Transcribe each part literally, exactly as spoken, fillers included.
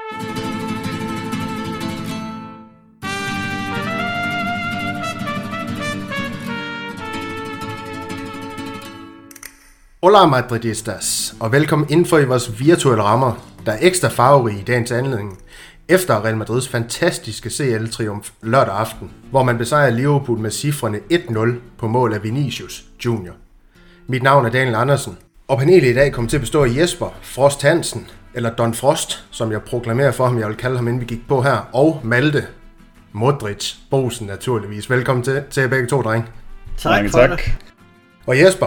Hola madridistas, og velkommen indenfor i vores virtuelle rammer, der er ekstra farverige i dagens anledning, efter Real Madrids fantastiske C L-triumf lørdag aften, hvor man besejrer Liverpool med cifrene et nul på mål af Vinicius Junior Mit navn er Daniel Andersen, og panelet i dag kommer til at bestå af Jesper Frost Hansen, eller Don Frost, som jeg proklamerer for ham, jeg vil kalde ham, inden vi gik på her, og Malte Modric Bosen naturligvis. Velkommen til, til begge to, drenge. Tak for tak. Det. Og Jesper,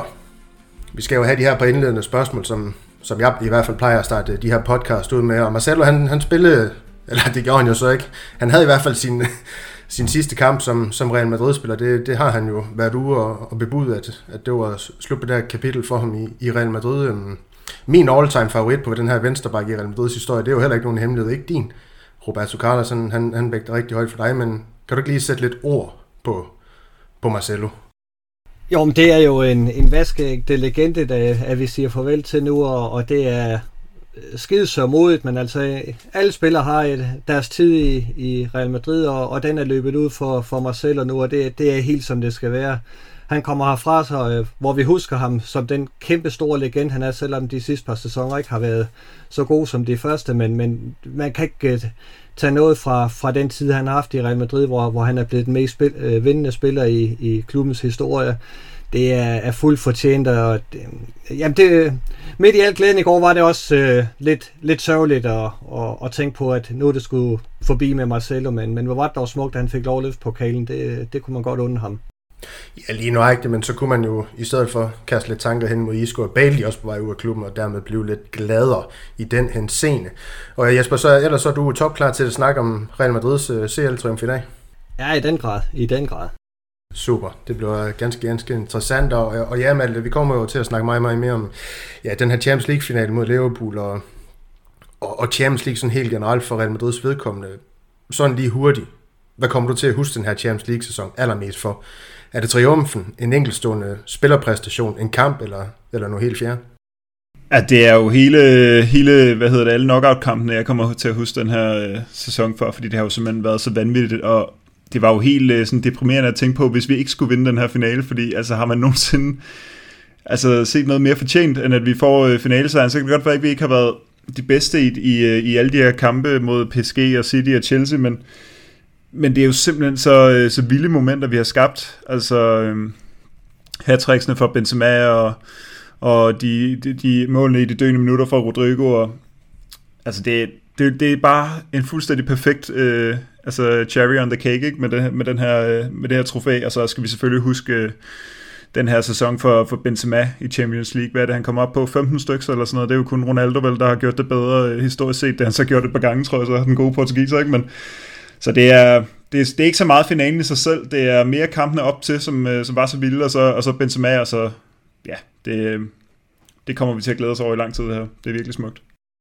vi skal jo have de her par indledende spørgsmål, som, som jeg i hvert fald plejer at starte de her podcast ud med. Og Marcelo, han, han spillede, eller det gjorde han jo så ikke, han havde i hvert fald sin, sin sidste kamp som, som Real Madrid-spiller. Det, det har han jo været ude og, og bebudet, at, at det var slut på det her kapitel for ham i, i Real Madrid. Min all-time favorit på den her venstreback i Real Madrids historie, det er jo heller ikke nogen hemmelighed, ikke din. Roberto Carlos, han, han, han vægter rigtig højt for dig, men kan du ikke lige sætte lidt ord på, på Marcelo? Jo, men det er jo en, en vaskeægte legende, der, at vi siger farvel til nu, og, og det er skide så modigt, men altså alle spillere har et, deres tid i, i Real Madrid, og, og den er løbet ud for, for Marcelo nu, og det, det er helt som det skal være. Han kommer herfra, så, hvor vi husker ham som den kæmpe store legende han er, selvom de sidste par sæsoner ikke har været så gode som de første, men, men man kan ikke tage noget fra, fra den tid, han har haft i Real Madrid, hvor, hvor han er blevet den mest spil, øh, vindende spiller i, i klubbens historie. Det er, er fuldt fortjent, og det, jamen det, midt i alt glæden i går var det også øh, lidt, lidt sørgeligt at, at, at tænke på, at nu det skulle forbi med Marcelo, men, men hvor var det dog smukt, at han fik lov at løfte pokalen, det, det kunne man godt undre ham. Ja, lige nøjagtigt, men så kunne man jo i stedet for kaste lidt tanker hen mod Isco og Bailey også på vej ud af klubben, og dermed blive lidt gladere i den henseende. Og Jesper, så, ellers så er du topklar til at snakke om Real Madrids uh, C L-triumf i dag? Ja, i den grad, i den grad. Super, det bliver ganske, ganske interessant, og, og ja, Malte, vi kommer jo til at snakke meget, meget mere om ja, den her Champions League-finale mod Liverpool, og, og, og Champions League sådan helt generelt for Real Madrids vedkommende. Sådan lige hurtigt, hvad kommer du til at huske den her Champions League-sæson allermest for? Er det triumfen, en enkeltstående spillerpræstation, en kamp, eller, eller noget helt fjerde? Ja, det er jo hele, hele hvad hedder det, alle knockout-kampene, jeg kommer til at huske den her øh, sæson for, fordi det har jo simpelthen været så vanvittigt, og det var jo helt øh, sådan deprimerende at tænke på, hvis vi ikke skulle vinde den her finale, fordi altså har man nogensinde altså, set noget mere fortjent, end at vi får øh, finalesejren, så kan det godt være, at vi ikke har været de bedste i, i, i alle de her kampe mod P S G og City og Chelsea, men Men det er jo simpelthen så, så vilde momenter, vi har skabt. Altså øhm, hat-tricksene for Benzema og, og de, de, de målene i de døende minutter for Rodrigo. Og, altså det, det, det er bare en fuldstændig perfekt øh, altså cherry on the cake, ikke? Med, det, med, den her, med det her trofæ. Og så skal vi selvfølgelig huske øh, den her sæson for, for Benzema i Champions League. Hvad er det, han kommer op på? femten stykker eller sådan noget. Det er jo kun Ronaldo vel, der har gjort det bedre øh, historisk set. Det han så gjort et par gange, tror jeg, så den gode portugiser, ikke? Men så det er, det, er, det er ikke så meget finalen i sig selv, det er mere kampene op til, som, som var så vilde, og så, og så Benzema, og så, ja, det, det kommer vi til at glæde os over i lang tid, det her. Det er virkelig smukt.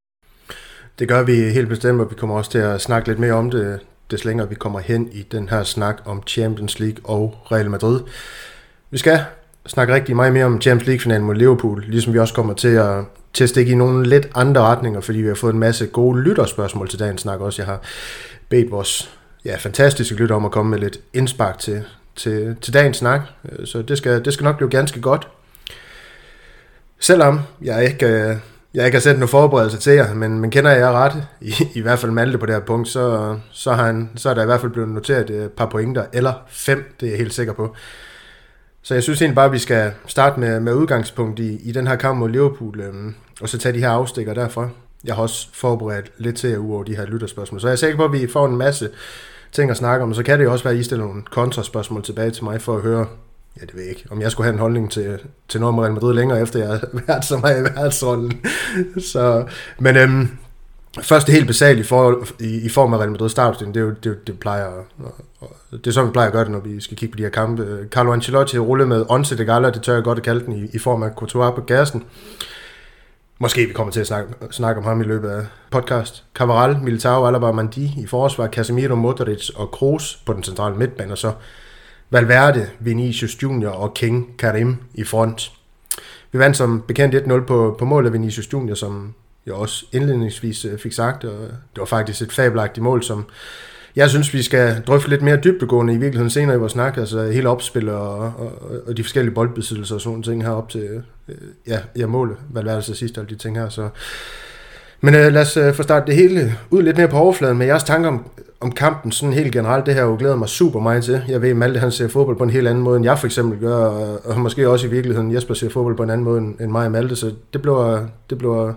Det gør vi helt bestemt, og vi kommer også til at snakke lidt mere om det, des længere vi kommer hen i den her snak om Champions League og Real Madrid. Vi skal snakke rigtig meget mere om Champions League-finalen mod Liverpool, ligesom vi også kommer til at, til at stikke i nogle lidt andre retninger, fordi vi har fået en masse gode lytterspørgsmål til dagens snak også. Jeg har bedt vores ja, fantastiske lytter om at komme med lidt indspark til, til, til dagens snak, så det skal, det skal nok blive ganske godt. Selvom jeg ikke, jeg ikke har sendt noget forberedelse til jer, men, men kender jeg ret, i, i hvert fald Malte på det her punkt, så, så, har han, så er der i hvert fald blevet noteret et par pointer, eller fem, det er jeg helt sikker på. Så jeg synes egentlig bare, at vi skal starte med, med udgangspunkt i, i den her kamp mod Liverpool, øhm, og så tage de her afstikker derfra. Jeg har også forberedt lidt til at uge over de her lytterspørgsmål, så jeg er sikker på, at vi får en masse ting at snakke om, og så kan det jo også være, at I stiller nogle kontraspørgsmål tilbage til mig for at høre, ja det ved jeg ikke, om jeg skulle have en holdning til, til noget med Real Madrid længere, efter jeg har været så meget i værtsrollen. Så, men øhm, først det helt basalt i, for, i, i form af Real Madrid startopstilling, det er jo det, det plejer og, og, det er sådan, vi plejer at gøre det, når vi skal kigge på de her kampe. Carlo Ancelotti ruller med Once de Gala, det tør jeg godt at kalde den, i, i form af Courtois på gassen. Måske vi kommer til at snakke, snakke om ham i løbet af podcast. Cavaral, Militao, Alaba, Mandi i forsvar, Casemiro, Modric og Kroos på den centrale midtbane, og så Valverde, Vinicius Junior og King Karim i front. Vi vandt som bekendt et nul på, på mål af Vinicius Junior, som jeg også indledningsvis fik sagt, og det var faktisk et fabelagtigt mål, som jeg synes, vi skal drøfte lidt mere dybdegående i virkeligheden senere i vores snak, altså hele opspil og, og, og de forskellige boldbesiddelser og sådan ting her op til, ja, ja målet, Valverde til sidst, alle de ting her, så... Men øh, lad os øh, få startet det hele ud lidt mere på overfladen med jeres tanker om, om kampen sådan helt generelt. Det her jo glæder mig super meget til. Jeg ved, at Malte han ser fodbold på en helt anden måde, end jeg for eksempel gør, og, og måske også i virkeligheden Jesper ser fodbold på en anden måde end mig og Malte, så det bliver, det bliver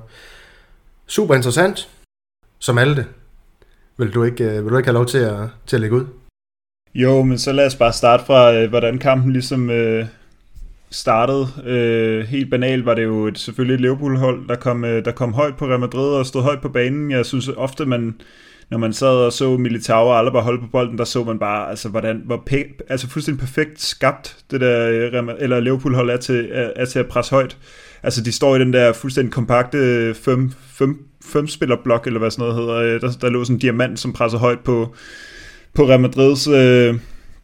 super interessant. Som Malte, vil du ikke, vil du ikke have lov til at, til at lægge ud? Jo, men så lad os bare starte fra, øh, hvordan kampen ligesom... Øh startede. Øh, helt banalt var det jo et, selvfølgelig et Liverpool-hold, der kom, øh, der kom højt på Real Madrid og stod højt på banen. Jeg synes ofte, man, når man sad og så Militao og Alaba holde på bolden, der så man bare, altså, hvordan, hvor pæ- altså fuldstændig perfekt skabt det der eller Liverpool-hold er til, er, er til at presse højt. Altså, de står i den der fuldstændig kompakte fem, fem, fem-spiller-blok, eller hvad sådan noget hedder. Der, der lå sådan en diamant, som presser højt på, på Real Madrids øh,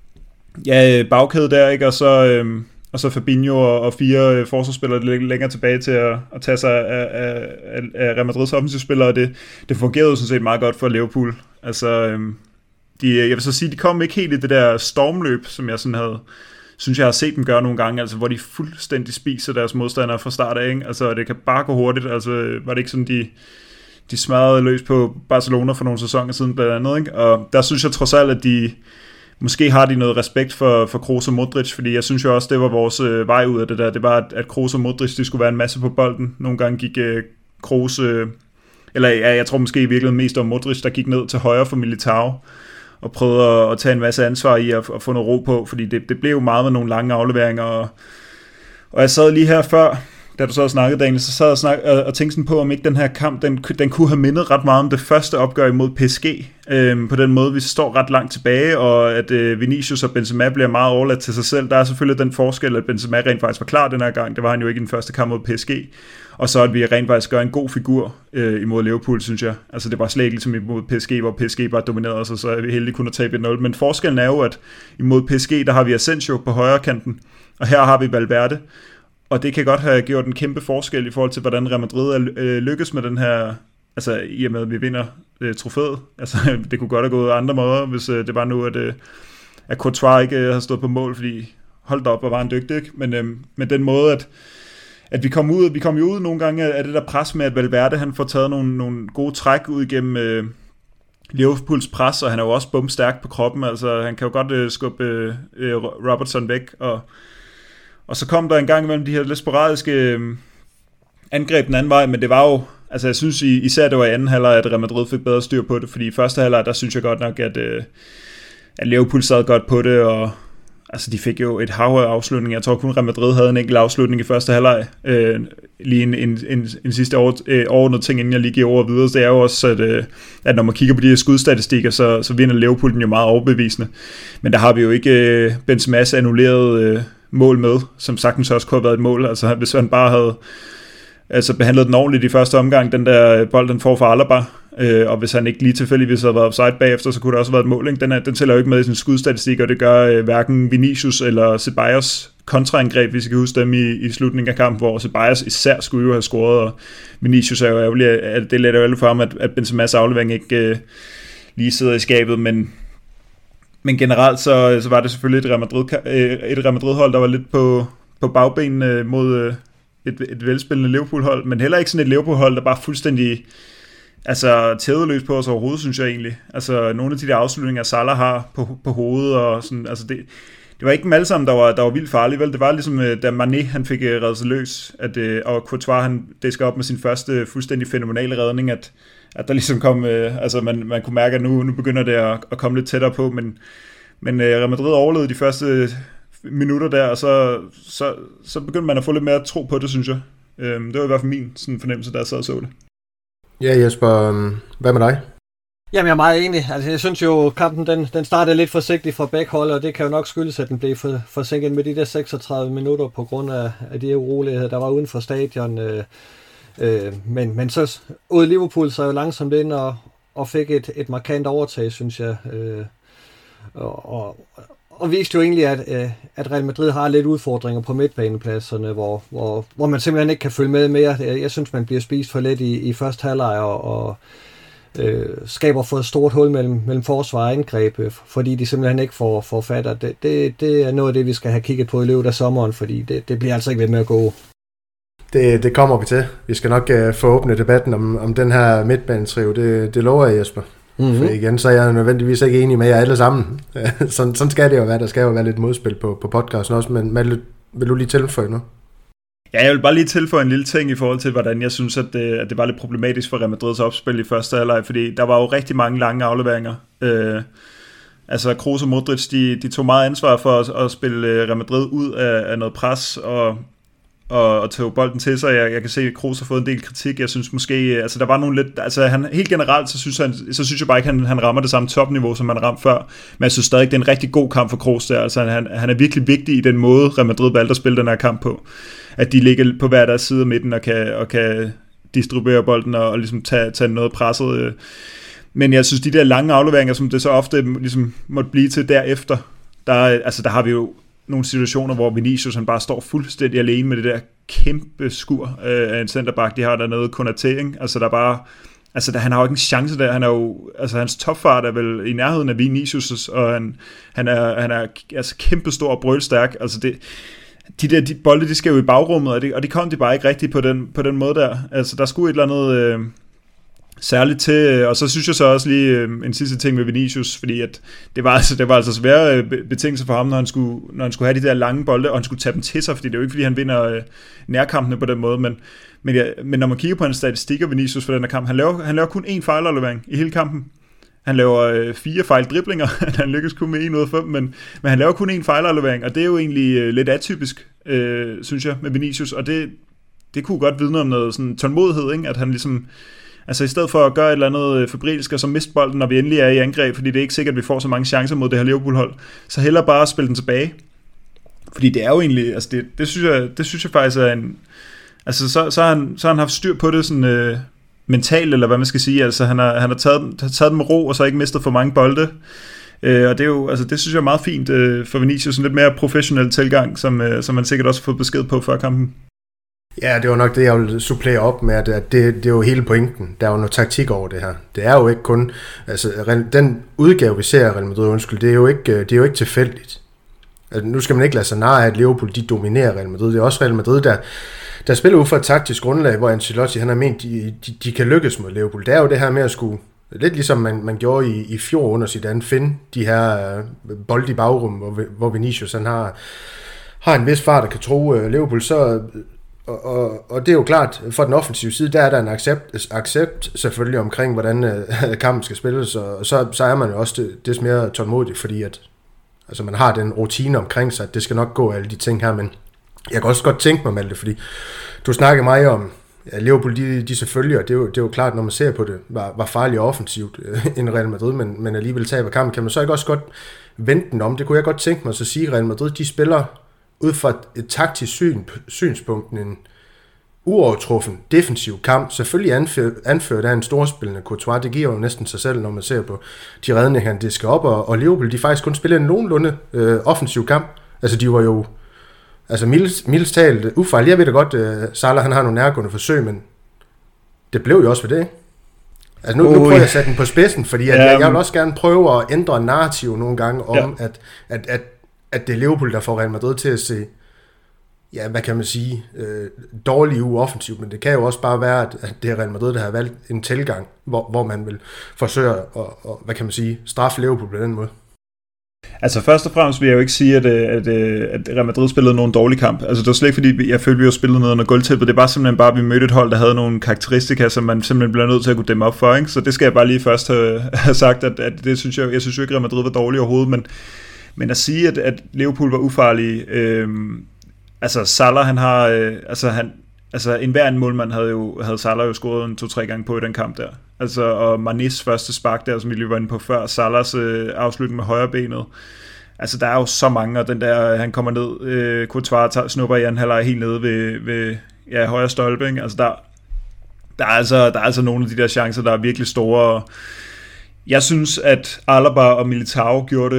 ja, bagkæde der, ikke? Og så... Øh, og så Fabinho og fire forsvarsspillere lidt længere tilbage til at, at tage sig af, af, af Real Madrids offensivspillere, og det, det fungerede jo sådan set meget godt for Liverpool. Altså, øhm, de, jeg vil så sige, de kom ikke helt i det der stormløb, som jeg sådan havde, synes jeg har set dem gøre nogle gange, altså hvor de fuldstændig spiser deres modstandere fra start af, ikke? Altså det kan bare gå hurtigt, altså var det ikke sådan, de, de smadrede løs på Barcelona for nogle sæsoner siden blandt andet, ikke? Og der synes jeg trods alt, at de måske har de noget respekt for, for Kroos og Modric, fordi jeg synes jo også, det var vores øh, vej ud af det der. Det var, at, at Kroos og Modric, de skulle være en masse på bolden. Nogle gange gik øh, Kroos, øh, eller ja, jeg tror måske i virkeligheden mest om Modric, der gik ned til højre for Militao, og prøvede at, at tage en masse ansvar i at, at få noget ro på, fordi det, det blev jo meget med nogle lange afleveringer. Og, og jeg sad lige her før, da du så snakkede, Daniel, så sad jeg og, snak, og, og tænkte sådan på, om ikke den her kamp, den, den kunne have mindet ret meget om det første opgør imod P S G. Øhm, på den måde, vi står ret langt tilbage, og at øh, Vinicius og Benzema bliver meget overladt til sig selv. Der er selvfølgelig den forskel, at Benzema rent faktisk var klar den her gang. Det var han jo ikke i den første kamp mod P S G. Og så at vi rent faktisk gør en god figur øh, imod Liverpool, synes jeg. Altså det var slet ikke ligesom imod P S G, hvor P S G bare dominerede os, og så er vi heldige kun at tabe et nul. Men forskellen er jo, at imod P S G, der har vi Asensio på højre kanten, og her har vi Valverde. Og det kan godt have gjort en kæmpe forskel i forhold til, hvordan Real Madrid er øh, lykkes med den her, altså i og med, at vi vinder øh, trofæet. Altså det kunne godt have gået andre måder, hvis øh, det var nu, at, øh, at Courtois ikke øh, har stået på mål, fordi holdt op og var en dygtig, ikke? Men, øh, men den måde, at, at vi kom ud, vi kom jo ud nogle gange af det der pres med, at Valverde han får taget nogle, nogle gode træk ud igennem øh, Liverpools pres, og han er jo også bumstærk på kroppen, altså han kan jo godt øh, skubbe øh, Robertson væk, og Og så kom der en gang imellem de her lidt sporadiske øh, angreb den anden vej, men det var jo, altså jeg synes især det var i anden halvleg, at Real Madrid fik bedre styr på det, fordi i første halvleg, der synes jeg godt nok, at, øh, at Liverpool sad godt på det, og altså de fik jo et hav af afslutning. Jeg tror kun Real Madrid havde en enkelt afslutning i første halvleg. Øh, lige en, en, en, en sidste over, øh, overordnet ting, inden jeg lige giver ordet videre, det er jo også, at, øh, at når man kigger på de her skudstatistikker, så, så vinder Liverpool den jo meget overbevisende. Men der har vi jo ikke øh, Benzema's annullerede øh, mål med, som sagtens også kunne have været et mål. Altså hvis han bare havde altså, behandlet den ordentligt i første omgang, den der bold, den får fra Alaba, øh, og hvis han ikke lige tilfældigvis havde været offside bagefter, så kunne det også have været et mål. Ikke? Den, er, den tæller jo ikke med i sin skudstatistik, og det gør øh, hverken Vinicius eller Ceballos kontraangreb, hvis I kan huske dem i, i slutningen af kampen, hvor Ceballos især skulle jo have scoret, og Vinicius er jo ærgerlig, at det letter jo alle for ham, at, at Benzema's aflevering ikke øh, lige sidder i skabet, men Men generelt så, så var det selvfølgelig et Real Madrid, et Real Madrid-hold, der var lidt på, på bagbenene mod et, et velspillende Liverpool-hold, men heller ikke sådan et Liverpool-hold, der bare fuldstændig altså, tædeløst på os overhovedet, synes jeg egentlig. Altså nogle af de der afslutninger, Salah har på, på hovedet, og sådan, altså det, det var ikke dem alle sammen, der var, der var vildt farlige, vel? Det var ligesom, da Mané han fik reddet sig løs, at, og Courtois han disker op med sin første fuldstændig fænomenale redning, at at der ligesom kom, øh, altså man, man kunne mærke, at nu, nu begynder det at, at komme lidt tættere på, men, men øh, Real Madrid overlevede de første minutter der, og så, så, så begyndte man at få lidt mere tro på det, synes jeg. Øh, det var i hvert fald min sådan fornemmelse, da jeg sad og så det. Ja, Jesper, hvad med dig? Jamen, jeg er meget enig. Altså, jeg synes jo, kampen den, den startede lidt forsigtigt fra begge hold, og det kan jo nok skyldes, at den blev for, forsinket med de der seksogtredive minutter på grund af, af de uroligheder, der var uden for stadion. Øh, Øh, men, men så ud Liverpool så jo langsomt ind og, og fik et, et markant overtag, synes jeg. Øh, og, og, og viste jo egentlig, at, at Real Madrid har lidt udfordringer på midtbanepladserne, hvor, hvor, hvor man simpelthen ikke kan følge med mere. Jeg synes, man bliver spist for lidt i, i første halvleg, og, og øh, skaber for et stort hul mellem, mellem forsvar og angreb, fordi de simpelthen ikke får, får fat. Og det, det, det er noget af det, vi skal have kigget på i løbet af sommeren, fordi det, det bliver altså ikke ved med at gå. Det, det kommer vi til. Vi skal nok uh, få åbnet debatten om, om den her midtbanetriv. Det, det lover jeg, Jesper. Mm-hmm. For igen, så er jeg nødvendigvis ikke enig med jer alle sammen. sådan, sådan skal det jo være. Der skal jo være lidt modspil på, på podcasten også, men Malte, vil du lige tilføje nu? Ja, jeg vil bare lige tilføje en lille ting i forhold til, hvordan jeg synes, at det, at det var lidt problematisk for Real Madrids opspil i første halvleg, fordi der var jo rigtig mange lange afleveringer. Øh, altså Kroos og Modric, de, de tog meget ansvar for at, at spille Real Madrid ud af, af noget pres, og og, og tage bolden til sig. Jeg, jeg kan se, at Kroos har fået en del kritik. Jeg synes måske, altså der var nogle lidt, altså han, helt generelt, så synes, han, så synes jeg bare ikke, han, han rammer det samme topniveau, som han ramte før. Men jeg synes stadig, det er en rigtig god kamp for Kroos der. Altså han, han er virkelig vigtig i den måde, Real Madrid valgte at spille den her kamp på. At de ligger på hver deres side af midten og kan, og kan distribuere bolden og, og ligesom tage, tage noget presset. Men jeg synes, de der lange afleveringer, som det så ofte ligesom måtte blive til derefter, der, altså der har vi jo nogle situationer, hvor Vinicius han bare står fuldstændig alene med det der kæmpe skur øh, af en centerback, de har dernede, Konaté, ikke? Altså der bare, altså der, han har jo ikke en chance der, han er jo, altså hans topfart er vel i nærheden af Vinicius', og han, han er, han er altså kæmpe stor og brølstærk, altså det, de der de bolde, de skal jo i bagrummet, og det, og de kom de bare ikke rigtigt på den, på den måde der, altså der skulle et eller andet øh, særligt til, og så synes jeg så også lige øh, en sidste ting med Vinicius, fordi at det var altså, det var altså svære øh, betingelser for ham, når han, skulle, når han skulle have de der lange bolde, og han skulle tage dem til sig, fordi det er jo ikke, fordi han vinder øh, nærkampene på den måde, men, men, ja, men når man kigger på hans statistikker, Vinicius for den her kamp, han laver, han laver kun én fejlaflevering i hele kampen. Han laver øh, fire fejldriblinger, han lykkes kun med en ud af fem, men, men han laver kun én fejlaflevering, og det er jo egentlig øh, lidt atypisk, øh, synes jeg, med Vinicius, og det, det kunne godt vidne om noget sådan tålmodighed, ikke? At han ligesom, altså i stedet for at gøre et eller andet febrilsk og så miste bolden, når vi endelig er i angreb, fordi det er ikke sikkert, at vi får så mange chancer mod det her Liverpool-hold, så hellere bare spille den tilbage. Fordi det er jo egentlig, altså det, det, synes, jeg, det synes jeg faktisk er en, altså så, så, har, han, så har han haft styr på det sådan øh, mentalt, eller hvad man skal sige, altså han har, han har taget, taget dem med ro, og så ikke mistet for mange bolde. Øh, og det er jo, altså det synes jeg er meget fint øh, for Vinicius, en lidt mere professionel tilgang, som, øh, som man sikkert også har fået besked på før kampen. Ja, det var nok det, jeg ville supplere op med, at det, det er jo hele pointen. Der er jo noget taktik over det her. Det er jo ikke kun, altså den udgave, vi ser af Real Madrid, undskyld, det er jo ikke, det er jo ikke tilfældigt. Altså, nu skal man ikke lade sig narre, at Liverpool, de dominerer Real Madrid. Det er også Real Madrid, der, der spiller ud fra et taktisk grundlag, hvor Ancelotti, han har ment, de, de, de kan lykkes mod Liverpool. Det er jo det her med at skulle, lidt ligesom man, man gjorde i, i fjor under Zidane, finde de her uh, bold i bagrum, hvor, hvor Vinicius, han har, har en vis fart, der kan tro uh, Liverpool, så Og, og, og det er jo klart, for den offensive side, der er der en accept, accept selvfølgelig omkring, hvordan øh, kampen skal spilles, og så, så er man jo også det, det er mere tålmodigt, fordi at, altså man har den rutine omkring sig, at det skal nok gå alle de ting her, men jeg kan også godt tænke mig, Malte, fordi du snakker meget om, ja, Liverpool, de, de selvfølgelig, og det er, jo, det er jo klart, når man ser på det, var, var farligt offensivt øh, end Real Madrid, men, men alligevel taber kampen, kan man så ikke også godt vente den om? Det kunne jeg godt tænke mig, så sige, Real Madrid, de spiller ud fra et, et taktisk syn, synspunkt, en uovertruffen defensiv kamp, selvfølgelig anført, anført af en storspillende Courtois, det giver jo næsten sig selv, når man ser på de redninger, det skal op, og, og Liverpool, de faktisk kun spiller en nogenlunde øh, offensiv kamp. Altså, de var jo, altså mildest talt ufejl. Jeg ved da godt, øh, Salah, han har nogle nærgående forsøg, men det blev jo også ved det, ikke? Altså, nu, oh, nu prøver jeg at sætte den på spidsen, fordi at, um, jeg, jeg vil også gerne prøve at ændre narrativ nogle gange om, ja. at, at, at, at det er Liverpool, der får Real Madrid til at se, ja, hvad kan man sige, øh, dårlig uoffensivt, men det kan jo også bare være, at, at det er Real Madrid, der har valgt en tilgang, hvor, hvor man vil forsøge at, og, hvad kan man sige, straffe Liverpool på den måde. Altså først og fremmest vil jeg jo ikke sige, at, at, at Real Madrid spillede nogen dårlig kamp. Altså det var slet ikke fordi, jeg følte, vi jo spillede noget under gulvtæppet. Det var simpelthen bare, at vi mødte et hold, der havde nogle karakteristika, som man simpelthen bliver nødt til at kunne dæmme op for, ikke? Så det skal jeg bare lige først have, have sagt, at, at det synes jeg, jeg synes jo ikke, at Real Madrid var dårlig overhovedet, men, men at sige, at, at Liverpool var ufarlige, øh, altså Salah, han har, øh, altså han, altså enhver en målmand havde jo, havde Salah jo scoret en to-tre gange på i den kamp der. Altså, og Manis første spark der, som vi lige var inde på før, Salahs øh, afslutning med højre benet. Altså, der er jo så mange, og den der, han kommer ned, øh, Courtois tager, snupper i anden halvleg helt nede ved, ved ja, højre stolpe, ikke? Altså, der, der, er altså, der er altså nogle af de der chancer, der er virkelig store. Jeg synes, at Alaba og Militao gjorde det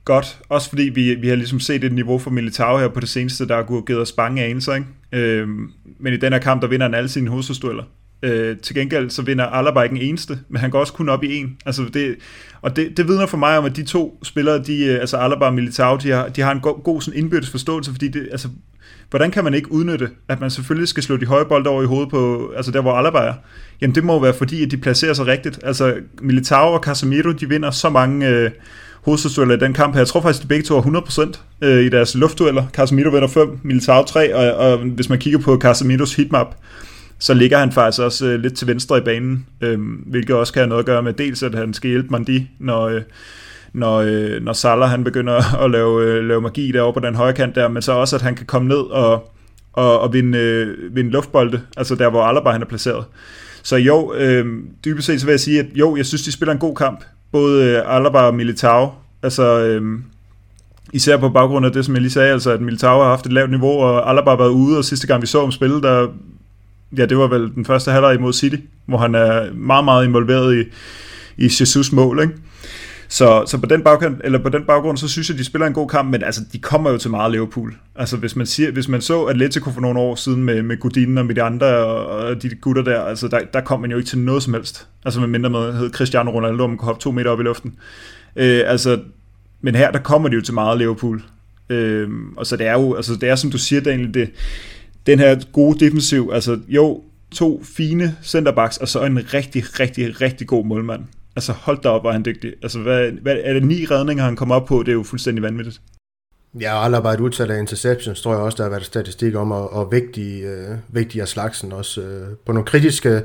godt, også fordi vi, vi har ligesom set et niveau for Militao her på det seneste, der har givet os bange anelser, ikke? Øhm, men i den her kamp, der vinder han alle sine hovedstødstueller. Øh, til gengæld så vinder Alaba ikke en eneste, men han går også kun op i en. Altså det, og det, det vidner for mig om, at de to spillere, de, altså Alaba og Militao, de har, de har en god, god sådan indbyrdes forståelse, fordi det, altså, hvordan kan man ikke udnytte, at man selvfølgelig skal slå de høje bolde over i hovedet på, altså der hvor Alaba er? Jamen det må være fordi, at de placerer sig rigtigt. Altså Militao og Casemiro, de vinder så mange øh, hovedstødstueller i den kamp her. Jeg tror faktisk, de begge to er hundrede procent øh, i deres luftdueller. Casemiro vinder fem, Militao tre, og, og hvis man kigger på Casemiros heatmap, så ligger han faktisk også øh, lidt til venstre i banen, øh, hvilket også kan have noget at gøre med dels, at han skal hjælpe Mandi, når, øh, når, øh, når Salah han begynder at lave, øh, lave magi derovre på den højre kant der, men så også, at han kan komme ned og, og, og vinde, øh, vinde luftbolde, altså der, hvor Alaba han er placeret. Så jo, øh, dybest set så vil jeg sige, at jo, jeg synes, de spiller en god kamp, både øh, Alaba og Militao, altså øh, især på baggrund af det, som jeg lige sagde, altså at Militao har haft et lavt niveau, og Alaba har været ude, og sidste gang vi så ham spille, der ja, det var vel den første halvleg imod City, hvor han er meget, meget involveret i, i Jesus mål, ikke? Så, så på, den baggrund, eller på den baggrund, så synes jeg, de spiller en god kamp, men altså, de kommer jo til meget Liverpool. Altså, hvis man, siger, hvis man så Atletico for nogle år siden med, med Godin og med de andre, og, og de gutter der, altså, der, der kom man jo ikke til noget som helst. Altså, med mindre med hed Cristiano Ronaldo, man kunne hoppe to meter op i luften. Øh, altså, men her, der kommer de jo til meget Liverpool. Øh, og så det er jo, altså, det er som du siger, Daniel, det den her gode defensiv, altså jo, to fine centerbacks, og så en rigtig, rigtig, rigtig god målmand. Altså hold da op, var han dygtig. Altså hvad, hvad er det ni redninger, han kommer op på? Det er jo fuldstændig vanvittigt. Ja, og Alaba et udtal af interceptions, tror jeg også, der har været statistik om, og, og vigtige, øh, vigtige af slagsen også. Øh, på nogle kritiske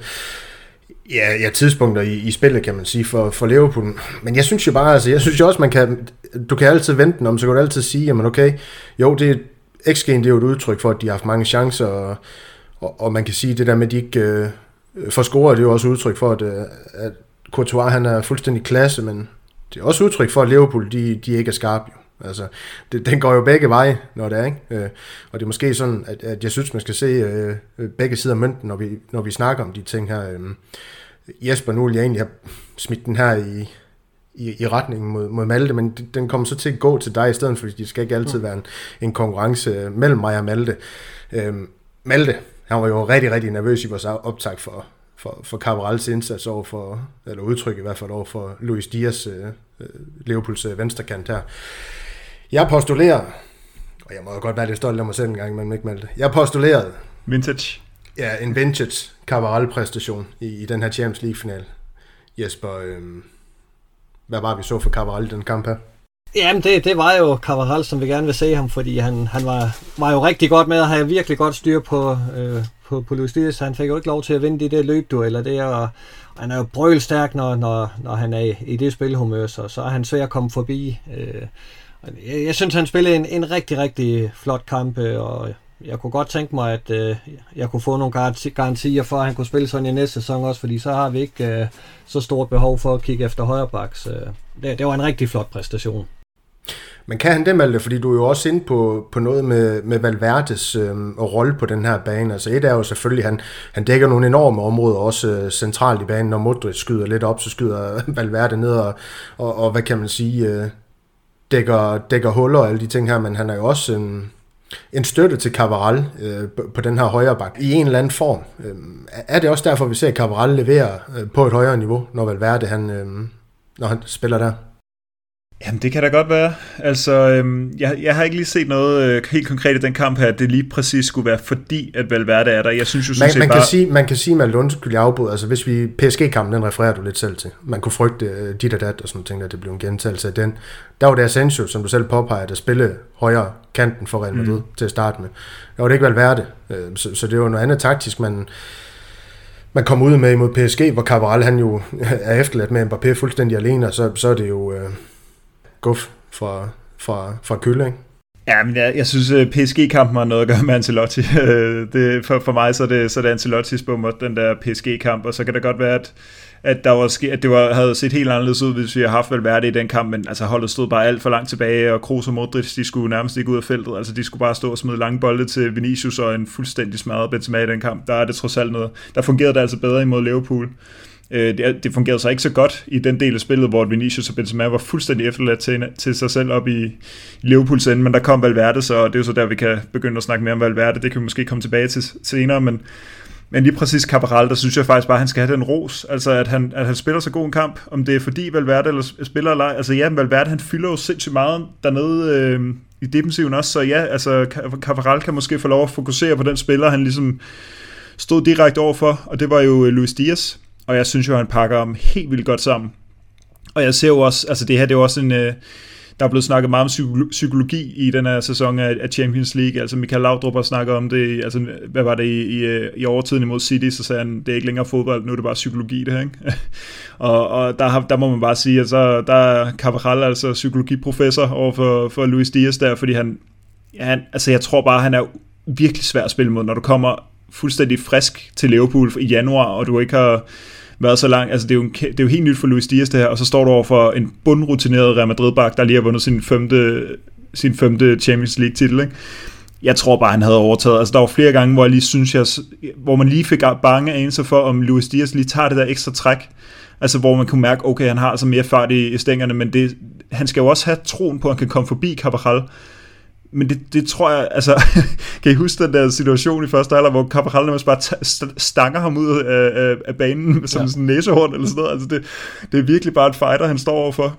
ja, ja, tidspunkter i, i spillet, kan man sige, for, for Liverpool. Men jeg synes jo bare, altså, jeg synes jo også, man kan, du kan altid vente den om, så kan du altid sige, jamen okay, jo, det er X G'en, det er jo et udtryk for, at de har haft mange chancer, og, og, og man kan sige, det der med, at de ikke øh, får scoret, det er jo også udtryk for, at, at Courtois, han er fuldstændig klasse, men det er også udtryk for, at Liverpool, de, de ikke er skarpe. Jo. Altså, det, den går jo begge veje, når det er, ikke? Øh, og det er måske sådan, at, at jeg synes, man skal se øh, begge sider af mønten, når vi, når vi snakker om de ting her. Øh, Jesper, nu vil jeg egentlig have smidt den her i I, i retningen mod, mod Malte, men den kommer så til at gå til dig i stedet, fordi det skal ikke altid være en, en konkurrence mellem mig og Malte. Øhm, Malte, han var jo rigtig, rigtig nervøs i vores optag for, for, for Cabarals indsats over for, eller udtryk i hvert fald over for Luis Diaz, øh, Liverpools øh, venstrekant her. Jeg postulerer, og jeg må jo godt være lidt stolt af mig selv en gang, men ikke Malte. Jeg postulerede vintage. Ja, en vintage Cabaral-præstation i, i den her Champions League-final. Jesper, øh, hvad var vi så for Carvajal i den kamp her? Jamen, det, det var jo Carvajal, som vi gerne vil se ham, fordi han, han var, var jo rigtig godt med at have virkelig godt styr på, øh, på, på Luis Diaz. Han fik jo ikke lov til at vinde de der løbdueller der, og, og han er jo brølstærk, når, når, når han er i, i det spilhumør, så, så er han svær at komme forbi. Øh, jeg, jeg synes, han spillede en, en rigtig, rigtig flot kamp, og jeg kunne godt tænke mig, at øh, jeg kunne få nogle garantier for, at han kunne spille sådan i næste sæson også, fordi så har vi ikke øh, så stort behov for at kigge efter højrebacks. Det, det var en rigtig flot præstation. Men kan han det, Malte? Fordi du er jo også inde på, på noget med, med Valverdes øh, rolle på den her bane. Altså et er jo selvfølgelig, han, han dækker nogle enorme områder, også øh, centralt i banen. Når Modric skyder lidt op, så skyder Valverde ned, og, og, og hvad kan man sige, øh, dækker, dækker huller og alle de ting her, men han er jo også en... Øh, en støtte til Carvajal øh, på den her højre bak i en eller anden form. Øh, er det også derfor, vi ser Carvajal levere øh, på et højere niveau, når Valverde han, øh, når han spiller der? Jamen, det kan da godt være. Altså, øhm, jeg, jeg har ikke lige set noget øh, helt konkret i den kamp her, at det lige præcis skulle være fordi, at Valverde er der. Jeg synes jo sådan man, set bare... Kan sige, man kan sige, at undskyld, jeg afbryder. Altså, hvis vi... P S G-kampen, den refererer du lidt selv til. Man kunne frygte uh, dit og dat, og sådan ting, at det blev en gentagelse af den. Der var det Asensio, som du selv påpeger, der spillede højere kanten for Real Madrid mm. til at starte med. Der var det ikke Valverde. Uh, så, så det var noget andet taktisk, man... man kom ud med imod P S G, hvor Carvajal, han jo er efterladt med Mbappé fuldstændig alene, og så, så er det jo... Uh, guf fra, fra, fra Kølle, ikke? Ja, men jeg, jeg synes, at P S G-kampen har noget at gøre med Ancelotti. det, for, for mig så er det, så er det Ancelottis bummer, den der P S G-kamp, og så kan det godt være, at, at, der var, at det var, havde set helt anderledes ud, hvis vi havde haft Valverde i den kamp, men altså, holdet stod bare alt for langt tilbage, og Kroos og Modric, de skulle nærmest ikke ud af feltet, altså de skulle bare stå og smide lange bolde til Vinicius og en fuldstændig smadret Benzema i den kamp. Der er det trods alt noget. Der fungerede det altså bedre imod Liverpool. Det, det fungerede så ikke så godt i den del af spillet, hvor Vinicius og Benzema var fuldstændig efterladt til, til sig selv op i, i Liverpools ende, men der kom Valverde, så det er jo så der, vi kan begynde at snakke mere om Valverde. Det kan vi måske komme tilbage til senere, men, men lige præcis Cabral, der synes jeg faktisk bare, at han skal have den ros, altså at han, at han spiller så god en kamp, om det er fordi Valverde eller spiller eller ej. Altså ja, Valverde han fylder jo sindssygt meget dernede øh, i defensiven også, så ja, altså Cabral kan måske få lov at fokusere på den spiller, han ligesom stod direkte overfor, og det var jo Luis Diaz. Og jeg synes jo, han pakker dem helt vildt godt sammen. Og jeg ser jo også, altså det her, det er jo også en, der er blevet snakket meget om psykologi i den her sæson af Champions League. Altså Michael Laudrup har snakket om det, altså hvad var det i, i, i overtiden imod City, så sagde han, det er ikke længere fodbold, nu er det bare psykologi det her, ikke? og og der, der må man bare sige, at så der er Cabral altså psykologiprofessor over for, for Luis Diaz der, fordi han, han, altså jeg tror bare, han er virkelig svær at spille mod, når du kommer fuldstændig frisk til Liverpool i januar, og du ikke har været så langt, altså det er, jo en, det er jo helt nyt for Luis Diaz det her, og så står du over for en bundrutineret Real Madrid-bak, der lige har vundet sin femte, sin femte Champions League-titel, ikke? Jeg tror bare, han havde overtaget, altså der var flere gange, hvor jeg lige synes, jeg, hvor man lige fik bange anelser for, om Luis Diaz lige tager det der ekstra træk, altså hvor man kunne mærke, okay, han har altså mere fart i, i stængerne, men det, han skal jo også have troen på, at han kan komme forbi Cabral. Men det, det tror jeg, altså, kan I huske den der situation i første halvleg, hvor Cabral nærmest bare t- stanger ham ud af, af, af banen som ja. sådan en næsehorn eller sådan noget. Altså det, det er virkelig bare et fighter, han står overfor.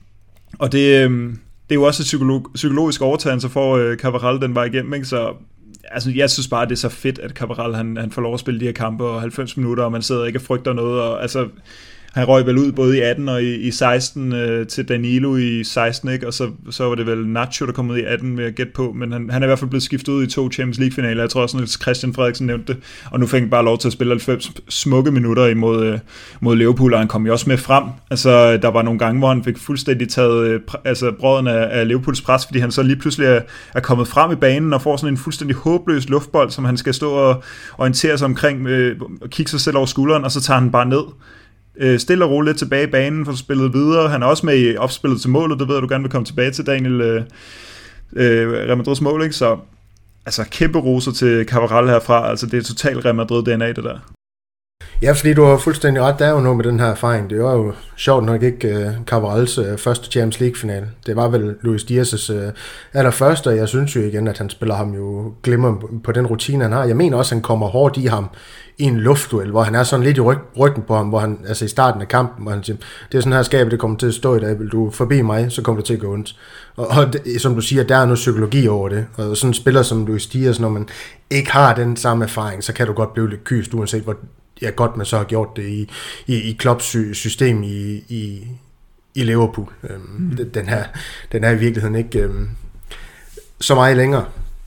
Og det, øh, det er jo også et psykolog, psykologisk overtagelse for øh, Cabral, den var igennem, ikke? Så altså, jeg synes bare, det er så fedt, at Cabral han, han får lov at spille de her kampe og halvfems minutter, og man sidder ikke og frygter noget, og altså... Han røg vel ud både i atten og i, i seksten øh, til Danilo i seksten, ikke? Og så, så var det vel Nacho, der kom ud i atten med at gætte på, men han, han er i hvert fald blevet skiftet ud i to Champions League-finaler. Jeg tror også, at Christian Frederiksen nævnte det, og nu fik han bare lov til at spille halvfems smukke minutter imod øh, mod Liverpool, og han kom jo også med frem. Altså, der var nogle gange, hvor han fik fuldstændig taget øh, pr- altså, brøden af, af Liverpools pres, fordi han så lige pludselig er, er kommet frem i banen og får sådan en fuldstændig håbløs luftbold, som han skal stå og orientere sig omkring øh, og kigge sig selv over skulderen, og så tager han bare ned. Stille og roligt lidt tilbage i banen, for spillet videre. Han er også med i opspillet til målet, det ved jeg, du gerne vil komme tilbage til, Daniel, øh, øh, Real Madrids mål, ikke? Så altså kæmpe roser til Cabral herfra, altså det er totalt Real Madrid D N A, det der. Ja, fordi du har fuldstændig ret, der er jo noget med den her erfaring. Det var jo sjovt nok ikke uh, Cabrals uh, første Champions League-finale. Det var vel Luis Diaz' uh, allerførste, og jeg synes jo igen, at han spiller ham jo glimmer på den rutine, han har. Jeg mener også, at han kommer hårdt i ham i en luftduel, hvor han er sådan lidt i ryg, ryggen på ham, hvor han, altså i starten af kampen, hvor han siger, det er sådan her skab, det kommer til at stå i dag, vil du forbi mig, så kommer det til at gå ondt. Og, og det, som du siger, der er noget psykologi over det, og sådan en spiller som Luis Diaz, når man ikke har den samme erfaring, så kan du godt blive lidt kyst, uanset hvor ja, godt man så har gjort det i, i, i Klopps system i, i, i Liverpool. Øhm, mm. den, her, den her i virkeligheden ikke øhm, så meget længere.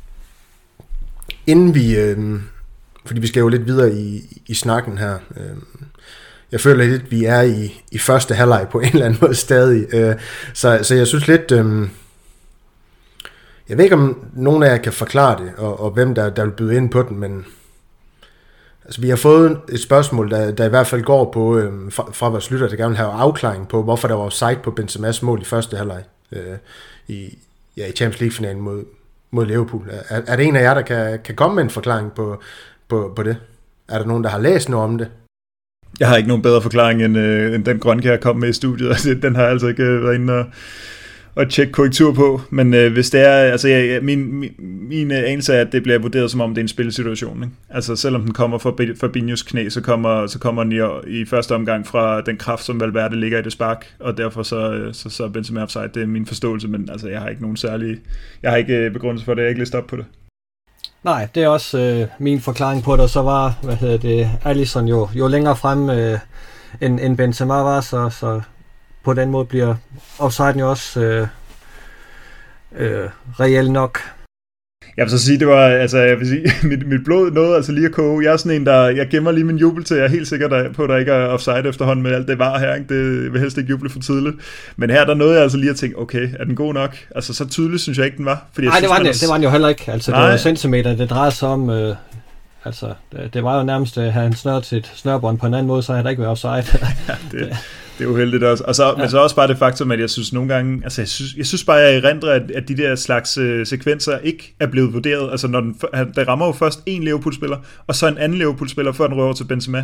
Inden vi, øhm, fordi vi skal jo lidt videre i, i snakken her, øhm, jeg føler lidt, at vi er i, i første halvleg på en eller anden måde stadig, øh, så, så jeg synes lidt, øhm, jeg ved ikke om nogen af jer kan forklare det, og, og hvem der, der vil byde ind på den, men altså, vi har fået et spørgsmål, der, der i hvert fald går på, øhm, fra, fra vores lytter, der gerne vil have afklaring på, hvorfor der var offside på Benzema's mål i første halvleg øh, i, ja, i Champions League-finalen mod, mod Liverpool. Er, er det en af jer, der kan, kan komme med en forklaring på, på, på det? Er der nogen, der har læst noget om det? Jeg har ikke nogen bedre forklaring, end, øh, end den Grønkjær kom med i studiet. Den har jeg altså ikke øh, været inde og... og tjekke korrektur på, men øh, hvis det er, altså ja, min, min, min anelse er, at det bliver vurderet som om det er en spilsituation, ikke? Altså selvom den kommer fra Fabinhos knæ, så kommer, så kommer den i, i første omgang fra den kraft, som Valverde ligger i det spark, og derfor så, så, så Benzema offside, det er min forståelse, men altså jeg har ikke nogen særlig, jeg har ikke begrundelse for det, jeg har ikke læst op på det. Nej, det er også øh, min forklaring på det, og så var, hvad hedder det, Alisson jo, jo længere frem øh, end, end Benzema var, så, så på den måde bliver offsiden jo også øh, øh, reelt nok. Jeg vil så sige, det var, altså, jeg vil sige, mit, mit blod nåede altså lige at koge. Jeg er sådan en, der, jeg gemmer lige min jubel til, jeg er helt sikker på, at der ikke er offside efterhånden med alt det var her, ikke? Det vil helst ikke juble for tidligt. Men her, der nåede jeg altså lige at tænke, okay, er den god nok? Altså, så tydeligt synes jeg ikke, den var. Nej, det var den, det var den jo heller ikke. Altså, det var centimeter, det drejer sig om, øh, altså, det, det var jo nærmest, at han snørte sit snørbånd på en anden måde, så havde der ikke været offside. Ja, det, det er uheldigt også. Og så, ja. Men så også bare det faktum, at jeg synes nogle gange, altså jeg synes, jeg synes bare, at jeg erindrer, at, at de der slags øh, sekvenser ikke er blevet vurderet. Altså når den, der rammer jo først en Liverpool-spiller, og så en anden Liverpool-spiller, før den røver til Benzema.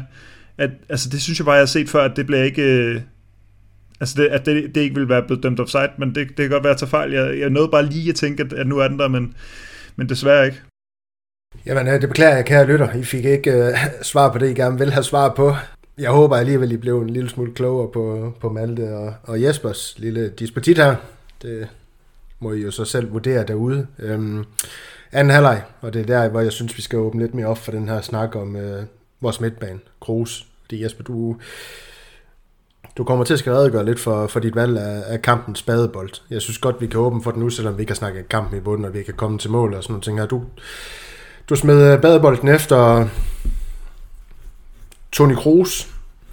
at, altså det synes jeg bare, jeg har set før, at det bliver ikke, øh, altså det, at det, det ikke vil være blevet dømt offside, men det, det kan godt være at tage fejl. Jeg, jeg nåede bare lige at tænke, at, at nu er den der, men, men desværre ikke. Jamen, det beklager jeg, kære lytter. I fik ikke øh, svar på det, I gerne vil have svar på. Jeg håber alligevel, I blev en lille smule klogere på, på Malte og, og Jespers lille disputit her. Det må I jo så selv vurdere derude. Øhm, anden halvleg, og det er der, hvor jeg synes, vi skal åbne lidt mere op for den her snak om øh, vores midtbane, Kroos. Det Jesper, du, du kommer til at skal redegøre lidt for, for dit valg af, af kampens spadebold. Jeg synes godt, vi kan åbne for den nu, selvom vi kan snakke kampen i bunden, og vi kan komme til mål og sådan nogle ting her. Du, du smed badebolden efter Toni Kroos.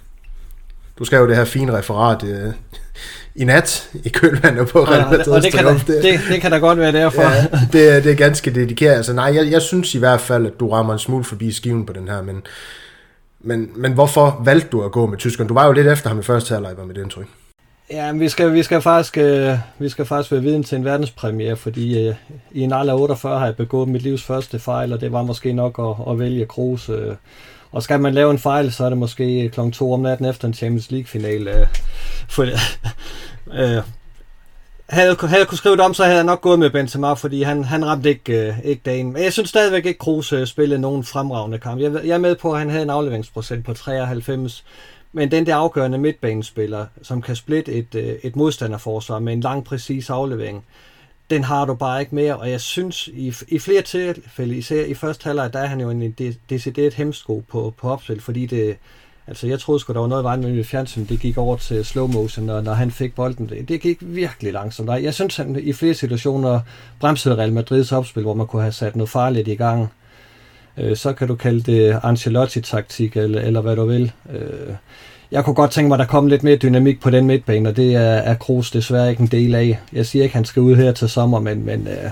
Du skrev det her fine referat øh, i nat i kølvandet på Real Madrid. Og det kan, da, det, det kan da godt være derfor. Ja, det, det er ganske dedikeret. Altså, nej, jeg, jeg synes i hvert fald, at du rammer en smule forbi skiven på den her, men, men, men hvorfor valgte du at gå med tyskeren? Du var jo lidt efter ham i første halvleg, var mit indtryk. Ja, vi skal, vi skal faktisk øh, vi skal faktisk være viden til en verdenspremiere, fordi øh, i en alder af otteogfyrre har jeg begået mit livs første fejl, og det var måske nok at, at vælge Kroos. Øh, og skal man lave en fejl, så er det måske klokken to om natten efter en Champions League-finale. Øh, for, øh, havde, havde jeg kunne skrive det om, så havde jeg nok gået med Benzema, fordi han, han ramte ikke, øh, ikke dagen. Men jeg synes stadigvæk ikke, Kroos øh, spillede nogen fremragende kamp. Jeg, jeg er med på, at han havde en afleveringsprocent på treoghalvfems. Men den der afgørende midtbanespiller, som kan splitte et, et modstanderforsvar med en lang, præcis aflevering, den har du bare ikke mere. Og jeg synes, i, i flere tilfælde, især i første halvleg, der er han jo en decideret hemsko på, på opspil, fordi det, altså jeg troede sgu, der var noget vejen med fjernsyn, det gik over til slow motion, når, når han fik bolden. Det, det gik virkelig langsomt. Jeg synes, han i flere situationer bremsede Real Madrids opspil, hvor man kunne have sat noget farligt i gang. Så kan du kalde det Ancelotti-taktik, eller, eller hvad du vil. Jeg kunne godt tænke mig, at der kom lidt mere dynamik på den midtbane, og det er, er Kroos desværre ikke en del af. Jeg siger ikke, at han skal ud her til sommer, men, men uh,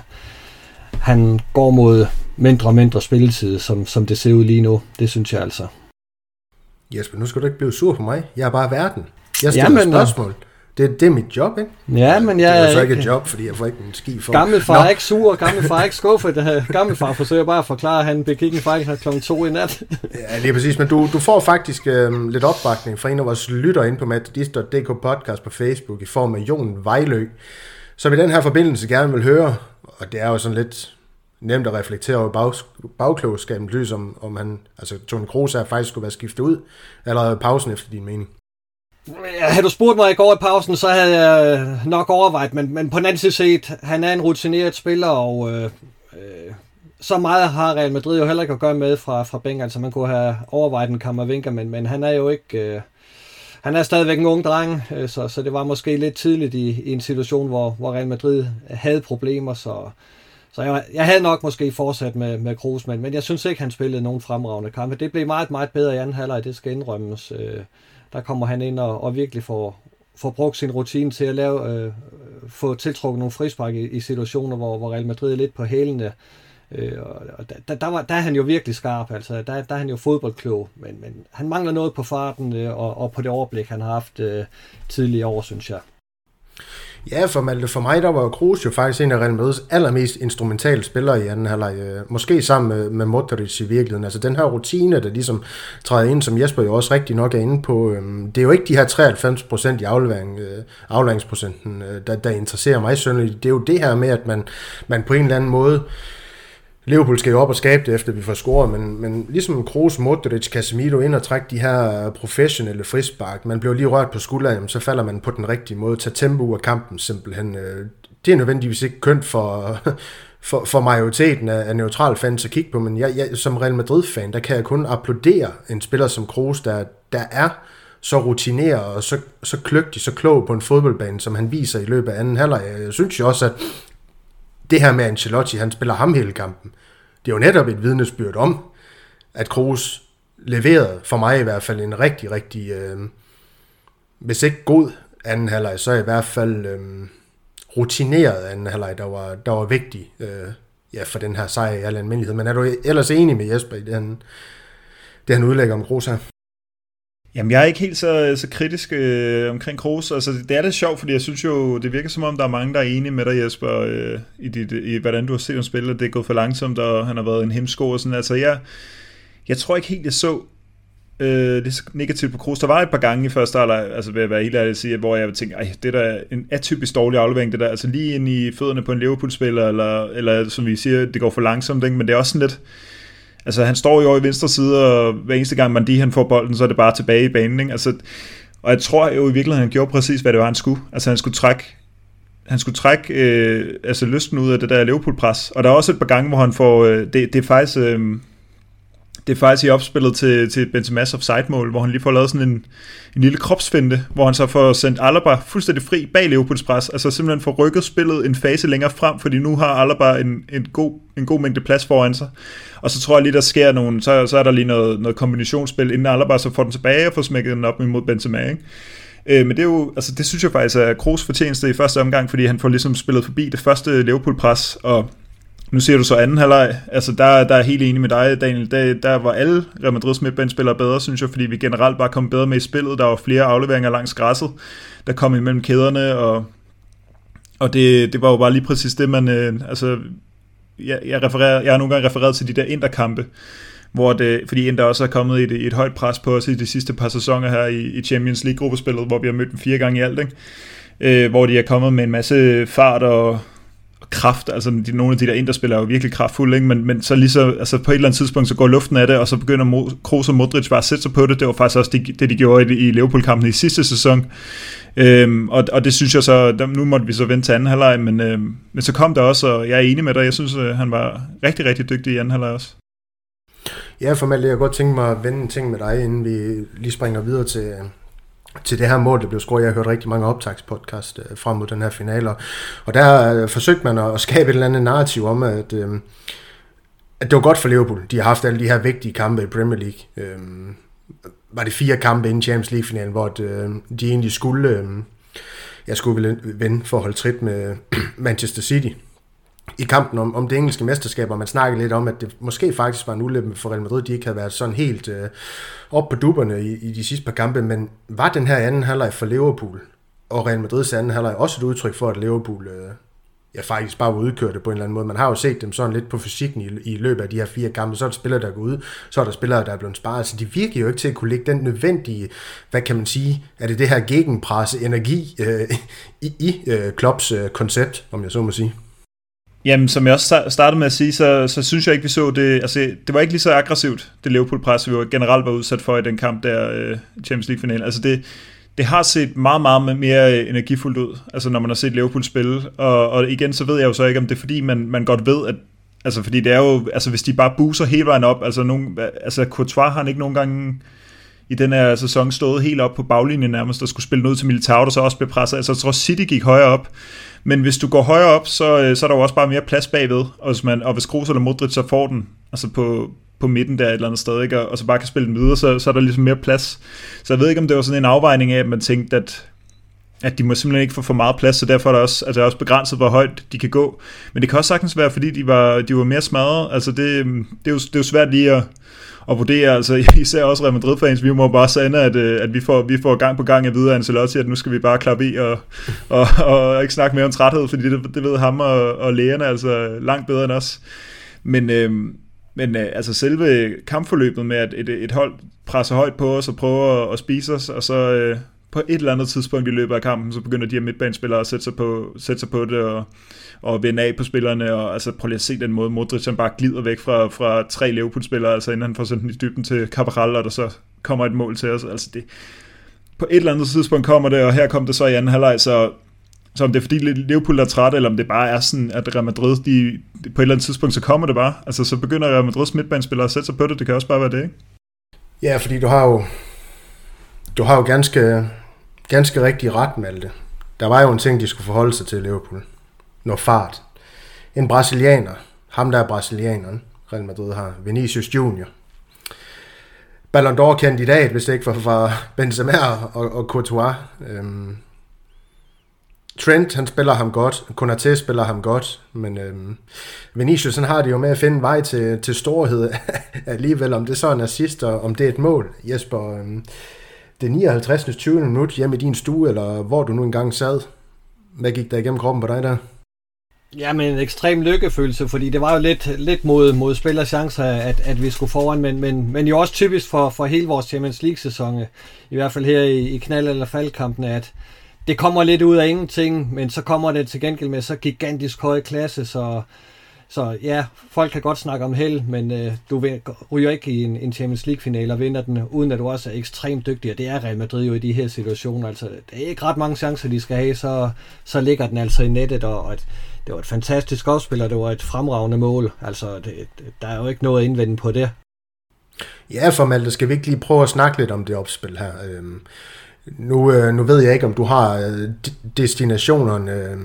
han går mod mindre og mindre spilletid, som, som det ser ud lige nu. Det synes jeg altså. Jesper, nu skal du ikke blive sur på mig. Jeg er bare verden. Jeg stiller ja, spørgsmål. Det, det er mit job, ikke? Ja, men jeg... Det er jo så ikke et job, fordi jeg får ikke en ski for... Gammelfar er ikke sur, gammelfar er ikke skuffet. Gammelfar forsøger bare at forklare, at han begik en fejl her klokken to i nat. Ja, lige præcis. Men du, du får faktisk øh, lidt opbakning fra en af vores lytter inde på metodist punktum d k podcast på Facebook i form af Jon Vejlø, som i den her forbindelse gerne vil høre, og det er jo sådan lidt nemt at reflektere over bag, bagklogskabens lys, om, om han, altså Toni Kroos er faktisk skulle være skiftet ud, allerede pausen efter din mening. Ja, havde du spurgt mig i går i pausen, så havde jeg nok overvejet, men, men på den anden side set, han er en rutineret spiller, og øh, øh, så meget har Real Madrid jo heller ikke at gøre med fra, fra bænken, altså man kunne have overvejet en Kammervinker, men, men han er jo ikke, øh, han er stadigvæk en ung dreng, øh, så, så det var måske lidt tidligt i, i en situation, hvor, hvor Real Madrid havde problemer, så, så jeg, jeg havde nok måske fortsat med, med Kroos, men, men jeg synes ikke, han spillede nogen fremragende kampe. Det blev meget, meget bedre i anden halvleg, det skal indrømmes. Øh, Der kommer han ind og, og virkelig får, får brugt sin rutine til at lave, øh, få tiltrukket nogle frispark i, i situationer, hvor, hvor Real Madrid er lidt på hælene. Øh, og der, der, var, der er han jo virkelig skarp, altså. Der, der er han jo fodboldklog, men, men han mangler noget på farten øh, og, og på det overblik, han har haft øh, tidligere år, synes jeg. Ja, for, Malte, for mig der var Kroos jo faktisk en af Real Madrids allermest instrumentale spillere i anden halvleg. Måske sammen med, med Modric i virkeligheden. Altså den her rutine, der ligesom træder ind, som Jesper jo også rigtig nok er inde på. Øhm, det er jo ikke de her treoghalvfems procent i aflevering, øh, afleveringsprocenten, øh, der, der interesserer mig sønderligt. Det er jo det her med, at man, man på en eller anden måde... Liverpool skal jo op og skabe det, efter vi får scoret, men, men ligesom Kroos, Modric, Casemiro ind og trække de her professionelle frispark, man bliver lige rørt på skulderen, så falder man på den rigtige måde, tager tempo ud af kampen simpelthen. Det er nødvendigvis ikke kønt for, for, for majoriteten af, af neutral fans at kigge på, men jeg, jeg, som Real Madrid-fan, der kan jeg kun applaudere en spiller som Kroos, der, der er så rutineret og så, så kløgtig, så klog på en fodboldbane, som han viser i løbet af anden halvleg. Jeg synes jo også, at det her med Ancelotti, han spiller ham hele kampen. Det er jo netop et vidnesbyrd om, at Kroos leverede, for mig i hvert fald, en rigtig, rigtig, øh, hvis ikke god anden halvleg, så i hvert fald øh, rutineret anden halvleg, der var, der var vigtig øh, ja, for den her sejr i al almindelighed. Men er du ellers enig med Jesper i det, han, det, han udlægger om Kroos her? Jamen, jeg er ikke helt så, så kritisk øh, omkring Kroos. Altså, det er det sjovt, fordi jeg synes jo, det virker som om, der er mange, der er enige med dig, Jesper, øh, i, dit, i hvordan du har set ham spille, det er gået for langsomt, og han har været en hemsko og sådan. Altså, jeg, jeg tror ikke helt, jeg så øh, lige så negativt på Kroos. Der var et par gange i første halvleg, altså ved at være helt ærlig at sige, hvor jeg tænkte, ej, det der er en atypisk dårlig aflevering, det der, altså lige ind i fødderne på en Liverpool-spiller, eller, eller som vi siger, det går for langsomt, ikke? Men det er også sådan lidt, altså han står jo i venstre side, og hver eneste gang man de han får bolden, så er det bare tilbage i banen, ikke? Altså, og jeg tror jo i virkeligheden, han gjorde præcis, hvad det var, han skulle. Altså han skulle trække han skulle trække øh, altså lysten ud af det der Liverpool-pres. Og der er også et par gange, hvor han får, øh, det, det er faktisk øh, det er faktisk i opspillet til, til Benzema's offside-mål, hvor han lige får lavet sådan en, en lille kropsfinte, hvor han så får sendt Alaba fuldstændig fri bag Liverpools pres, altså simpelthen får rykket spillet en fase længere frem, fordi nu har Alaba en, en, god, en god mængde plads foran sig. Og så tror jeg lige, der sker nogle, så, så er der lige noget, noget kombinationsspil, inden Alaba så får den tilbage og får smækket den op imod Benzema, ikke? Men det er jo, altså det synes jeg faktisk er Kroos fortjeneste i første omgang, fordi han får ligesom spillet forbi det første Liverpool-pres, og nu siger du så anden halvleg, altså der, der er helt enig med dig, Daniel, der, der var alle Real Madrids midtbanespillere bedre, synes jeg, fordi vi generelt bare kom bedre med i spillet, der var flere afleveringer langs græsset, der kom imellem kæderne, og, og det, det var jo bare lige præcis det, man, øh, altså jeg, jeg, refererer, jeg har nogle gange refereret til de der Inter-kampe, hvor det, fordi Inter også er kommet i et, et højt pres på os i de sidste par sæsoner her i, i Champions League-gruppespillet, hvor vi har mødt dem fire gange i alt, ikke? Øh, hvor de er kommet med en masse fart og, og kraft, altså de, nogle af de der Inter-spillere er jo virkelig kraftfulde, ikke? Men, men så lige så, altså på et eller andet tidspunkt, så går luften af det, og så begynder Kroos og Modric bare at sætte sig på det. Det var faktisk også det, det de gjorde i, i Liverpool-kampen i sidste sæson. Øhm, og, og det synes jeg så, nu måtte vi så vente til anden halvleg, men, øhm, men så kom der også, og jeg er enig med dig, jeg synes, han var rigtig, rigtig dygtig i anden halvleg også. Ja, for Malte, jeg kunne godt tænke mig at vende en ting med dig, inden vi lige springer videre til, til det her mål, der blev scoret. Jeg har hørt rigtig mange optagspodcast øh, frem mod den her finale, og der øh, forsøgte man at skabe et eller andet narrativ om, at, øh, at det var godt for Liverpool. De har haft alle de her vigtige kampe i Premier League. Øh, var det fire kampe inden Champions League-finalen, hvor øh, de egentlig skulle, øh, jeg skulle vinde for at holde trit med Manchester City i kampen om, om det engelske mesterskab, og man snakkede lidt om, at det måske faktisk var en ulempe for Real Madrid, de ikke havde været sådan helt øh, op på dupperne i, i de sidste par kampe, men var den her anden halvleg for Liverpool, og Real Madrids anden halvleg også et udtryk for, at Liverpool øh, ja, faktisk bare var udkørte på en eller anden måde. Man har jo set dem sådan lidt på fysikken i, i løbet af de her fire kampe, så er der spillere, der går ud, så er der spillere, der er blevet sparet, så de virker jo ikke til at kunne lægge den nødvendige, hvad kan man sige, er det det her gegenpresse energi øh, i, i øh, Klopps øh, koncept, om jeg så må sige. Jamen, som jeg også startede med at sige, så, så synes jeg ikke, vi så det, altså det var ikke lige så aggressivt, det Liverpool-pres, vi jo generelt var udsat for i den kamp der, uh, Champions League-finalen. Altså det, det har set meget, meget mere energifuldt ud, altså når man har set Liverpool spille, og, og igen, så ved jeg jo så ikke, om det er fordi, man, man godt ved, at, altså fordi det er jo, altså hvis de bare buser hele vejen op, altså, nogen, altså Courtois har han ikke nogen gange i den her sæson stået helt op på baglinjen nærmest, og skulle spille noget til Militao, der så også blev presset, altså jeg tror City gik højere op, men hvis du går højere op, så, så er der jo også bare mere plads bagved, og hvis, man, og hvis Kroos eller Modric så får den, altså på, på midten der et eller andet sted, ikke? Og, og så bare kan spille den videre, så, så er der ligesom mere plads. Så jeg ved ikke, om det var sådan en afvejning af, at man tænkte, at, at de må simpelthen ikke få for meget plads, så derfor er det også, altså også begrænset, hvor højt de kan gå. Men det kan også sagtens være, fordi de var, de var mere smadret. Altså det, det, er jo, det er jo svært lige at og vurdere, altså især også Real Madrid-fans, vi må bare sande, at, at vi, får, vi får gang på gang at vide af Ancelotti, at nu skal vi bare klappe i og, og, og ikke snakke mere om træthed, fordi det, det ved ham og, og lægerne altså langt bedre end os. Men, øh, men øh, altså selve kampforløbet med, at et, et hold presser højt på os og prøver at, at spise os, og så øh, på et eller andet tidspunkt i løbet af kampen, så begynder de her midtbanespillere at sætte sig på, sætte sig på det og og vende af på spillerne, og altså prøv lige at se den måde, Modric han bare glider væk fra, fra tre Liverpool-spillere, altså inden han får sendt den i dybden til Cabral, og der så kommer et mål til os, altså det, på et eller andet tidspunkt kommer det, og her kom det så i anden halvleg, så, så om det er fordi Liverpool er træt, eller om det bare er sådan, at Real Madrid, de, på et eller andet tidspunkt, så kommer det bare, altså så begynder Real Madrids midtbanespillere at sætte sig på det, det kan også bare være det, ikke? Ja, fordi du har jo, du har jo ganske, ganske rigtig ret, Malte. Der var jo en ting, de skulle forholde sig til Liverpool. Noget fart. En brasilianer, ham der er brasilianeren, Real Madrid har, Vinicius Junior Ballon d'Or-kandidat, hvis det ikke var fra Benzema og, og Courtois. Øhm, Trent, han spiller ham godt, Konaté spiller ham godt, men øhm, Vinicius, han har det jo med at finde vej til, til storhed alligevel, om det så er en assist, og om det er et mål. Jesper, øhm, det nioghalvtreds tyvende minut hjemme i din stue, eller hvor du nu engang sad. Hvad gik der igennem kroppen på dig der? Ja, men en ekstrem lykkefølelse, fordi det var jo lidt, lidt mod, mod spillerchancer, at, at vi skulle foran, men, men, men jo også typisk for, for hele vores Champions League-sæson, i hvert fald her i, i knald- eller faldkampene, at det kommer lidt ud af ingenting, men så kommer det til gengæld med så gigantisk høje klasse, så, så ja, folk kan godt snakke om held, men øh, du ryger ikke i en, en Champions League-finale og vinder den, uden at du også er ekstremt dygtig, og det er Real Madrid jo i de her situationer, altså det er ikke ret mange chancer, de skal have, så, så ligger den altså i nettet, og, og et, det var et fantastisk opspil, og det var et fremragende mål, altså det, der er jo ikke noget at indvende på det. Ja, for Malte, skal vi ikke lige prøve at snakke lidt om det opspil her? Øhm, nu, øh, nu ved jeg ikke, om du har øh, destinationerne øh,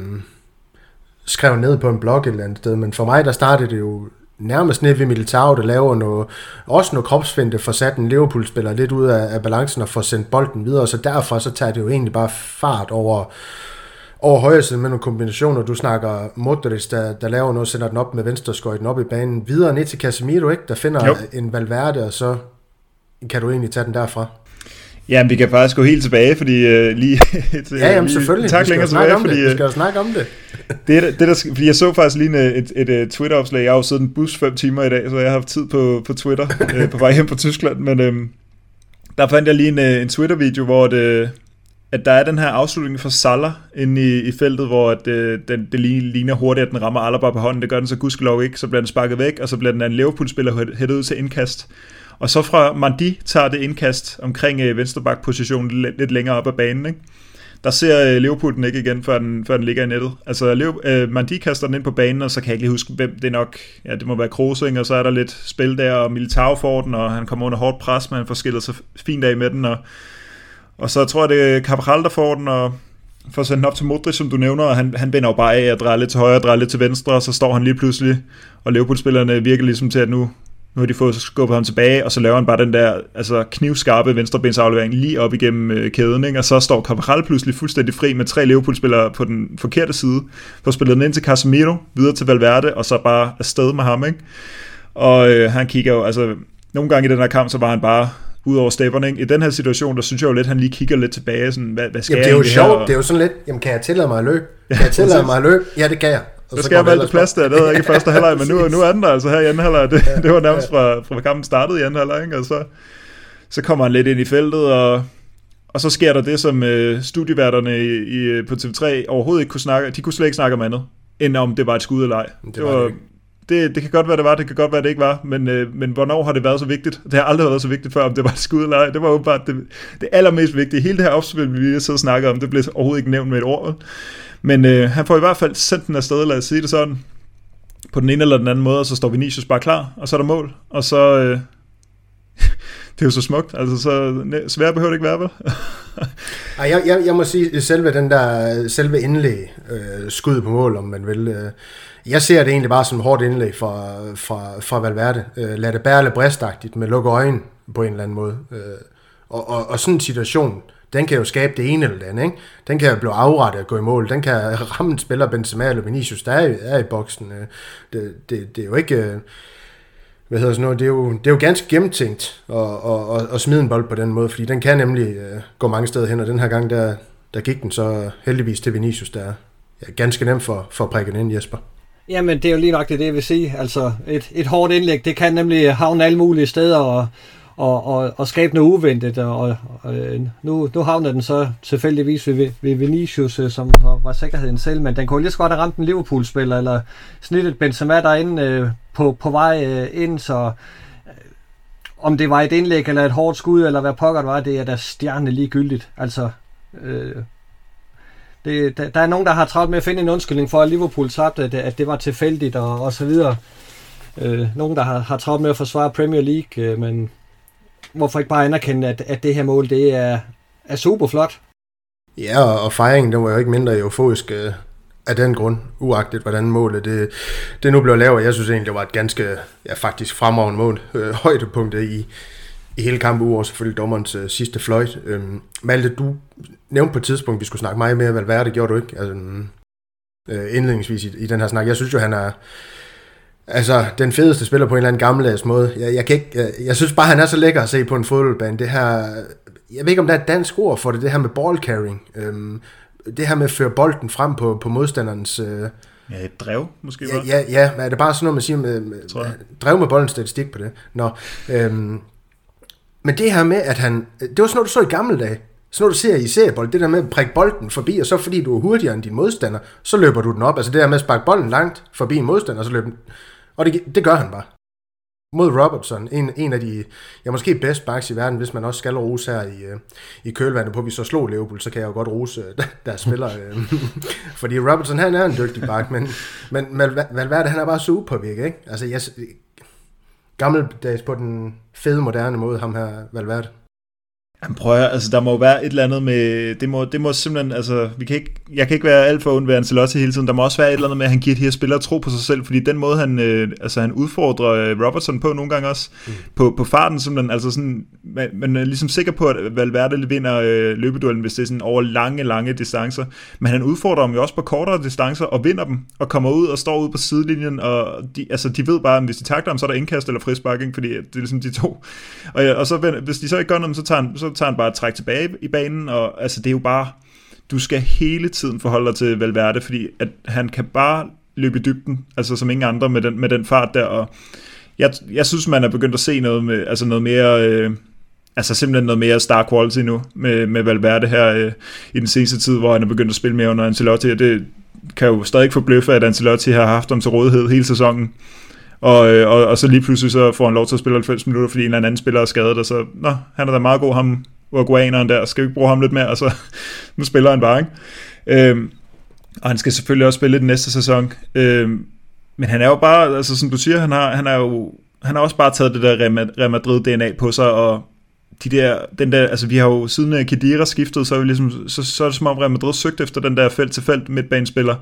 skrevet ned på en blog et eller andet sted, men for mig, der startede det jo nærmest ned ved Militao, der laver noget, også noget kropsfinte, for sat en Liverpool-spiller lidt ud af, af balancen og får sendt bolden videre, så derfor så tager det jo egentlig bare fart over over højre siden med nogle kombinationer. Du snakker Modric, der, der laver noget, sender den op med venstreskøjten op i banen, videre ned til Casemiro, ikke? Der finder jo en Valverde, og så kan du egentlig tage den derfra. Ja, vi kan faktisk gå helt tilbage, fordi uh, lige et, ja, jamen, selvfølgelig. Tak længere tilbage, fordi det. Vi skal jo snakke om det. det, det der, fordi jeg så faktisk lige et, et, et Twitter-opslag. Jeg har jo siddet en bus fem timer i dag, så jeg har haft tid på, på Twitter uh, på vej hjem fra Tyskland, men um, der fandt jeg lige en, en Twitter-video, hvor det at der er den her afslutning for Salah inde i, i feltet, hvor at, øh, den, det ligner hurtigt, at den rammer Alaba på hånden. Det gør den så gudskelov ikke. Så bliver den sparket væk, og så bliver den af en Liverpool-spiller hættet ud til indkast. Og så fra Mandi tager det indkast omkring øh, venstreback-positionen lidt, lidt længere op ad banen. Ikke? Der ser øh, Liverpool den ikke igen, før den, før den ligger i nettet. Altså Leo, øh, Mandi kaster den ind på banen, og så kan jeg ikke lige huske, hvem det er nok. Ja, det må være Kroos, og så er der lidt spil der, og Militao får den, og han kommer under hårdt pres, men han får skillet sig fint af med den, og Og så tror jeg, det er Cabral, der får den, og får sendt den op til Modric, som du nævner, og han, han vender jo bare af at dreje lidt til højre, dreje lidt til venstre, og så står han lige pludselig, og Liverpool-spillerne virker ligesom til, at nu, nu har de fået skubbet ham tilbage, og så laver han bare den der altså knivskarpe venstrebensaflevering lige op igennem øh, kæden, ikke? Og så står Cabral pludselig fuldstændig fri med tre Liverpool-spillere på den forkerte side, får spillet den ind til Casemiro, videre til Valverde, og så bare afsted med ham, ikke? Og øh, han kigger jo, altså nogle gange i den her kamp, så var han bare ud over stepperne, ikke? I den her situation, der synes jeg jo lidt, han lige kigger lidt tilbage, sådan, hvad, hvad skal jamen, jeg det er jo sjovt, det er jo sådan lidt, jamen kan jeg tillade mig at løbe? Kan jeg tillade mig at løbe? Ja, det kan jeg. Og så skal jeg valgte plads der, det havde jeg ikke i første halvleg, men nu, nu er den der altså her i anden halvleg, det, det var nærmest fra, fra kampen startede i anden halvleg, ikke? Og så, så kommer han lidt ind i feltet, og, og så sker der det, som øh, studieværterne i, i, på T V tre overhovedet ikke kunne snakke, de kunne slet ikke snakke om andet, end om det var et skud eller ej. Det, det var var det Det, det kan godt være, det var, det kan godt være, det ikke var, men, øh, men hvornår har det været så vigtigt? Det har aldrig været så vigtigt før, om det var et skud eller ej. Det var åbenbart det, det allermest vigtige. Hele det her opspil, vi lige sidder og snakker om, det blev overhovedet ikke nævnt med et ord. Men øh, han får i hvert fald sendt den afsted, lad os sige det sådan, på den ene eller den anden måde, og så står Vinicius bare klar, og så er der mål, og så... Øh, det er jo så smukt, altså så svært behøver det ikke være, vel? Ej, jeg, jeg, jeg må sige, selve den der, selve indlæg, øh, skud på mål, om man vil, øh, jeg ser det egentlig bare som et hårdt indlæg fra, fra, fra Valverde. Øh, lad det bære lidt bristagtigt med lukke øjne på en eller anden måde. Øh, og, og, og sådan en situation, den kan jo skabe det ene eller det andet, ikke? Den kan jo blive afrettet og gå i mål. Den kan ramme en spiller, Benzema eller Vinicius, der er, er i boksen. Øh, det, det, det er jo ikke... Øh, hvad hedder sådan noget, det er jo, det er jo ganske gennemtænkt at, at, at, at smide en bold på den måde, fordi den kan nemlig uh, gå mange steder hen, og den her gang, der, der gik den så heldigvis til Vinicius, der er ja, ganske nemt for, for at prikke den ind, Jesper. Jamen, det er jo lige nok det, det jeg vil sige. Altså, et, et hårdt indlæg, det kan nemlig havne alle mulige steder og, og, og, og skabe noget uventet, og, og nu, nu havner den så tilfældigvis ved, ved Vinicius, som var sikkerheden selv, men den kunne lige så godt have ramt en Liverpool-spiller, eller snittet Benzema derinde øh, på, på vej øh, ind, så øh, om det var et indlæg eller et hårdt skud, eller hvad pokker det var, det er da stjerne ligegyldigt. Altså, øh, det, der, der er nogen, der har travlt med at finde en undskyldning for, at Liverpool tabte, at, at det var tilfældigt, og, og så videre. Øh, nogen, der har, har travlt med at forsvare Premier League, øh, men hvorfor ikke bare anerkende, at, at det her mål, det er, er super flot. Ja, og, og fejringen, den var jo ikke mindre euforisk øh, af den grund, uagtet hvordan målet det, det nu blev lavet. Jeg synes egentlig, det var et ganske, ja faktisk fremragende mål. Øh, højdepunktet i, i hele kampen, uover selvfølgelig dommerens øh, sidste fløjt. Øh, Malte, du nævnte på et tidspunkt, vi skulle snakke meget mere Valverde, det gjorde du ikke? Altså, øh, indledningsvis i, i den her snak. Jeg synes jo, han er altså den fedeste spiller på en eller anden gammeldags måde. Jeg, jeg, kan ikke, jeg, jeg synes bare, han er så lækker at se på en fodboldbane. Det her, jeg ved ikke, om der er et dansk ord for det, det her med ball carrying. Øhm, det her med at føre bolden frem på, på modstanderens, øh, Ja, et drev, måske ja, bare. ja, ja, men er det bare sådan noget, man siger, med, med, drev med bolden statistik på det? Nå, øhm, men det her med, at han, det var sådan noget, du så i gamle dage, sådan noget, du ser i seriebold, det der med at prikke bolden forbi, og så fordi du er hurtigere end din modstander, så løber du den op, altså det der med at sparke bolden langt forbi en modstander, så løber den, og det, det gør han bare. Mod Robertson, en, en af de, ja, måske bedst backs i verden, hvis man også skal rose her i, i kølvandet på, at vi så slog Liverpool, så kan jeg jo godt rose deres spillere. Fordi Robertson, han er en dygtig back, men, men Valverde, han er bare så upåvirket, ikke? Altså, jeg, gammeldags på den fede, moderne måde, ham her Valverde. Jamen prøv at, altså der må være et eller andet med, det må, det må simpelthen, altså vi kan ikke, jeg kan ikke være alt for ondt ved Ancelotti hele tiden, der må også være et eller andet med, at han giver de her spillere tro på sig selv, fordi den måde han, øh, altså han udfordrer Robertson på nogle gange også, mm. på, på farten simpelthen, altså sådan, man, man er ligesom sikker på, at Valverde vinder øh, løbeduellen, hvis det er sådan over lange, lange distancer, men han udfordrer dem jo også på kortere distancer, og vinder dem, og kommer ud og står ude på sidelinjen, og de, altså de ved bare, at hvis de takler ham, så er der indkast eller frispark, ikke? Fordi det er ligesom de to, og, og så, hvis de så ikke gør noget, så tager han, så tager han bare træk tilbage i banen, og altså det er jo bare, du skal hele tiden forholde dig til Valverde, fordi at han kan bare løbe i dybden, altså som ingen andre med den, med den fart der, og jeg, jeg synes, man er begyndt at se noget med, altså noget mere, øh, altså simpelthen noget mere star quality nu, med, med Valverde her øh, i den seneste tid, hvor han er begyndt at spille mere under Ancelotti, og det kan jo stadig forbløffe, at Ancelotti har haft ham til rådighed hele sæsonen, Og, og, og så lige pludselig så får han lov til at spille halvfems minutter, fordi en eller anden spiller er skadet, og så, nå, han er da meget god, ham uruguayaneren der, skal vi ikke bruge ham lidt mere, og så nu spiller han bare, ikke? Øhm, og han skal selvfølgelig også spille den næste sæson, øhm, men han er jo bare, altså som du siger, han har, han er jo, han har også bare taget det der Real Madrid D N A på sig, og de der, den der, altså vi har jo siden Khedira skiftede, så er, vi ligesom, så, så er det som om Real Madrid søgt efter den der felt-til-felt midtbanespiller,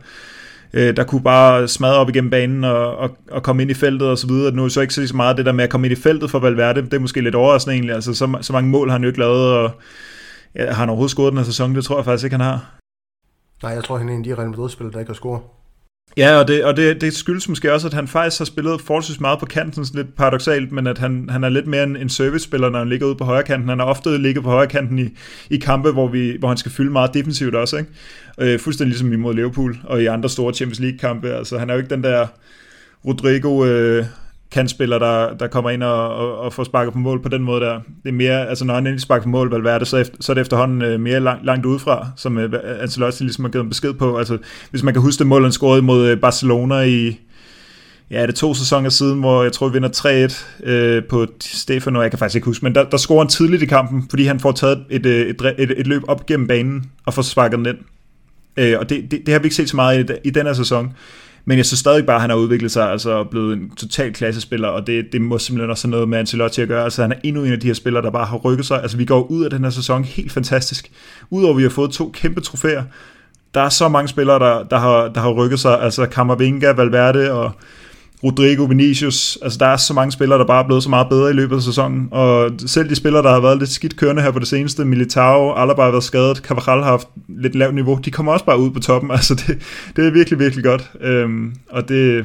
der kunne bare smadre op igennem banen og, og, og komme ind i feltet og så videre. Nu er så ikke så meget det der med at komme ind i feltet for Valverde, det er måske lidt overraskende egentlig, altså så, så mange mål har han jo ikke lavet, og ja, har han overhovedet scoret den her sæson? Det tror jeg faktisk ikke, han har. Nej, jeg tror, han er en af de Real Madrid-spillere, der ikke har scoret. Ja, og, det, og det, det skyldes måske også, at han faktisk har spillet forholdsvis meget på kanten, sådan lidt paradoksalt, men at han, han er lidt mere en, en servicespiller, når han ligger ude på højre kanten. Han har ofte ligget på højre kanten i, i kampe, hvor, vi, hvor han skal fylde meget defensivt også, ikke? Øh, fuldstændig ligesom imod Liverpool og i andre store Champions League-kampe. Altså, han er jo ikke den der Rodrigo øh, kantspiller, der, der kommer ind og, og, og får sparket på mål på den måde der. Det er mere, altså når han endelig sparker på mål, Valverde, så, efter, så er det efterhånden øh, mere langt, langt udefra, som øh, Ancelotti ligesom har givet en besked på. Altså, hvis man kan huske det mål, han scorede mod Barcelona i, ja, det er to sæsoner siden, hvor jeg tror, vi vinder tre et øh, på Stefano, jeg kan faktisk ikke huske, men der, der scorer han tidligt i kampen, fordi han får taget et, et, et, et løb op gennem banen og får sparket den ind. Øh, og det, det, det har vi ikke set så meget i, i den her sæson. Men jeg synes stadig bare, at han har udviklet sig, altså blevet en total klassespiller, og det, det må simpelthen også have noget med Ancelotti at gøre. Altså han er endnu en af de her spillere, der bare har rykket sig. Altså vi går ud af den her sæson helt fantastisk. Udover at vi har fået to kæmpe trofæer, der er så mange spillere, der, der, har, der har rykket sig. Altså Camavinga, Valverde og Rodrigo, Vinicius. Altså der er så mange spillere, der bare er blevet så meget bedre i løbet af sæsonen. Og selv de spillere, der har været lidt skidt kørende her på det seneste, Militao, Alaba har været skadet, Carvajal har haft lidt lavt niveau, de kommer også bare ud på toppen. Altså det, det er virkelig, virkelig godt. Øhm, og det...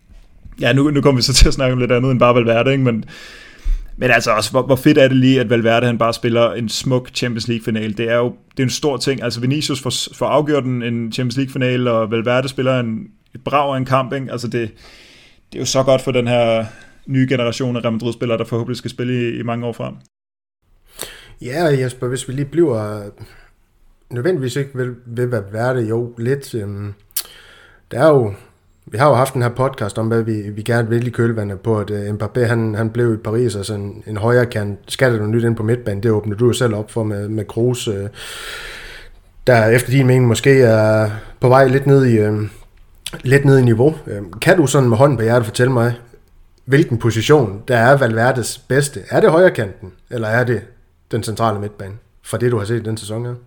Ja, nu, nu kommer vi så til at snakke om lidt andet end bare Valverde, ikke? Men, men altså også, hvor, hvor fedt er det lige, at Valverde han bare spiller en smuk Champions League-finale. Det er jo det er en stor ting. Altså Vinicius får, får afgjort en, en Champions League-finale, og Valverde spiller en, et brag af en kamp, ikke? Altså det... Det er jo så godt for den her nye generation af Real Madrid-spillere, der forhåbentlig skal spille i, i mange år frem. Ja, Jesper, hvis vi lige bliver nødvendigvis ikke ved, ved hvad Valverde, jo lidt. Øhm, der er jo, vi har jo haft den her podcast om, hvad vi, vi gerne vil i kølvandet på, at uh, Mbappé han, han blev i Paris, altså en, en højre kant, skal der noget nyt ind på midtbanen, det åbner du jo selv op for med, med Kroos, øh, der efter din mening måske er på vej lidt ned i... Øh, lidt ned i niveau. Kan du sådan med hånden på hjertet fortælle mig, hvilken position der er Valverdes bedste? Er det højre kanten, eller er det den centrale midtbane, fra det du har set i den sæson her?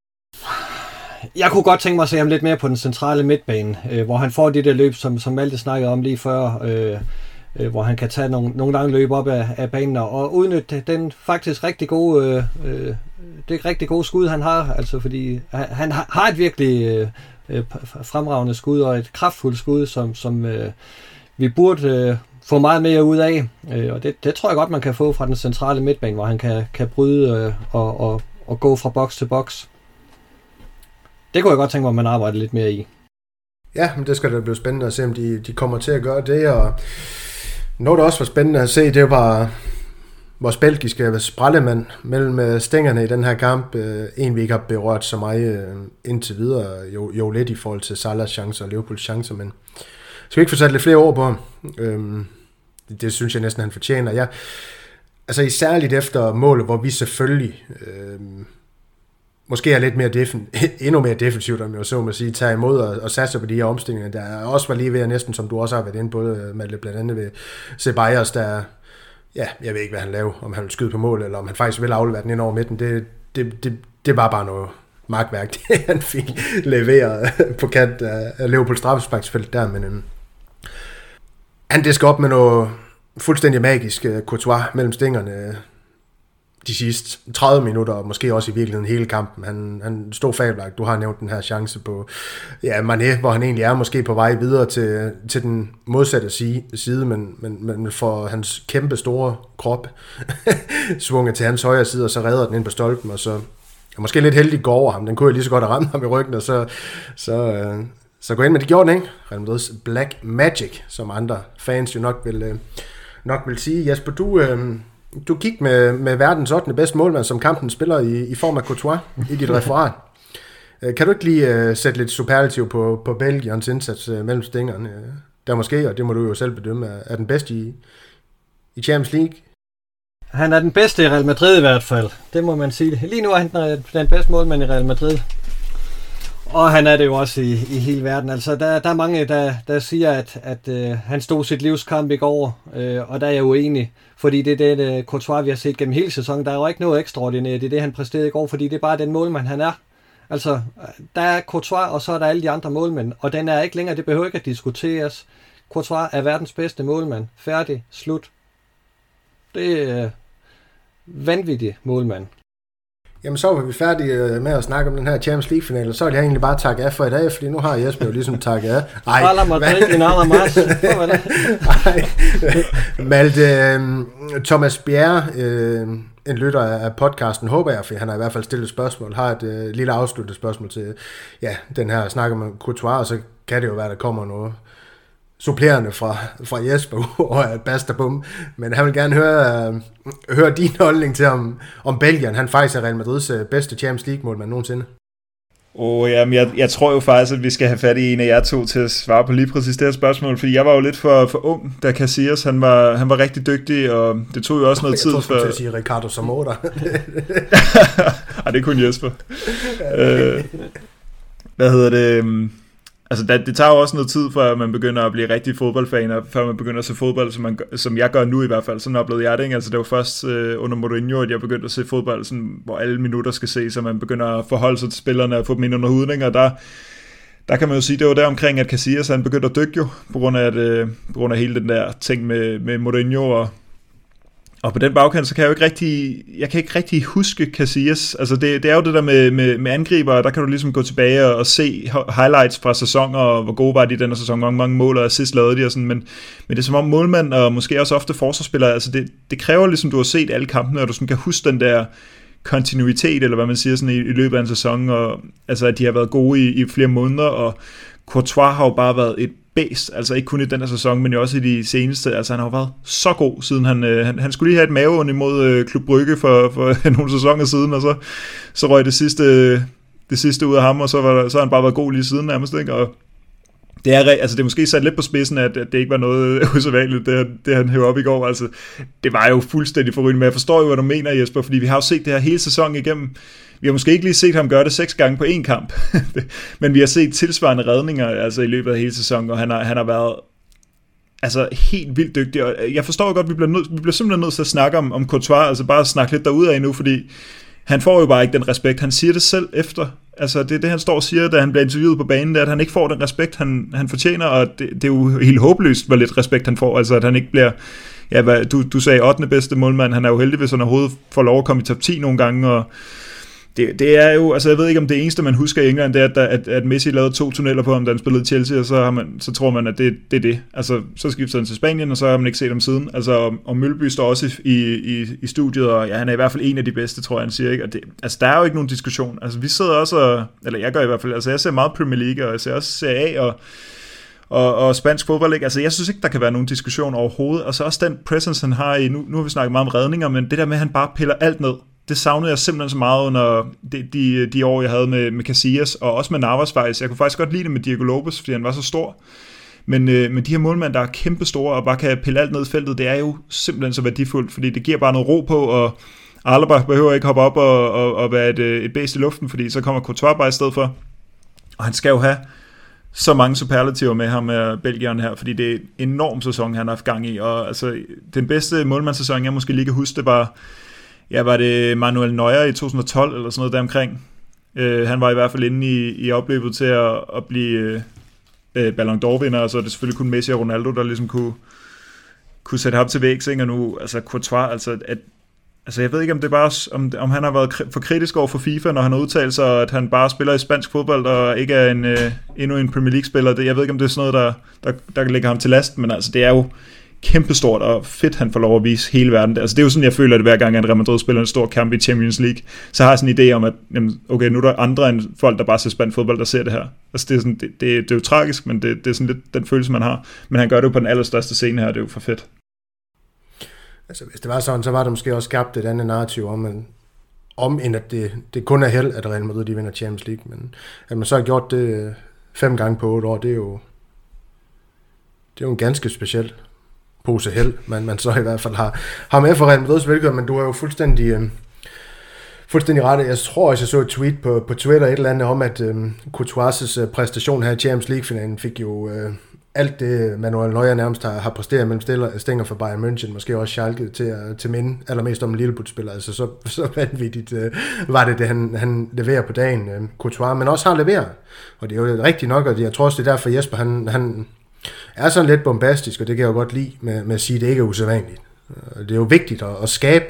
Jeg kunne godt tænke mig at se ham lidt mere på den centrale midtbane, øh, hvor han får det der løb, som, som Malte snakkede om lige før, øh, øh, hvor han kan tage nogle, nogle lange løb op af, af banen og udnytte den faktisk rigtig gode, øh, det rigtig gode skud, han har, altså fordi han, han har et virkelig øh, fremragende skud og et kraftfuldt skud, som, som øh, vi burde øh, få meget mere ud af, øh, og det, det tror jeg godt, man kan få fra den centrale midtbane, hvor han kan, kan bryde øh, og, og, og gå fra boks til boks. Det kunne jeg godt tænke mig, at man arbejder lidt mere i. Ja, men det skal da blive spændende at se, om de, de kommer til at gøre det, og noget, der også var spændende at se, det var vores belgiske sprællemand mellem stængerne i den her kamp. En, vi ikke har berørt så meget indtil videre, jo, jo lidt i forhold til Salahs chancer og Liverpools chancer, men skal vi ikke få sat lidt flere ord på ham? Øhm, det synes jeg næsten, han fortjener. Jeg, altså særligt efter målet, hvor vi selvfølgelig øhm, måske er lidt mere defen- endnu mere defensivt, om jeg så må sige, tager imod og, og satser på de her omstillinger. Der er også var lige ved, næsten som du også har været inde på det, Malte, blandt andet ved Ceballos, der, ja, jeg ved ikke, hvad han laver, om han vil skyde på mål, eller om han faktisk vil aflevere den ind over midten. Det, det, det, det var bare noget magtværk, det han fik leveret på kant af Liverpools straffesparksfelt der, men øhm, han disker op med noget fuldstændig magisk uh, Courtois mellem stængerne de sidste tredive minutter, og måske også i virkeligheden hele kampen. Han, han stod fabelagt. Du har nævnt den her chance på ja, Mané, hvor han egentlig er måske på vej videre til, til den modsatte side, men, men, men for hans kæmpe store krop svunget til hans højre side, og så redder den ind på stolpen, og så og måske lidt heldigt går over ham. Den kunne jo lige så godt have ramt ham i ryggen, og så, så, øh, så gå ind, men det gjorde den, ikke? Real Madrid's Black Magic, som andre fans jo nok vil, øh, nok vil sige. Jesper, du... Øh, Du gik med, med verdens ottende bedste målmand, som kampen spiller i, i form af Courtois i dit referat. Kan du ikke lige uh, sætte lidt superlativ på, på Belgiens indsats uh, mellem stængerne? Der måske, og det må du jo selv bedømme, er, er den bedste i, i Champions League? Han er den bedste i Real Madrid i hvert fald, det må man sige. Lige nu er han den bedste målmand i Real Madrid. Og han er det jo også i, i hele verden. Altså, der, der er mange, der, der siger, at, at uh, han stod sit livskamp i går, uh, og der er jeg uenig. Fordi det er det, Courtois, vi har set gennem hele sæsonen. Der er jo ikke noget ekstraordinært i det, han præsterede i går, fordi det er bare den målmand, han er. Altså, der er Courtois, og så er der alle de andre målmænd. Og den er ikke længere, det behøver ikke at diskuteres. Courtois er verdens bedste målmand. Færdig. Slut. Det er vanvittig målmand. Jamen så var vi færdige med at snakke om den her Champions League-finale, så vil jeg egentlig bare takke af for i dag, fordi nu har Jesper jo ligesom takket af. Ej, Hala Madrid, en anden mars. Ej, Malte, Thomas Bjerre, øh, en lytter af podcasten, håber jeg, for han har i hvert fald stillet et spørgsmål, har et øh, lille afsluttet spørgsmål til ja, den her snak om Courtois, og så kan det jo være, der kommer noget supplerende fra, fra Jesper og at basta bum, men han vil gerne høre, uh, høre din holdning til, om, om Belgien, han faktisk er Real Madrids bedste Champions League-målmand nogensinde. Oh, jamen, jeg, jeg tror jo faktisk, at vi skal have fat i en af jer to til at svare på lige præcis det her spørgsmål, fordi jeg var jo lidt for, for ung, da Casillas, han var, han var rigtig dygtig, og det tog jo også noget jeg tid for... Jeg tror, for... at sige Ricardo Zamora. Ej, det er kun Jesper. øh, hvad hedder det... Altså, det, det tager jo også noget tid, før man begynder at blive rigtig fodboldfan, og før man begynder at se fodbold, som, man, som jeg gør nu i hvert fald. Sådan oplevede jeg det, ikke? Altså, det var først øh, under Mourinho, at jeg begyndte at se fodbold, sådan, hvor alle minutter skal ses, så man begynder at forholde sig til spillerne og få dem ind under huden, ikke? Og der, der kan man jo sige, det var der omkring, at Casillas, han begyndte at dykke jo, på grund af, at, øh, på grund af hele den der ting med, med Mourinho, og Og på den bagkant, så kan jeg jo ikke rigtig, jeg kan ikke rigtig huske Casillas. Altså det, det er jo det der med, med, med angriber, der kan du ligesom gå tilbage og, og se highlights fra sæsoner, og hvor gode var de i denne sæson, mange, mange mål og assist lavede de og sådan, men, men det er som om målmand og måske også ofte forsvarsspillere, altså det, det kræver ligesom, du har set alle kampene, og du sådan kan huske den der kontinuitet, eller hvad man siger, sådan i, i løbet af en sæson, og altså at de har været gode i, i flere måneder, og Courtois har jo bare været et bæst, altså ikke kun i den her sæson, men jo også i de seneste, altså han har jo været så god, siden han, øh, han, han skulle lige have et maveånd imod øh, Klub Brygge for, for nogle sæsoner siden, og så, så røg det sidste, det sidste ud af ham, og så, var der, så har han bare været god lige siden nærmest, ikke? Og det er, altså det er måske sat lidt på spidsen, at, at det ikke var noget usædvanligt, det, det han hævde op i går, altså det var jo fuldstændig forrygende, men jeg forstår jo, hvad du mener, Jesper, fordi vi har jo set det her hele sæsonen igennem. Vi har måske ikke lige set ham gøre det seks gange på én kamp, men vi har set tilsvarende redninger altså i løbet af hele sæsonen, og han har, han har været altså helt vildt dygtig. Og jeg forstår jo godt, at vi bliver, nød, vi bliver simpelthen nødt til at snakke om, om Courtois, altså bare snakke lidt derudad nu, fordi han får jo bare ikke den respekt. Han siger det selv efter. Altså det er det, han står og siger, da han bliver interviewet på banen, det er, at han ikke får den respekt, han, han fortjener, og det, det er jo helt håbløst, hvor lidt respekt han får. Altså at han ikke bliver, ja, hvad, du, du sagde ottende bedste målmand, han er jo heldig, hvis han overhovedet får lov at komme i top ti nogle gange, og det, det er jo, altså jeg ved ikke om det eneste man husker i England, det er, at, at, at Messi lavede to tunneller på ham, da han spillede Chelsea, og så, har man, så tror man, at det, det er det. Altså så skifter han til Spanien, og så har man ikke set ham siden. Altså og, og Mølby står også i, i, i studiet, og ja, han er i hvert fald en af de bedste, tror jeg, han siger, ikke? Og det, altså der er jo ikke nogen diskussion. Altså vi sidder også, og, eller jeg gør i hvert fald, altså jeg ser meget Premier League, og jeg ser også Serie A, og Og, og spansk fodbold, ikke? Altså jeg synes ikke, der kan være nogen diskussion overhovedet, og så også den presence, han har i, nu, nu har vi snakket meget om redninger, men det der med, at han bare piller alt ned, det savnede jeg simpelthen så meget under de, de, de år, jeg havde med, med Casillas, og også med Navas faktisk. Jeg kunne faktisk godt lide det med Diego Lopez, fordi han var så stor, men, øh, men de her målmænd, der er kæmpe store, og bare kan pille alt ned i feltet, det er jo simpelthen så værdifuldt, fordi det giver bare noget ro på, og Alaba behøver ikke hoppe op og, og, og være et, et bæst i luften, fordi så kommer Courtois bare i stedet for, og han skal jo have så mange superlativer med ham med Belgien her, fordi det er en enorm sæson, han har haft gang i, og altså, den bedste målmandssæson, jeg måske lige kan huske, det var, ja, var det Manuel Neuer i to tusind og tolv, eller sådan noget deromkring. Uh, han var i hvert fald inde i, i opløbet til at, at blive uh, Ballon d'Or-vinder, og så er det selvfølgelig kun Messi og Ronaldo, der ligesom kunne, kunne sætte ham til vægs, og nu, altså Courtois, altså at Altså jeg ved ikke, om det er bare, om, om han har været for kritisk over for FIFA, når han har udtalt sig, at han bare spiller i spansk fodbold, og ikke er en, øh, endnu en Premier League-spiller. Det, jeg ved ikke, om det er sådan noget, der, der, der lægger ham til last, men altså det er jo kæmpestort og fedt, han får lov at vise hele verden. Altså det er jo sådan, jeg føler det hver gang, at Real Madrid spiller en stor kamp i Champions League. Så har jeg sådan en idé om, at jamen, okay, nu er der andre end folk, der bare ser spansk fodbold, der ser det her. Altså det er, sådan, det, det, det er jo tragisk, men det, det er sådan lidt den følelse, man har. Men han gør det jo på den allerstørste scene her, det er jo for fedt. Altså, hvis det var sådan, så var der måske også skabt et andet narrativ om, at, om end at det, det kun er held, at Real Madrid de vinder Champions League, men at man så har gjort det fem gange på otte år, det er jo, det er jo en ganske speciel pose held, man, man så i hvert fald har, har med for Real Madrids velgør, men du er jo fuldstændig, øh, fuldstændig ret. Jeg tror også, jeg så et tweet på, på Twitter, et eller andet om, at øh, Courtois' præstation her i Champions League-finalen fik jo... Øh, alt det Manuel Neuer nærmest har, har præsteret mellem stænger for Bayern München, måske også Schalke til at til minde allermest om en Lillebut-spiller, altså så, så vanvittigt øh, var det, det han, han leverer på dagen, øh, Courtois, men også har leveret, og det er jo rigtigt nok, og jeg tror også, det er derfor Jesper, han, han er sådan lidt bombastisk, og det kan jeg jo godt lide med, med at sige, at det ikke er usædvanligt. Det er jo vigtigt at, at skabe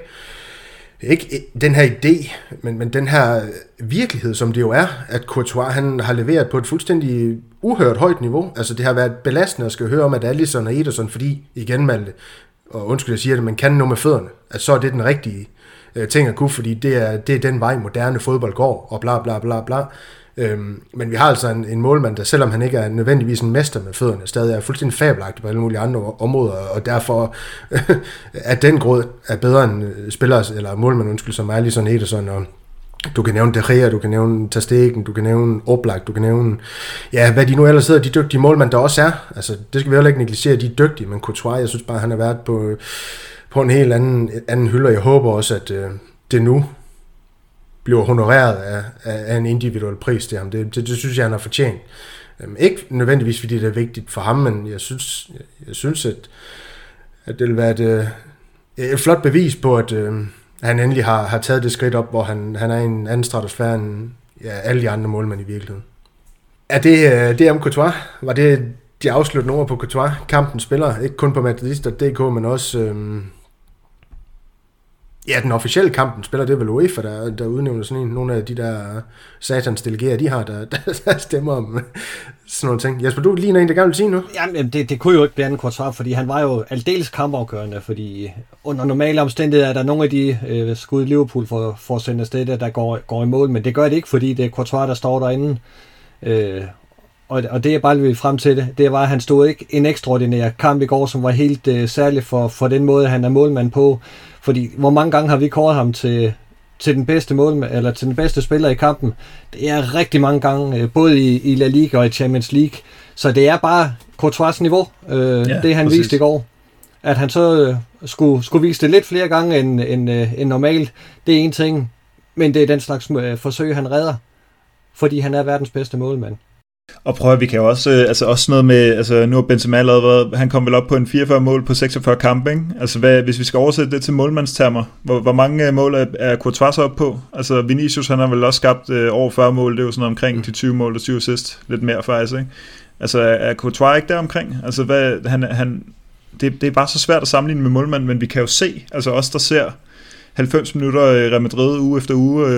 ikke den her idé, men, men den her virkelighed, som det jo er, at Courtois han har leveret på et fuldstændig uhørt højt niveau. Altså det har været belastende at skal høre om, at Alisson og Ederson, fordi igen Malte, og undskyld jeg siger det, man kan noget med fødderne, at så er det den rigtige øh, ting at kunne, fordi det er, det er den vej moderne fodbold går, og bla bla bla bla. Øhm, men vi har altså en, en målmand, der selvom han ikke er nødvendigvis en mester med fødderne, stadig er fuldstændig fabelagtig på alle mulige andre områder, og derfor øh, er den grad er bedre end spillere, eller målmand, undskyld, som Alisson, Ederson, og du kan nævne De Gea, du kan nævne Ter Stegen, du kan nævne Oblak, du kan nævne, ja, hvad de nu ellers hedder, de dygtige målmænd, der også er. Altså, det skal vi heller ikke negligere, de er dygtige, men Courtois, jeg synes bare, han har været på, på en helt anden, anden hylde, og jeg håber også, at øh, det nu bliver honoreret af, af en individuel pris til ham. Det, det, det synes jeg, han har fortjent. Øhm, ikke nødvendigvis, fordi det er vigtigt for ham, men jeg synes, jeg, jeg synes at, at det vil være et, et flot bevis på, at øh, han endelig har, har taget det skridt op, hvor han, han er i en anden stratosfære end ja, alle de andre målmænd i virkeligheden. Er det, det om Courtois? Var det de afsluttende ord på Courtois? Kampen spiller, ikke kun på Madridista punktum d k, men også... Øh, Ja, den officielle kampen spiller, det er vel UEFA, der, der udnævner sådan en. Nogle af de der satans delegerer, de har, der, der stemmer om sådan nogle ting. Jesper, du ligner en, der gerne vil sige nu? Jamen, det, det kunne jo ikke blive anden Courtois, fordi han var jo aldeles kampafgørende, fordi under normale omstændigheder er der nogle af de øh, skud Liverpool for, for at sende afsted, der går, går i mål, men det gør det ikke, fordi det er Courtois, der står derinde. Øh, og, og det er bare lige frem til det, det var, at han stod ikke en ekstraordinær kamp i går, som var helt øh, særligt for, for den måde, han er målmand på. Fordi hvor mange gange har vi kåret ham til, til den bedste målmand, eller til den bedste spiller i kampen? Det er rigtig mange gange, både i, i La Liga og i Champions League. Så det er bare Courtois niveau, øh, ja, det han præcis. Viste i går. At han så øh, skulle, skulle vise det lidt flere gange end, end, øh, end normalt, det er en ting. Men det er den slags øh, forsøg, han redder. Fordi han er verdens bedste målmand. Og prøv at vi kan jo også, øh, altså også noget med, altså nu har Benzema allerede, han kom vel op på en fireogfyrre mål på seksogfyrre kampe, ikke? Altså hvad, hvis vi skal oversætte det til målmandstermer, hvor, hvor mange mål er, er Courtois op på? Altså Vinicius, han har vel også skabt øh, over fyrre mål, det er jo sådan omkring de tyve mål og tyve assist, lidt mere faktisk, ikke? Altså er Courtois ikke der omkring? Altså hvad, han, han, det, det er bare så svært at sammenligne med målmand, men vi kan jo se, altså os der ser halvfems minutter i Real Madrid uge efter uge, øh,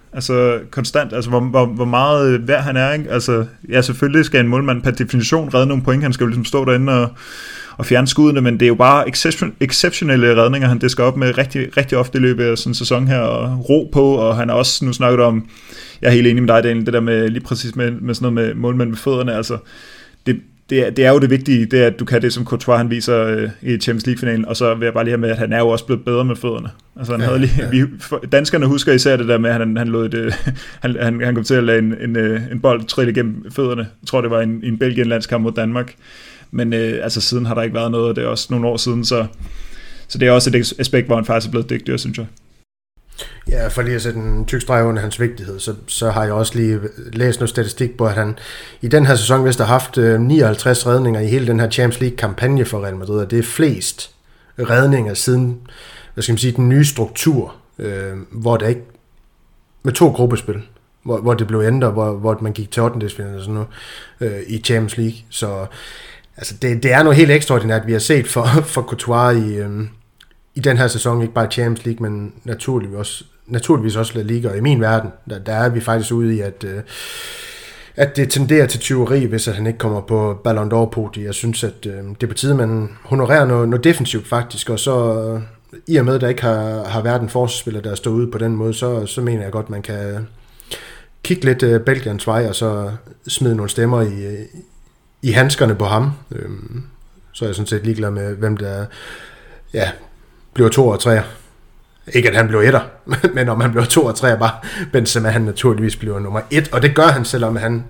Altså konstant, altså hvor, hvor, hvor meget værd han er, ikke? Altså, ja, selvfølgelig skal en målmand per definition redde nogle point, han skal jo ligesom stå derinde og, og fjerne skuddene, men det er jo bare exception, exceptionelle redninger, han disker op med rigtig, rigtig ofte i løbet af sådan en sæson her, og ro på, og han har også nu snakket om, jeg er helt enig med dig, Daniel, det der med lige præcis med, med sådan noget med målmænd med fødderne, altså, det, det, er, det er jo det vigtige, det er, at du kan det, som Courtois han viser øh, i Champions League-finalen, og så vil jeg bare lige have med, at han er jo også blevet bedre med fødderne. Altså han ja, havde lige, ja. vi, danskerne husker især det der med, at han, han, lod det, han, han, han kom til at lade en, en, en bold trille igennem fødderne. Jeg tror, det var en, en Belgien-landskamp mod Danmark. Men øh, altså siden har der ikke været noget, og det er også nogle år siden, så, så det er også et aspekt, hvor han faktisk er blevet dygtigere, synes jeg. Ja, for lige at sætte en tyk streg under hans vigtighed, så, så har jeg også lige læst noget statistik på, at han i den her sæson vist har haft øh, nioghalvtreds redninger i hele den her Champions League-kampagne for Real Madrid, og det er flest redninger siden, hvad skal man sige, den nye struktur, øh, hvor det ikke, med to gruppespil, hvor, hvor det blev ændret, hvor, hvor man gik til ottendedelsfinalen og sådan noget, øh, i Champions League, så altså, det, det er noget helt ekstraordinært, vi har set for, for Courtois i, øh, i den her sæson, ikke bare i Champions League, men naturligvis også, naturligvis også La Liga, og i min verden, der, der er vi faktisk ude i, at, øh, at det tenderer til tyveri, hvis at han ikke kommer på Ballon d'Or-podiet. Jeg synes, at øh, det er på tide, man honorerer noget, noget defensivt faktisk, og så øh, i og med, at der ikke har, har været en forsvarsspiller, der står ude på den måde, så, så mener jeg godt, man kan kigge lidt øh, Belgiens vej, og så smide nogle stemmer i, i handskerne på ham. Øh, så er jeg sådan set ligeglad med, hvem der ja, bliver to og tre. Ikke at han blev etter, men om han blev to og tre, bare Benzema han naturligvis bliver nummer et, og det gør han, selvom han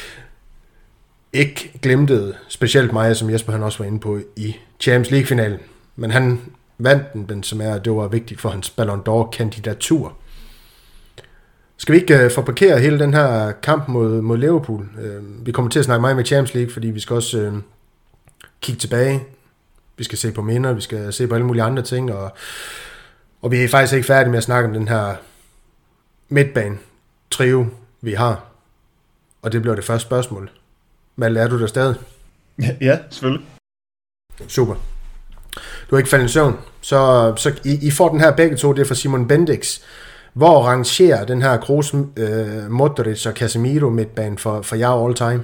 ikke glemte specielt meget, som Jesper han også var inde på i Champions League-finalen. Men han vandt den, Benzema, og det var vigtigt for hans Ballon d'Or-kandidatur. Skal vi ikke uh, forparkere hele den her kamp mod, mod Liverpool? Uh, vi kommer til at snakke meget med Champions League, fordi vi skal også uh, kigge tilbage. Vi skal se på minder, vi skal se på alle mulige andre ting, og Og vi er faktisk ikke færdige med at snakke om den her midtbane-trio, vi har. Og det bliver det første spørgsmål. Malte, er du der stadig? Ja, ja, selvfølgelig. Super. Du er ikke faldet i søvn. Så, så I, I får den her begge to, det er fra Simon Bendix. Hvor rangerer den her Kroos, øh, Modric og Casemiro midtbane for, for jer all time?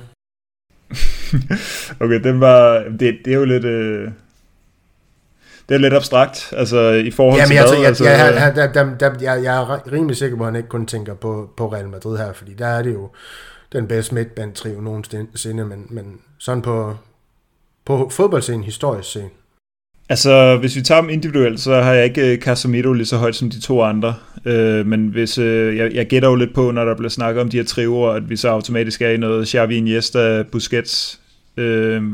Okay, det var... Det, det er jo lidt... Øh... Det er lidt abstrakt, altså i forhold Jamen, til jeg, hvad, jeg, altså... jeg, jeg, jeg, jeg, jeg, jeg, jeg er rimelig sikker på, at han ikke kun tænker på, på Real Madrid her, fordi der er det jo den bedste midtbane-trio nogensinde, men, men sådan på, på fodboldscenen, historisk scene. Altså, hvis vi tager dem individuelt, så har jeg ikke Casemiro lige så højt som de to andre, øh, men hvis, øh, jeg, jeg gætter jo lidt på, når der bliver snakket om de her trioer, at vi så automatisk er i noget Xavi, Iniesta, Busquets, øh,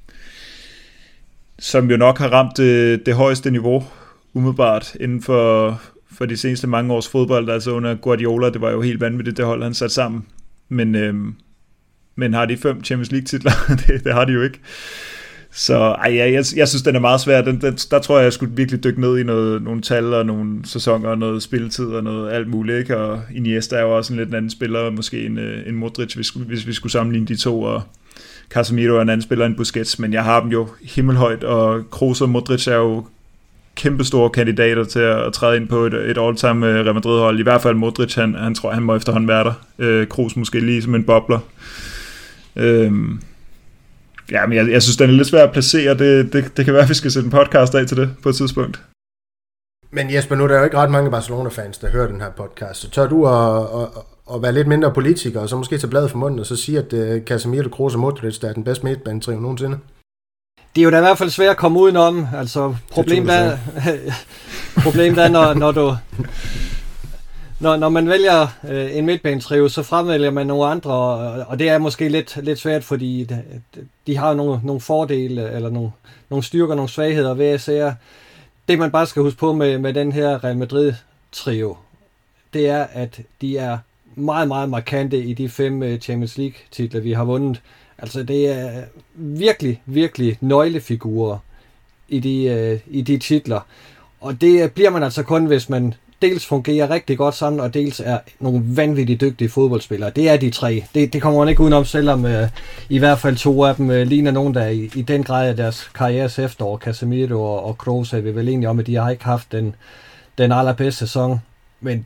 som jo nok har ramt det, det højeste niveau, umiddelbart, inden for, for de seneste mange års fodbold, altså under Guardiola. Det var jo helt vanvittigt, det hold, han satte sammen. Men, øhm, men har de fem Champions League-titler? det, det har de jo ikke. Så ej, jeg, jeg, jeg synes, den er meget svær. Den, den, der tror jeg, jeg skulle virkelig dykke ned i noget, nogle tal og nogle sæsoner og noget spilletid og noget alt muligt. Ikke? Og Iniesta er jo også en lidt anden spiller, måske en, en Modric, hvis, hvis vi skulle sammenligne de to, og Casemiro er en anden spiller end Busquets, men jeg har dem jo himmelhøjt, og Kroos og Modric er jo kæmpestore kandidater til at træde ind på et, et all-time Real Madrid-hold. I hvert fald Modric, han, han tror, han må efterhånden være der. Øh, Kroos måske lige som en bobler. Øh, ja, men jeg, jeg synes, den er lidt svær at placere. Det, det, det kan være, at vi skal sætte en podcast af til det på et tidspunkt. Men Jesper, nu er der jo ikke ret mange Barcelona-fans, der hører den her podcast, så tør du at, at, at være lidt mindre politiker, og så måske tage bladet for munden, og så sige, at uh, Casemiro, Kroos og Modric, der er den bedste midtbanetrio nogensinde? Det er jo da i hvert fald svært at komme udenom. Altså, problemet er, problemet er når, når du... Når, når man vælger øh, en midtbanetrio, så fremvælger man nogle andre, og, og det er måske lidt, lidt svært, fordi de, de har nogle, nogle fordele, eller nogle, nogle styrker, nogle svagheder ved at sige. Det man bare skal huske på med, med den her Real Madrid-trio, det er, at de er meget, meget markante i de fem Champions League-titler, vi har vundet. Altså, det er virkelig, virkelig nøglefigurer i de, i de titler. Og det bliver man altså kun, hvis man dels fungerer rigtig godt sammen, og dels er nogle vanvittigt dygtige fodboldspillere. Det er de tre. Det, det kommer man ikke udenom, selvom uh, i hvert fald to af dem uh, ligner nogen, der i, i den grad af deres karrieres efterår. Casemiro og, og Kroos er vi vel enige om, at de har ikke haft den, den allerbedste sæson. Men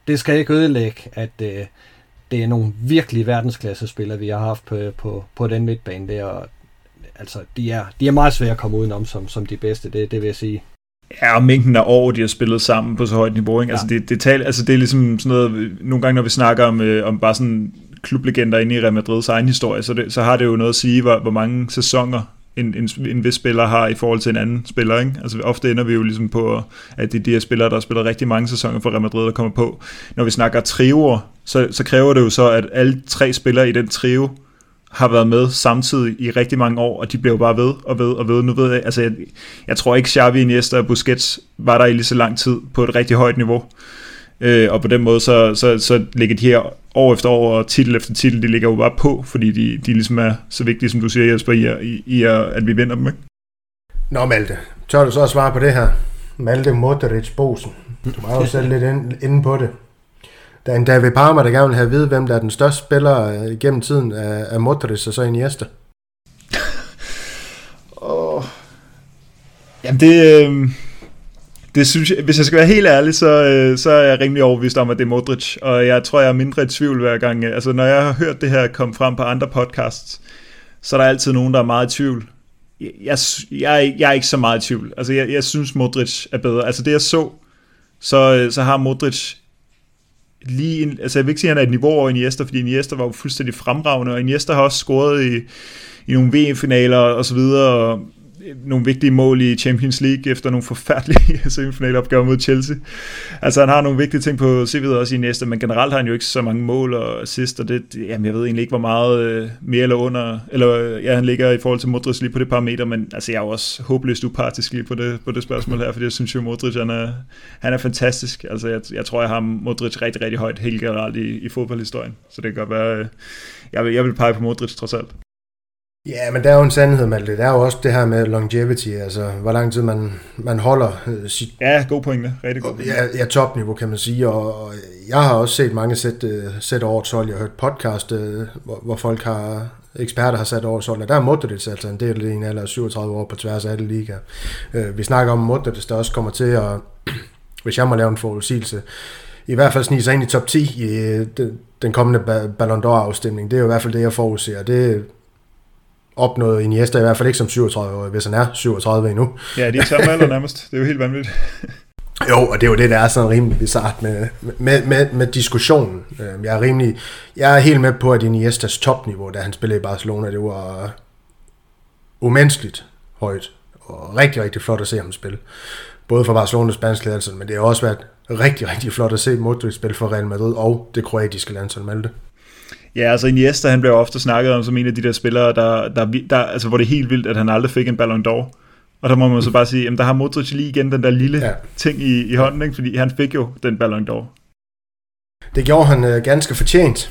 det skal ikke ødelægge, at øh, det er nogle virkelig verdensklassespillere, vi har haft på, på, på den midtbane der. Og, altså, de er, de er meget svære at komme udenom som, som de bedste, det, det vil jeg sige. Ja, og mængden af år, de har spillet sammen på så højt niveau, ikke? Ja. Altså, det, det, tal, altså, det er ligesom sådan noget, nogle gange når vi snakker om, øh, om bare sådan klublegender inde i Real Madrids egen historie, så, det, så har det jo noget at sige, hvor, hvor mange sæsoner en, en, en vis spiller har i forhold til en anden spiller, ikke? Altså ofte ender vi jo ligesom på, at det er de her spillere, der har spillet rigtig mange sæsoner for Real Madrid, der kommer på. Når vi snakker trioer, så, så kræver det jo så, at alle tre spillere i den trio har været med samtidig i rigtig mange år, og de bliver jo bare ved og ved og ved. Nu ved jeg, altså jeg, jeg tror ikke Xavi, Iniesta og Busquets var der i lige så lang tid på et rigtig højt niveau. Øh, og på den måde, så, så, så ligger de her år efter år, og titel efter titel, de ligger jo bare på, fordi de, de ligesom er så vigtige, som du siger, Jesper, i, i, i at vi vinder dem, ikke? Nå, Malte, tør du så at svare på det her? Malte Modric-bosen. Du var jo selv lidt inde på det. Der er en David Palmer, der gerne vil have at vide, hvem der er den største spiller gennem tiden af, af Modric og så Iniesta. oh. Jamen det... Øh... Det synes jeg, hvis jeg skal være helt ærlig, så, så er jeg rimelig overbevist om, at det er Modric, og jeg tror, jeg er mindre i tvivl hver gang. Altså, når jeg har hørt det her komme frem på andre podcasts, så er der altid nogen, der er meget i tvivl. Jeg, jeg, jeg, jeg er ikke så meget i tvivl. Altså, jeg, jeg synes, Modric er bedre. Altså, det jeg så, så, så har Modric lige en, altså jeg vil ikke sige, at han er et niveau over Iniesta, fordi Iniesta var jo fuldstændig fremragende, og Iniesta har også scoret i, i nogle V M-finaler og så videre, og nogle vigtige mål i Champions League efter nogle forfærdelige semifinalopgaver mod Chelsea. Altså han har nogle vigtige ting på C V'et også i næste, men generelt har han jo ikke så mange mål og assist, og det, jamen jeg ved egentlig ikke, hvor meget øh, mere eller under, eller ja, han ligger i forhold til Modric lige på det parameter, men altså jeg er jo også håbløst upartisk lige på det, på det spørgsmål her, fordi jeg synes jo, Modric han er, han er fantastisk. Altså jeg, jeg tror, jeg har Modric rigtig, rigtig højt helt generelt i, i fodboldhistorien, så det kan godt være, øh, jeg, vil, jeg vil pege på Modric trods alt. Ja, men der er jo en sandhed, Malte. Der er jo også det her med longevity, altså hvor lang tid man, man holder øh, sit... Ja, god pointe. Rigtig god pointe. Ja, ja, topniveau, kan man sige, og, og jeg har også set mange sæt, øh, sæt årets hold. Jeg har hørt podcast, øh, hvor, hvor folk har, eksperter har sat årets hold, og der er Modric altså en del af en alder af syvogtredive år på tværs af alle ligaer. Øh, vi snakker om Modric, der også kommer til at, hvis jeg må lave en forudsigelse, i hvert fald snige sig ind i top ti i øh, den, den kommende Ballon d'Or-afstemning. Det er jo i hvert fald det, jeg forudser. Det opnået Iniesta i hvert fald ikke som syvogtredive år, hvis han er syvogtredive endnu. Ja, det er samme alder nærmest. Det er jo helt vanvittigt. Jo, og det er jo det, der er sådan rimelig bizarrt med, med, med, med diskussionen. Jeg er rimelig, jeg er helt med på, at Iniestas topniveau, da han spillede i Barcelona, det var umenneskeligt højt, og rigtig, rigtig flot at se ham spille. Både for Barcelonas spanske landshold, men det har også været rigtig, rigtig flot at se Modric spille for Real Madrid og det kroatiske landshold, Malte. Ja, altså Iniesta, han blev ofte snakket om som en af de der spillere, der, der, der, altså, hvor det er helt vildt, at han aldrig fik en Ballon d'Or. Og der må man så bare sige, jamen der har Modric lige igen den der lille ja. ting i, i hånden, ikke? Fordi han fik jo den Ballon d'Or. Det gjorde han øh, ganske fortjent.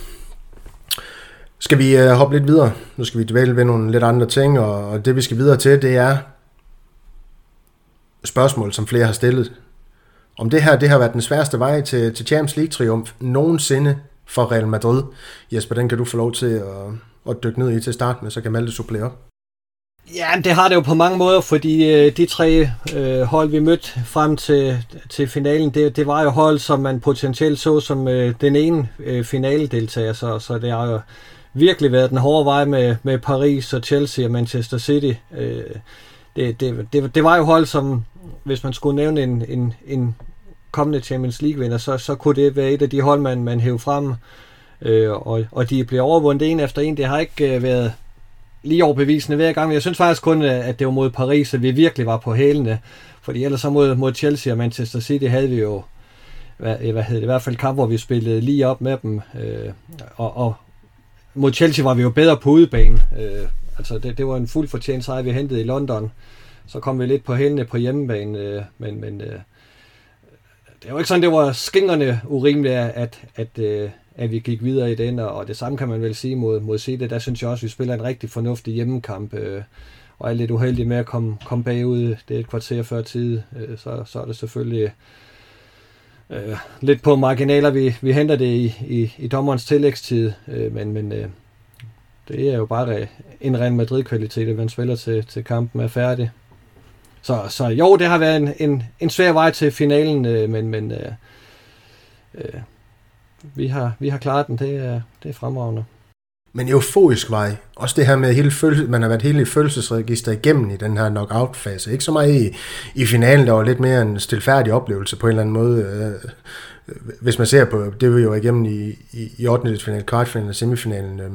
Skal vi øh, hoppe lidt videre? Nu skal vi dvæle ved nogle lidt andre ting, og, og det vi skal videre til, det er spørgsmål, som flere har stillet. Om det her, det har været den sværeste vej til, til Champions League-triumf nogensinde for Real Madrid. Jesper, den kan du få lov til at, at dykke ned i til start med, så kan Malte supplere op. Ja, det har det jo på mange måder, fordi øh, de tre øh, hold, vi mødte frem til, til finalen, det, det var jo hold, som man potentielt så som øh, den ene øh, finaledeltager, så, så det har jo virkelig været den hårde vej med, med Paris og Chelsea og Manchester City. Øh, det, det, det, det var jo hold, som hvis man skulle nævne en, en, en kommende Champions League-vinder, så, så kunne det være et af de hold, man, man hævde frem, øh, og, og de blev overvundet en efter en. Det har ikke øh, været lige overbevisende hver gang, men jeg synes faktisk kun, at det var mod Paris, at vi virkelig var på hælene, fordi ellers så mod, mod Chelsea og Manchester City havde vi jo, hvad, hvad hed det, i hvert fald kamp, hvor vi spillede lige op med dem, øh, og, og mod Chelsea var vi jo bedre på udebane, øh, altså det, det var en fuld fortjent sejr, vi hentede i London, så kom vi lidt på hælene på hjemmebane, øh, men, men øh, det var ikke sådan, det var skingerne urimeligt, at, at, at, at vi gik videre i den, og det samme kan man vel sige mod, mod City. Der synes jeg også, at vi spiller en rigtig fornuftig hjemmekamp, øh, og er lidt uheldige med at komme, komme bagud. Det er et kvarter før tid, øh, så, så er det selvfølgelig øh, lidt på marginaler. Vi, vi henter det i, i, i dommerens tillægstid, øh, men, men øh, det er jo bare en Real Madrid-kvalitet, at man spiller til, til kampen er færdig. Så, så jo, det har været en, en, en svær vej til finalen, øh, men, men øh, øh, vi har, vi har klaret den, det er, det er fremragende. Men euforisk vej, også det her med, hele følelse, man har været hele følelsesregister igennem i den her knockout-fase. Ikke så meget i, i finalen, der var lidt mere en stilfærdig oplevelse på en eller anden måde. Øh, hvis man ser på, det vi jo igennem i, i, i ottendedelsfinalen, kvartfinalen og semifinalen. Øh.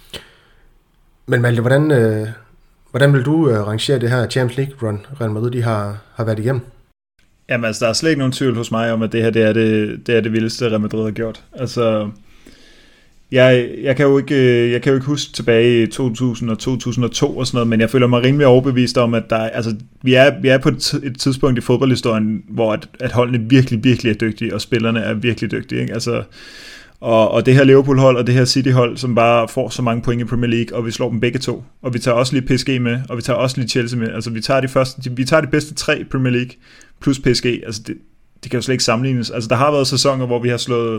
Men Malte, hvordan, øh, hvordan vil du øh, rangere det her Champions League-run, Real Madrid de har, har været igennem? Jamen altså, der er slet ikke nogen tvivl hos mig om, at det her det er det, det, er det vildeste, Real Madrid har gjort. Altså... Jeg, jeg, kan jo ikke, jeg kan jo ikke huske tilbage i to tusind og to tusind og to og sådan noget, men jeg føler mig rimelig overbevist om, at der, altså, vi, er, vi er på et, et tidspunkt i fodboldhistorien, hvor at, at holdene virkelig, virkelig er dygtige, og spillerne er virkelig dygtige. Ikke? Altså, og, og det her Liverpool-hold og det her City-hold, som bare får så mange point i Premier League, og vi slår dem begge to. Og vi tager også lige P S G med, og vi tager også lige Chelsea med. Altså vi tager de, første, vi tager de bedste tre Premier League plus P S G. Altså det, det kan jo slet ikke sammenlignes. Altså der har været sæsoner, hvor vi har slået...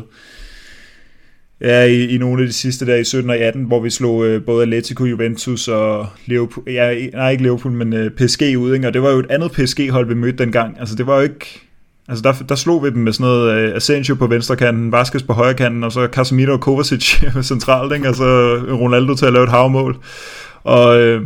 Ja, i, i nogle af de sidste der i sytten og atten, hvor vi slog øh, både Atletico, Juventus og Liverpool, ja, nej ikke Liverpool, men øh, P S G ud, ikke? Og det var jo et andet P S G-hold, vi mødte dengang. Altså det var jo ikke, altså der, der slog vi dem med sådan noget øh, Asensio på venstrekanten, Vázquez på højrekanten, og så Casemiro og Kovacic centralt, ikke? Altså Ronaldo til at lave et havmål. Og øh,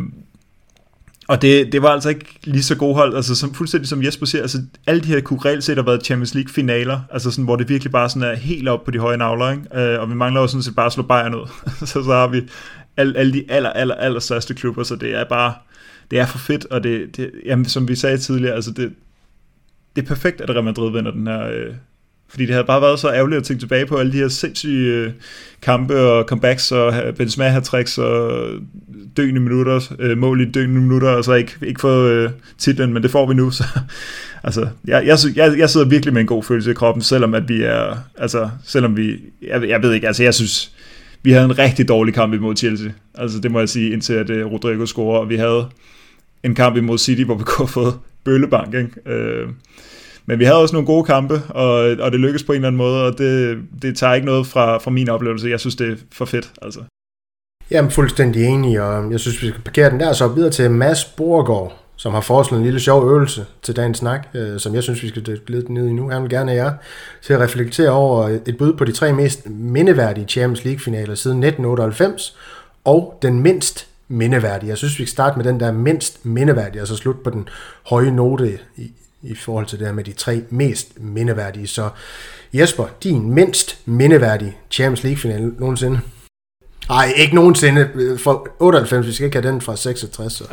Og det, det var altså ikke lige så god hold, altså som, fuldstændig som Jesper siger, altså alle de her kunne reelt set have været Champions League finaler, altså sådan, hvor det virkelig bare sådan er helt op på de høje navler, ikke? Øh, og vi mangler jo sådan set bare at slå Bayern ud, så, så har vi alle, alle de aller, aller, aller største klubber, så det er bare, det er for fedt, og det, det jamen, som vi sagde tidligere, altså det, det er perfekt, at Real Madrid vinder den her, øh, fordi det havde bare været så ærgerligt at tænke tilbage på alle de her sindssyge øh, kampe og comebacks og Benzema hat-tricks og døende minutter, øh, mål i døende minutter, og så ikke, ikke få øh, titlen, men det får vi nu. Så, altså, jeg, jeg, jeg, jeg sidder virkelig med en god følelse i kroppen, selvom at vi er, altså, selvom vi, jeg, jeg ved ikke, altså jeg synes, vi havde en rigtig dårlig kamp imod Chelsea. Altså det må jeg sige, indtil at uh, Rodrigo scorer, og vi havde en kamp imod City, hvor vi kunne have fået bøllebank, ikke? Øh, Men vi havde også nogle gode kampe, og, og det lykkedes på en eller anden måde, og det, det tager ikke noget fra, fra min oplevelse. Jeg synes, det er for fedt, altså. Jamen, fuldstændig enig, og jeg synes, vi skal parkere den der, så videre til Mads Borgård, som har foreslået en lille sjov øvelse til dagens snak, øh, som jeg synes, vi skal lede ned i nu. Han vil gerne have jer til at reflektere over et bud på de tre mest mindeværdige Champions League-finaler siden nitten otteoghalvfems, og den mindst mindeværdige. Jeg synes, vi skal starte med den der mindst mindeværdige, og så slutte på den høje note i, i forhold til det her med de tre mest mindeværdige. Så Jesper, din mindst mindeværdige Champions League-finale nogensinde? Nej, ikke nogensinde. For otteoghalvfems, vi skal ikke have den fra seksogtres. Så.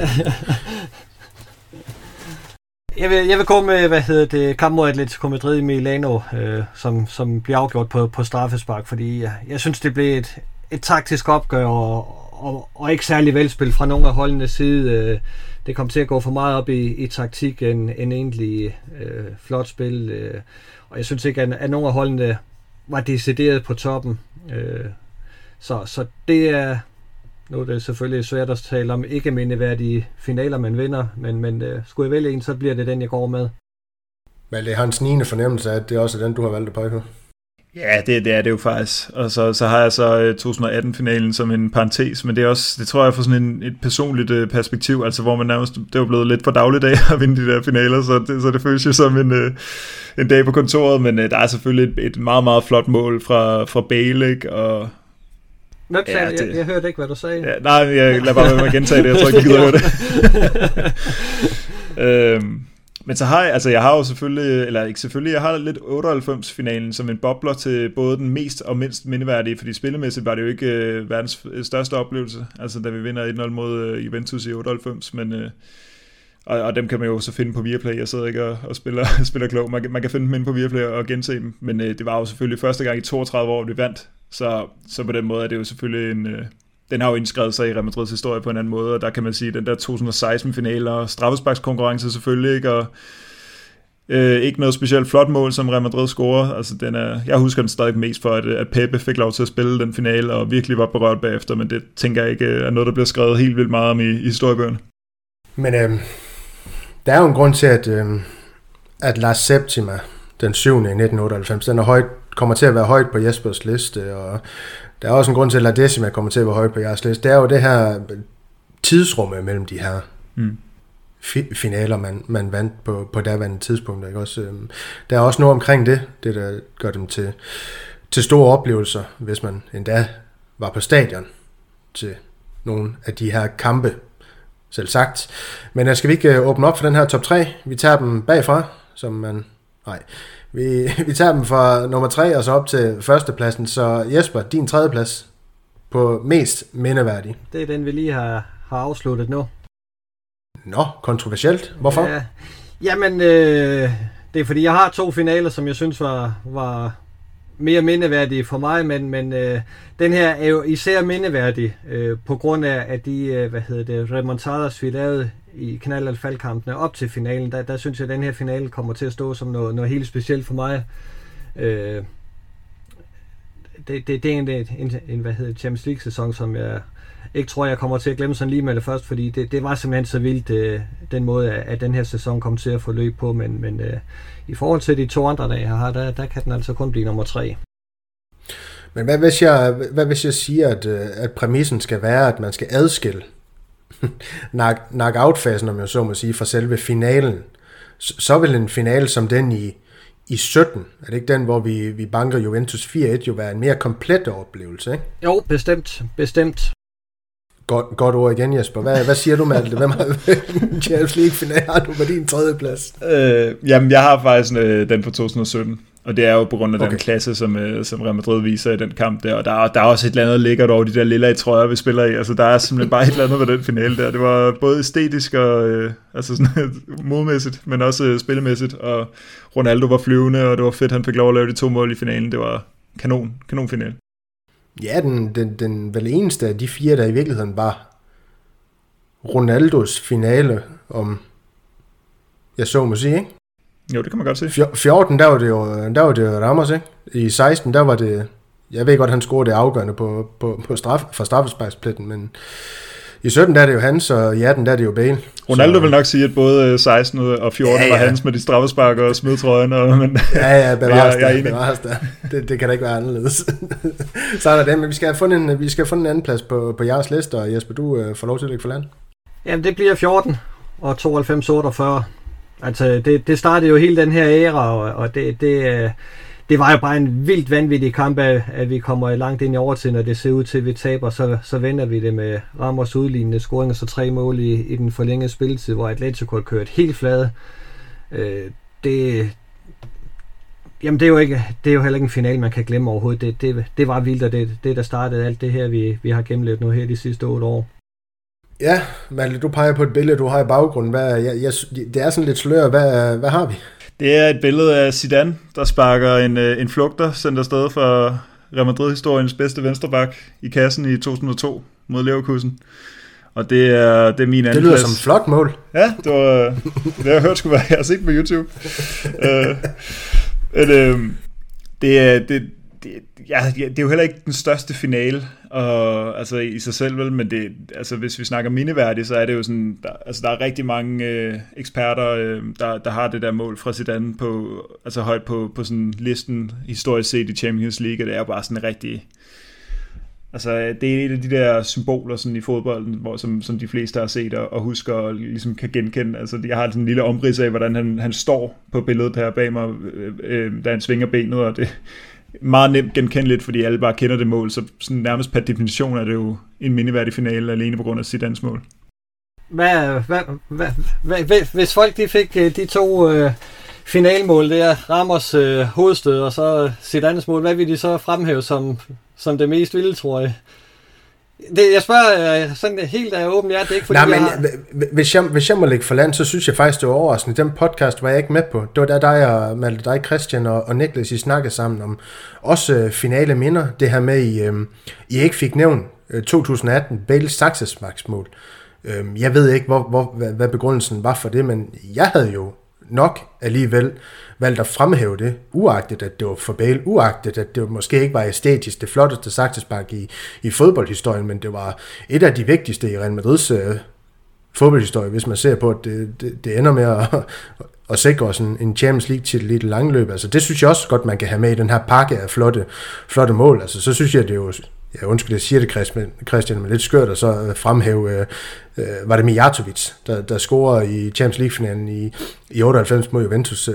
Jeg vil, jeg vil gå med, hvad hedder det, kamp mod Atletico Madrid i Milano, øh, som, som bliver afgjort på, på straffespark, fordi jeg, jeg synes, det blev et, et taktisk opgør, og, og, og ikke særlig velspil fra nogle af holdenes side. Øh, det kom til at gå for meget op i, i taktik end, end egentlig øh, flot spil, øh, og jeg synes ikke, at, at nogle af holdene var decideret på toppen. Øh, så, så det er... Nu er det selvfølgelig svært at tale om ikke mindeværdige finaler, man vinder, men, men uh, skulle jeg vælge en, så bliver det den, jeg går med. Men det er hans niende fornemmelse af, at det er også den, du har valgt at pege på. Ja, det, det er det jo faktisk. Og så, så har jeg så uh, to tusind og atten-finalen som en parentes, men det er også, det tror jeg, fra sådan en, et personligt uh, perspektiv, altså hvor man nærmest, det er jo blevet lidt for dagligdag at vinde de der finaler, så det, så det føles jo som en, uh, en dag på kontoret, men uh, der er selvfølgelig et, et meget, meget flot mål fra, fra Bale, ikke? Og Nå, ja, det... jeg, jeg hørte ikke, hvad du sagde. Ja, nej, jeg lader bare være med at gentage det. Jeg tror ikke, jeg gider høre det. øhm, men så har jeg, altså jeg har jo selvfølgelig, eller ikke selvfølgelig, jeg har lidt otteoghalvfems-finalen som en bobler til både den mest og mindst mindeværdige, fordi spillemæssigt var det jo ikke øh, verdens største oplevelse, altså da vi vinder et nul mod øh, Juventus i otteoghalvfems, men... Øh, og, og dem kan man jo så finde på Viaplay. Jeg sidder ikke og, og spiller, spiller klog. Man, man kan finde dem inde på Viaplay og gense dem. Men øh, det var jo selvfølgelig første gang i toogtredive år, vi vandt. Så, så på den måde er det jo selvfølgelig en... Øh, den har jo indskrevet sig i Real Madrids historie på en anden måde. Og der kan man sige, den der to tusind og seksten-finale og straffesparkskonkurrence selvfølgelig ikke. Og øh, ikke noget specielt flot mål, som Real Madrid scorer. Altså, den er, jeg husker den stadig mest for, at, at Pepe fik lov til at spille den finale og virkelig var berørt bagefter. Men det tænker jeg ikke er noget, der bliver skrevet helt vildt meget om i, i historiebøgerne. Men... Øh... Der er jo en grund til, at, øh, at La Septima, den syvende i nitten otteoghalvfems, den er højt, kommer til at være højt på Jespers liste, og der er også en grund til, at La Decima kommer til at være højt på jeres liste. Det er jo det her tidsrum mellem de her mm. fi- finaler, man, man vandt på, på daværende tidspunkt. Ikke? Også, øh, der er også noget omkring det, det der gør dem til til store oplevelser, hvis man endda var på stadion til nogle af de her kampe, selv sagt. Men skal vi ikke åbne op for den her top tre? Vi tager dem bagfra, som man... Nej, vi, vi tager dem fra nummer tre og så op til førstepladsen. Så Jesper, din tredjeplads på mest mindeværdig. Det er den, vi lige har, har afsluttet nu. Nå, kontroversielt. Hvorfor? Ja, jamen, øh, det er fordi, jeg har to finaler, som jeg synes var... var mere mindeværdige for mig, men, men øh, den her er jo især mindeværdig øh, på grund af, at de øh, hvad hedder det, remontadas, vi lavede i knald- og faldkampene op til finalen. Der, der synes jeg, at den her finale kommer til at stå som noget, noget helt specielt for mig. Øh, det, det, det er en, en, en hvad hedder, Champions League-sæson, som jeg ikke tror, jeg kommer til at glemme sådan lige med det først, fordi det, det var simpelthen så vildt, øh, den måde, at den her sæson kom til at få løb på, men, men øh, i forhold til de to andre dage, jeg har, der, der kan den altså kun blive nummer tre. Men hvad hvis jeg, hvad hvis jeg siger, at, at præmissen skal være, at man skal adskille knock-out-fasen, om jeg så må sige, fra selve finalen, så, så vil en finale som den i, i sytten, er det ikke den, hvor vi, vi banker Juventus fire et, jo være en mere komplet oplevelse, ikke? Jo, bestemt, bestemt. Godt, godt ord igen, Jesper. Hvad, hvad siger du, Malte? Hvem har Champions League-finale har du på din tredje plads? Øh, jamen, jeg har faktisk øh, den fra to tusind og sytten, og det er jo på grund af okay. den klasse, som, øh, som Real Madrid viser i den kamp der, og der, der er også et eller andet lækkert over de der lilla i trøjer, vi spiller i. Altså, der er simpelthen bare et eller andet ved den finale der. Det var både æstetisk og øh, altså sådan, modmæssigt, men også øh, spillemæssigt, og Ronaldo var flyvende, og det var fedt, han fik lov at lave de to mål i finalen. Det var kanon, kanon finale. Ja, den, den, den vel eneste af de fire, der i virkeligheden var Ronaldos finale, om jeg så må sige, ikke? Jo, det kan man godt se. fjorten, der var det jo, der var det Ramos, ikke? I seksten, der var det, jeg ved godt, han scorede det afgørende på, på, på straf, fra straffesparkspletten, men i sytten, der er det jo hans, og i atten, der er det jo Bale. Ronaldo så, vil nok sige, at både seksten og fjorten ja, ja. var hans med de straffespark og smidtrøjen. Og, men, ja, ja, bevares der, bevares der. Det, det kan da ikke være anderledes. Så er der det, men vi skal have fundet en, vi skal have fundet en anden plads på, på jeres liste, og Jesper, du øh, får lov til at lægge for land. Jamen, det bliver fjorten og tooghalvfems otteogfyrre. Altså, det, det startede jo hele den her æra, og, og det, det, det var jo bare en vildt vanvittig kamp, at, at vi kommer langt ind i overtiden, og det ser ud til, at vi taber, så, så vender vi det med Ramos udlignende scoring, og så tre mål i, i den forlængede spilletid, hvor Atletico har kørt helt flade. Øh, det, jamen, det er, jo ikke, det er jo heller ikke en finale, man kan glemme overhovedet. Det, det, det var vildt, og det, det der startede alt det her, vi, vi har gennemlevet nu her de sidste otte år. Ja, Malte, du peger på et billede, du har i baggrunden. Hvad, jeg, jeg, det er sådan lidt slør. Hvad, hvad har vi? Det er et billede af Zidane, der sparker en, en flugter, sendt afsted for Real Madrid-historiens bedste venstreback i kassen i to tusind og to mod Leverkusen. Og det er, det er min anden Det lyder plads. som et flot mål. Ja, det var det har jeg hørt skulle være. Jeg har set på YouTube. uh, et, uh, det er det, det, ja, det er jo heller ikke den største finale og, altså, i sig selv, vel, men det, altså, hvis vi snakker mindeværdigt, så er det jo sådan, der, altså, der er rigtig mange øh, eksperter, øh, der, der har det der mål fra Zidane på, altså højt på, på sådan listen historisk set i Champions League, og det er jo bare sådan rigtig, altså det er et af de der symboler sådan i fodbolden, hvor, som, som de fleste har set og, og husker og ligesom kan genkende. Altså jeg har sådan en lille omrids af, hvordan han, han står på billedet her bag mig, øh, øh, da han svinger benet, og det meget nemt genkendeligt, fordi alle bare kender det mål, så sådan nærmest per definition er det jo en mindeværdig finale alene på grund af Zidanes mål. Hvad, hvad, hvad, hvad, hvis folk de fik de to øh, finalmål, det er Ramos øh, hovedstød og så Zidanes mål, hvad vil de så fremhæve som, som det mest vilde, tror jeg? Det, jeg spørger øh, sådan helt af åben hjerte, det er ikke fordi, Nej, men jeg har... hvis, jeg, hvis jeg må lægge for land, så synes jeg faktisk, det var overraskende. Den podcast var jeg ikke med på. Det var der dig og Malte, dig, Christian og, og Niklas, I snakkede sammen om også øh, finale minder. Det her med, I, øh, I ikke fik nævnt øh, to tusind atten Bales saksesmaksmål. Øh, jeg ved ikke, hvor, hvor, hvad, hvad begrundelsen var for det, men jeg havde jo nok alligevel valgt at fremhæve det, uagtet at det var for Bale, uagtet at det måske ikke var æstetisk det flotteste saksespark i, i fodboldhistorien, men det var et af de vigtigste i Real Madrids øh, fodboldhistorie, hvis man ser på, at det, det, det ender med at, at sikre os en, en Champions League titel i det lange løb. Altså, det synes jeg også godt, man kan have med i den her pakke af flotte, flotte mål. Altså, så synes jeg, det er jo, jeg undskyld, jeg siger det, Christian, men lidt skørt at så fremhæve, øh, øh, var det Mijatovic, der, der scorer i Champions League-finalen i, i otteoghalvfems mod Juventus øh,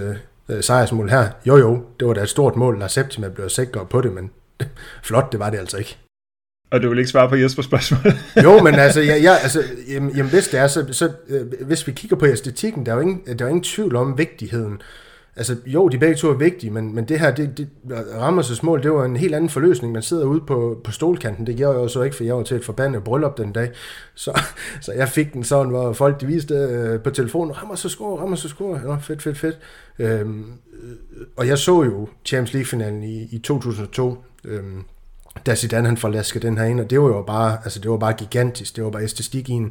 øh, sejrsmål her. Jo jo, det var da et stort mål, Lars Septima blev sikker på det, men flot, det var det altså ikke. Og du vil ikke svare på Jespers spørgsmål? Jo, men altså, ja, ja, altså jamen, jamen, hvis det er, så, så øh, hvis vi kigger på æstetikken, der er jo ingen, der er jo ingen tvivl om vigtigheden. Altså, jo, de begge to er vigtige, men, men det her, det, det, Ramos' mål, det var en helt anden forløsning. Man sidder ude på, på stolkanten, det gjorde jeg jo så ikke, for jeg var til et forbandet bryllup den dag. Så, så jeg fik den sådan, hvor folk de viste øh, på telefonen, Ramos så score, Ramos så score, ja, fedt, fedt, fedt. Øhm, og jeg så jo Champions League-finalen i, i to tusind og to, øhm, da Zidane han forlaskede den her ind, og det var jo bare, altså det var bare gigantisk, det var bare æstetik i en,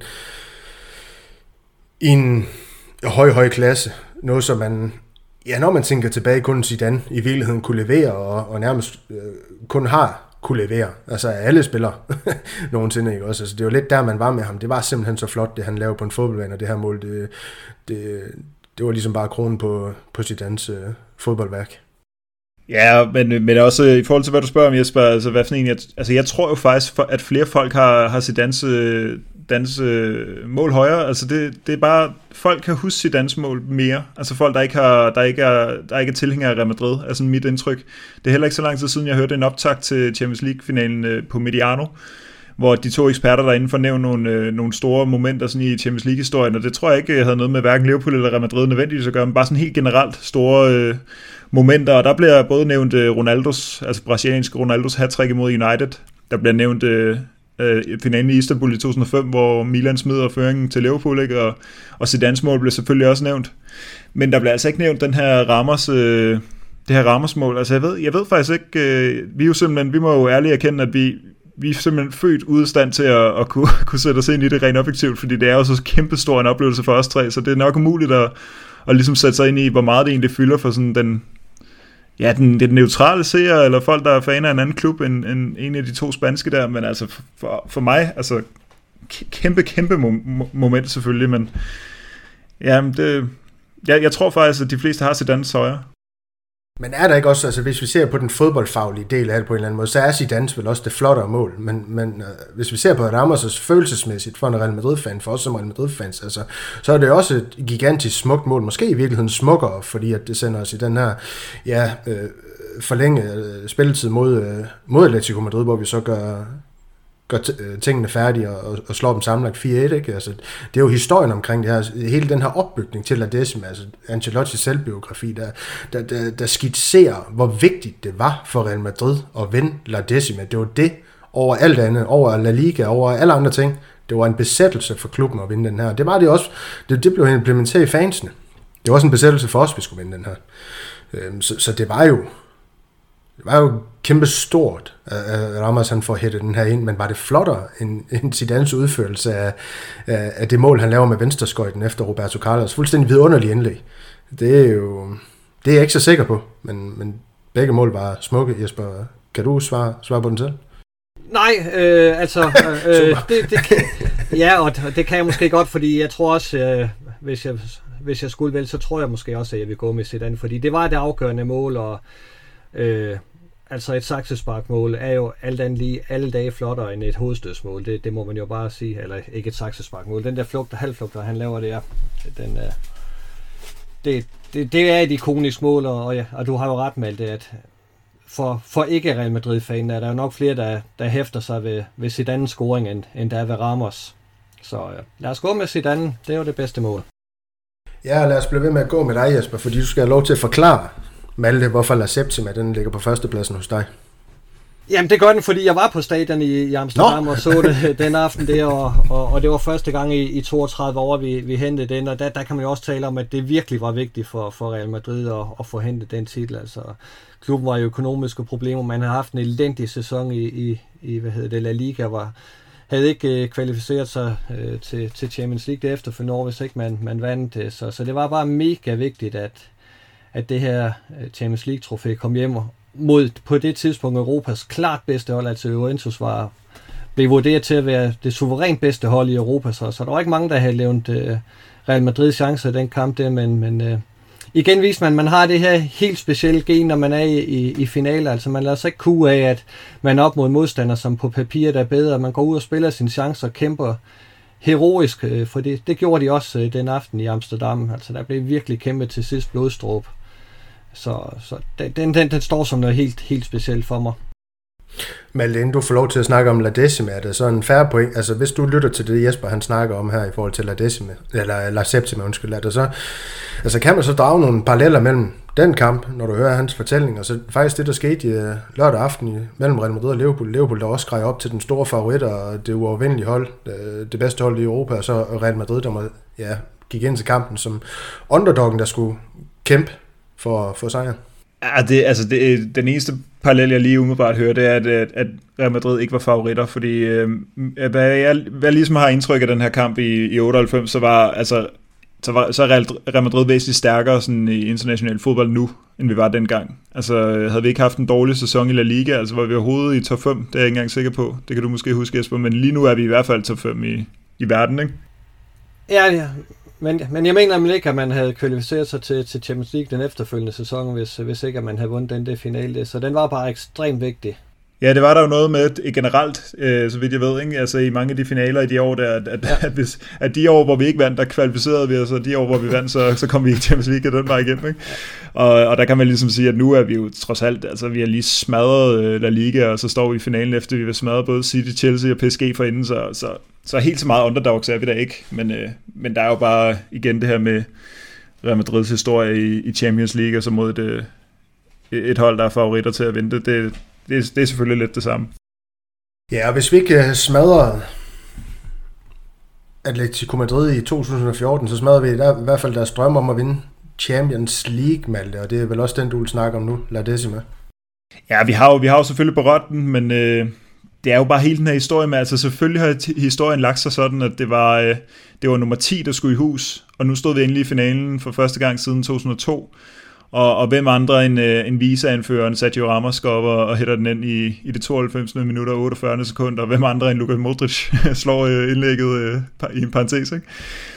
i en høj, høj klasse. Noget, som man, ja, når man tænker tilbage, kun Zidane i virkeligheden kunne levere, og, og nærmest øh, kun har kunne levere. Altså alle spillere nogensinde, ikke også? Altså det var lidt der, man var med ham. Det var simpelthen så flot, det han lavede på en fodboldbane, og det her mål, det, det, det var ligesom bare kronen på, på Zidanes øh, fodboldværk. Ja, men, men også i forhold til, hvad du spørger om, Jesper, altså, hvad for en, jeg, altså, jeg tror jo faktisk, at flere folk har, har Zidanes dans, mål højere. Altså, det, det er bare, folk kan huske Zidanes mål mere. Altså, folk, der ikke, har, der ikke er, der ikke er tilhængere af Real Madrid, er sådan mit indtryk. Det er heller ikke så lang tid siden, jeg hørte en optakt til Champions League-finalen på Mediano, hvor de to eksperter derinde får nævnt nogle, nogle store momenter sådan i Champions League-historien, og det tror jeg ikke havde noget med hverken Liverpool eller Real Madrid nødvendigvis at gøre, men bare sådan helt generelt store øh, momenter, og der bliver både nævnt øh, Ronaldos, altså brasilianske Ronaldos hattrick imod United, der bliver nævnt øh, øh, finalen i Istanbul i to tusind og fem, hvor Milan smider føringen til Liverpool, ikke? Og, og Zidanes mål blev selvfølgelig også nævnt, men der bliver altså ikke nævnt den her Ramos, øh, det her Ramos-mål. Altså jeg ved, jeg ved faktisk ikke, øh, vi er jo simpelthen, vi må jo ærligt erkende, at vi vi er simpelthen født ude af stand til at, at kunne, kunne sætte os ind i det rent objektivt, fordi det er jo så kæmpestor en oplevelse for os tre, så det er nok umuligt at, at ligesom sætte sig ind i, hvor meget det egentlig fylder for sådan den, ja, den, den neutrale seer, eller folk, der er fan af en anden klub end, end en af de to spanske der, men altså for, for mig, altså kæmpe, kæmpe moment selvfølgelig, men ja, det, jeg, jeg tror faktisk, at de fleste har Zidanes højere. Men er der ikke også, altså hvis vi ser på den fodboldfaglige del af det på en eller anden måde, så er Zidanes vel også det flottere mål, men, men uh, hvis vi ser på Ramos' følelsesmæssigt for en Real Madrid-fan, for os som Real Madrid-fans, altså, så er det også et gigantisk smukt mål, måske i virkeligheden smukkere, fordi at det sender os i den her, ja, øh, forlænge øh, spilletid mod, øh, mod Atletico Madrid, hvor vi så gør, gør t- tingene færdige og, og slår dem sammenlagt fire et, ikke? Altså, det er jo historien omkring det her, hele den her opbygning til La Decima, altså Ancelottis selvbiografi, der, der, der, der skitserer, hvor vigtigt det var for Real Madrid at vinde La Decima. Det var det over alt andet, over La Liga, over alle andre ting. Det var en besættelse for klubben at vinde den her. Det var det også, det, det blev implementeret i fansene. Det var også en besættelse for os, at vi skulle vinde den her. Øhm, så, så det var jo Det var jo kæmpe stort, at Ramos han får hættet den her ind, men var det flottere end, end Zidanes udførelse af, af, af det mål, han laver med venstreskøjten efter Roberto Carlos. Fuldstændig vidunderlig indlæg. Det er jo, det er jeg ikke så sikker på, men, men begge mål var smukke. Jesper, kan du svare, svare på den selv? Nej, øh, altså, øh, det, det kan, ja, og det kan jeg måske godt, fordi jeg tror også, øh, hvis, jeg, hvis jeg skulle vælge, så tror jeg måske også, at jeg vil gå med Zidane, fordi det var det afgørende mål, og Øh, altså et saksesparkmål er jo alt andet lige alle dage flottere end et hovedstødsmål. Det, det må man jo bare sige. Eller ikke et saksesparkmål. Den der flugt og halvflugter, han laver det, den, øh, det, det, det er et ikonisk mål, og, og, ja, og du har jo ret med det, at for, for ikke Real Madrid-fanen er der jo nok flere, der, der hæfter sig ved, ved Zidanes scoring, end, end der er ved Ramos. Så øh, lad os gå med Zidane. Det er jo det bedste mål. Ja, lad os blive ved med at gå med dig, Jesper, fordi du skal have lov til at forklare Malte, hvorfor La Septima, den ligger på førstepladsen hos dig. Jamen det gør den, fordi jeg var på stadion i, i Amsterdam Nå. og så det den aften der, og, og, og det var første gang i, i toogtredive år, vi, vi hentede den, og der, der kan man jo også tale om, at det virkelig var vigtigt for, for Real Madrid at, at få hentet den titel. Altså, klubben var i økonomiske problemer, man havde haft en elendig sæson i, i, i hvad hedder det, La Liga, var, havde ikke øh, kvalificeret sig øh, til, til Champions League derefter for Norge, hvis ikke man, man vandt det. Så, så det var bare mega vigtigt, at at det her Champions League-trofæ kom hjem mod på det tidspunkt Europas klart bedste hold, altså Juventus var blev vurderet til at være det suverænt bedste hold i Europa, så, så der var ikke mange, der havde levnet uh, Real Madrid chancer i den kamp der, men, men uh, igen viste man, man har det her helt specielle gen, når man er i, i, i finaler, altså man lader sig ikke kue af, at man er op mod en modstander, som på papiret er bedre, man går ud og spiller sine chancer og kæmper heroisk, uh, for det, det gjorde de også uh, den aften i Amsterdam, altså der blev virkelig kæmpet til sidst blodstråb. Så, så den, den, den står som noget helt, helt specielt for mig. Malte, inden du får lov til at snakke om La Decima, er det så en færre point? Altså, hvis du lytter til det, Jesper han snakker om her i forhold til La Decima, eller La Septima, undskyld, er det så, altså kan man så drage nogle paralleller mellem den kamp, når du hører hans fortælling, og så faktisk det, der skete i lørdag aften i, mellem Real Madrid og Liverpool. Liverpool, der også skreg op til den store favorit, og det uovervindelige hold, det bedste hold i Europa, og så Real Madrid, der må, ja, gik ind til kampen som underdoggen, der skulle kæmpe for, for sejren. Ja, det, altså det, den eneste parallel, jeg lige umiddelbart hører, det er, at, at Real Madrid ikke var favoritter, fordi øh, hvad, jeg, hvad jeg ligesom har indtryk af den her kamp i, i otteoghalvfems, så var, altså, så var så Real, Real Madrid væsentligt stærkere sådan, i international fodbold nu, end vi var dengang. Altså havde vi ikke haft en dårlig sæson i La Liga, altså var vi overhovedet i top fem, det er jeg ikke engang sikker på, det kan du måske huske, Jesper, men lige nu er vi i hvert fald top fem i, i verden, ikke? Ja, ja. Men, men jeg mener nemlig ikke, at man havde kvalificeret sig til, til Champions League den efterfølgende sæson, hvis, hvis ikke at man havde vundet den der finale. Så den var bare ekstremt vigtig. Ja, det var der jo noget med generelt, øh, så vidt jeg ved, ikke? Altså i mange af de finaler i de år der, at, at, ja. at, hvis, at de år, hvor vi ikke vandt, der kvalificerede vi os, og de år, hvor vi vandt, så, så kom vi i Champions League den vej igennem, ikke? Ja. Og, og der kan man ligesom sige, at nu er vi jo trods alt, altså vi har lige smadret øh, La Liga, og så står vi i finalen efter, vi har smadret både City, Chelsea og P S G for inden, så, så, så helt så meget underdogs er vi der ikke, men, øh, men der er jo bare igen det her med Real Madrids historie i, i Champions League, og så mod et, et hold, der er favoritter til at vinde, det Det, det er selvfølgelig lidt det samme. Ja, og hvis vi ikke smadrer Atletico Madrid i to tusind og fjorten, så smadrer vi der, i hvert fald deres drøm om at vinde Champions League, Malte, og det er vel også den, du vil snakke om nu, La Decima. Ja, vi har jo, vi har jo selvfølgelig berørt den, men øh, det er jo bare hele den her historie med, altså selvfølgelig har t- historien lagt sig sådan, at det var, øh, det var nummer ti, der skulle i hus, og nu stod vi endelig i finalen for første gang siden to tusind og to, Og, og hvem andre end, øh, end Visa-anføreren Sergio Ramos går op og, og hætter den ind i, i det tooghalvfems minutter og otteogfyrre sekunder, og hvem andre end Luka Modric slår øh, indlægget øh, i en parentes, ikke?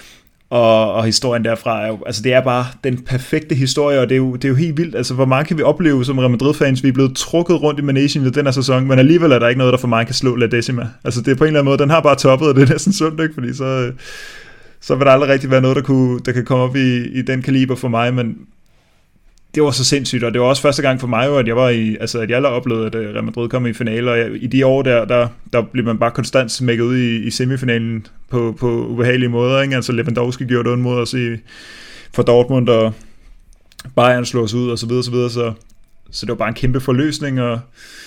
Og, og historien derfra er jo, altså det er bare den perfekte historie, og det er jo, det er jo helt vildt, altså hvor meget kan vi opleve som Real Madrid-fans, vi er blevet trukket rundt i managen i den her sæson, men alligevel er der ikke noget, der for mig kan slå La Decima. Altså det er på en eller anden måde, den har bare toppet, og det er næsten sundt, ikke? Fordi så, øh, så vil der aldrig rigtig være noget, der, kunne, der kan komme op i, i den kaliber for mig, men det var så sindssygt, og det var også første gang for mig jo, at jeg var i, altså at jeg aldrig oplevede, at Real Madrid kom i finale, og jeg, i de år der, der, der blev man bare konstant smækket ud i, i semifinalen på, på ubehagelige måder, ikke? Altså Lewandowski gjorde det ondt mod os i, for Dortmund, og Bayern slog os ud, og så videre, så videre, så, så det var bare en kæmpe forløsning, og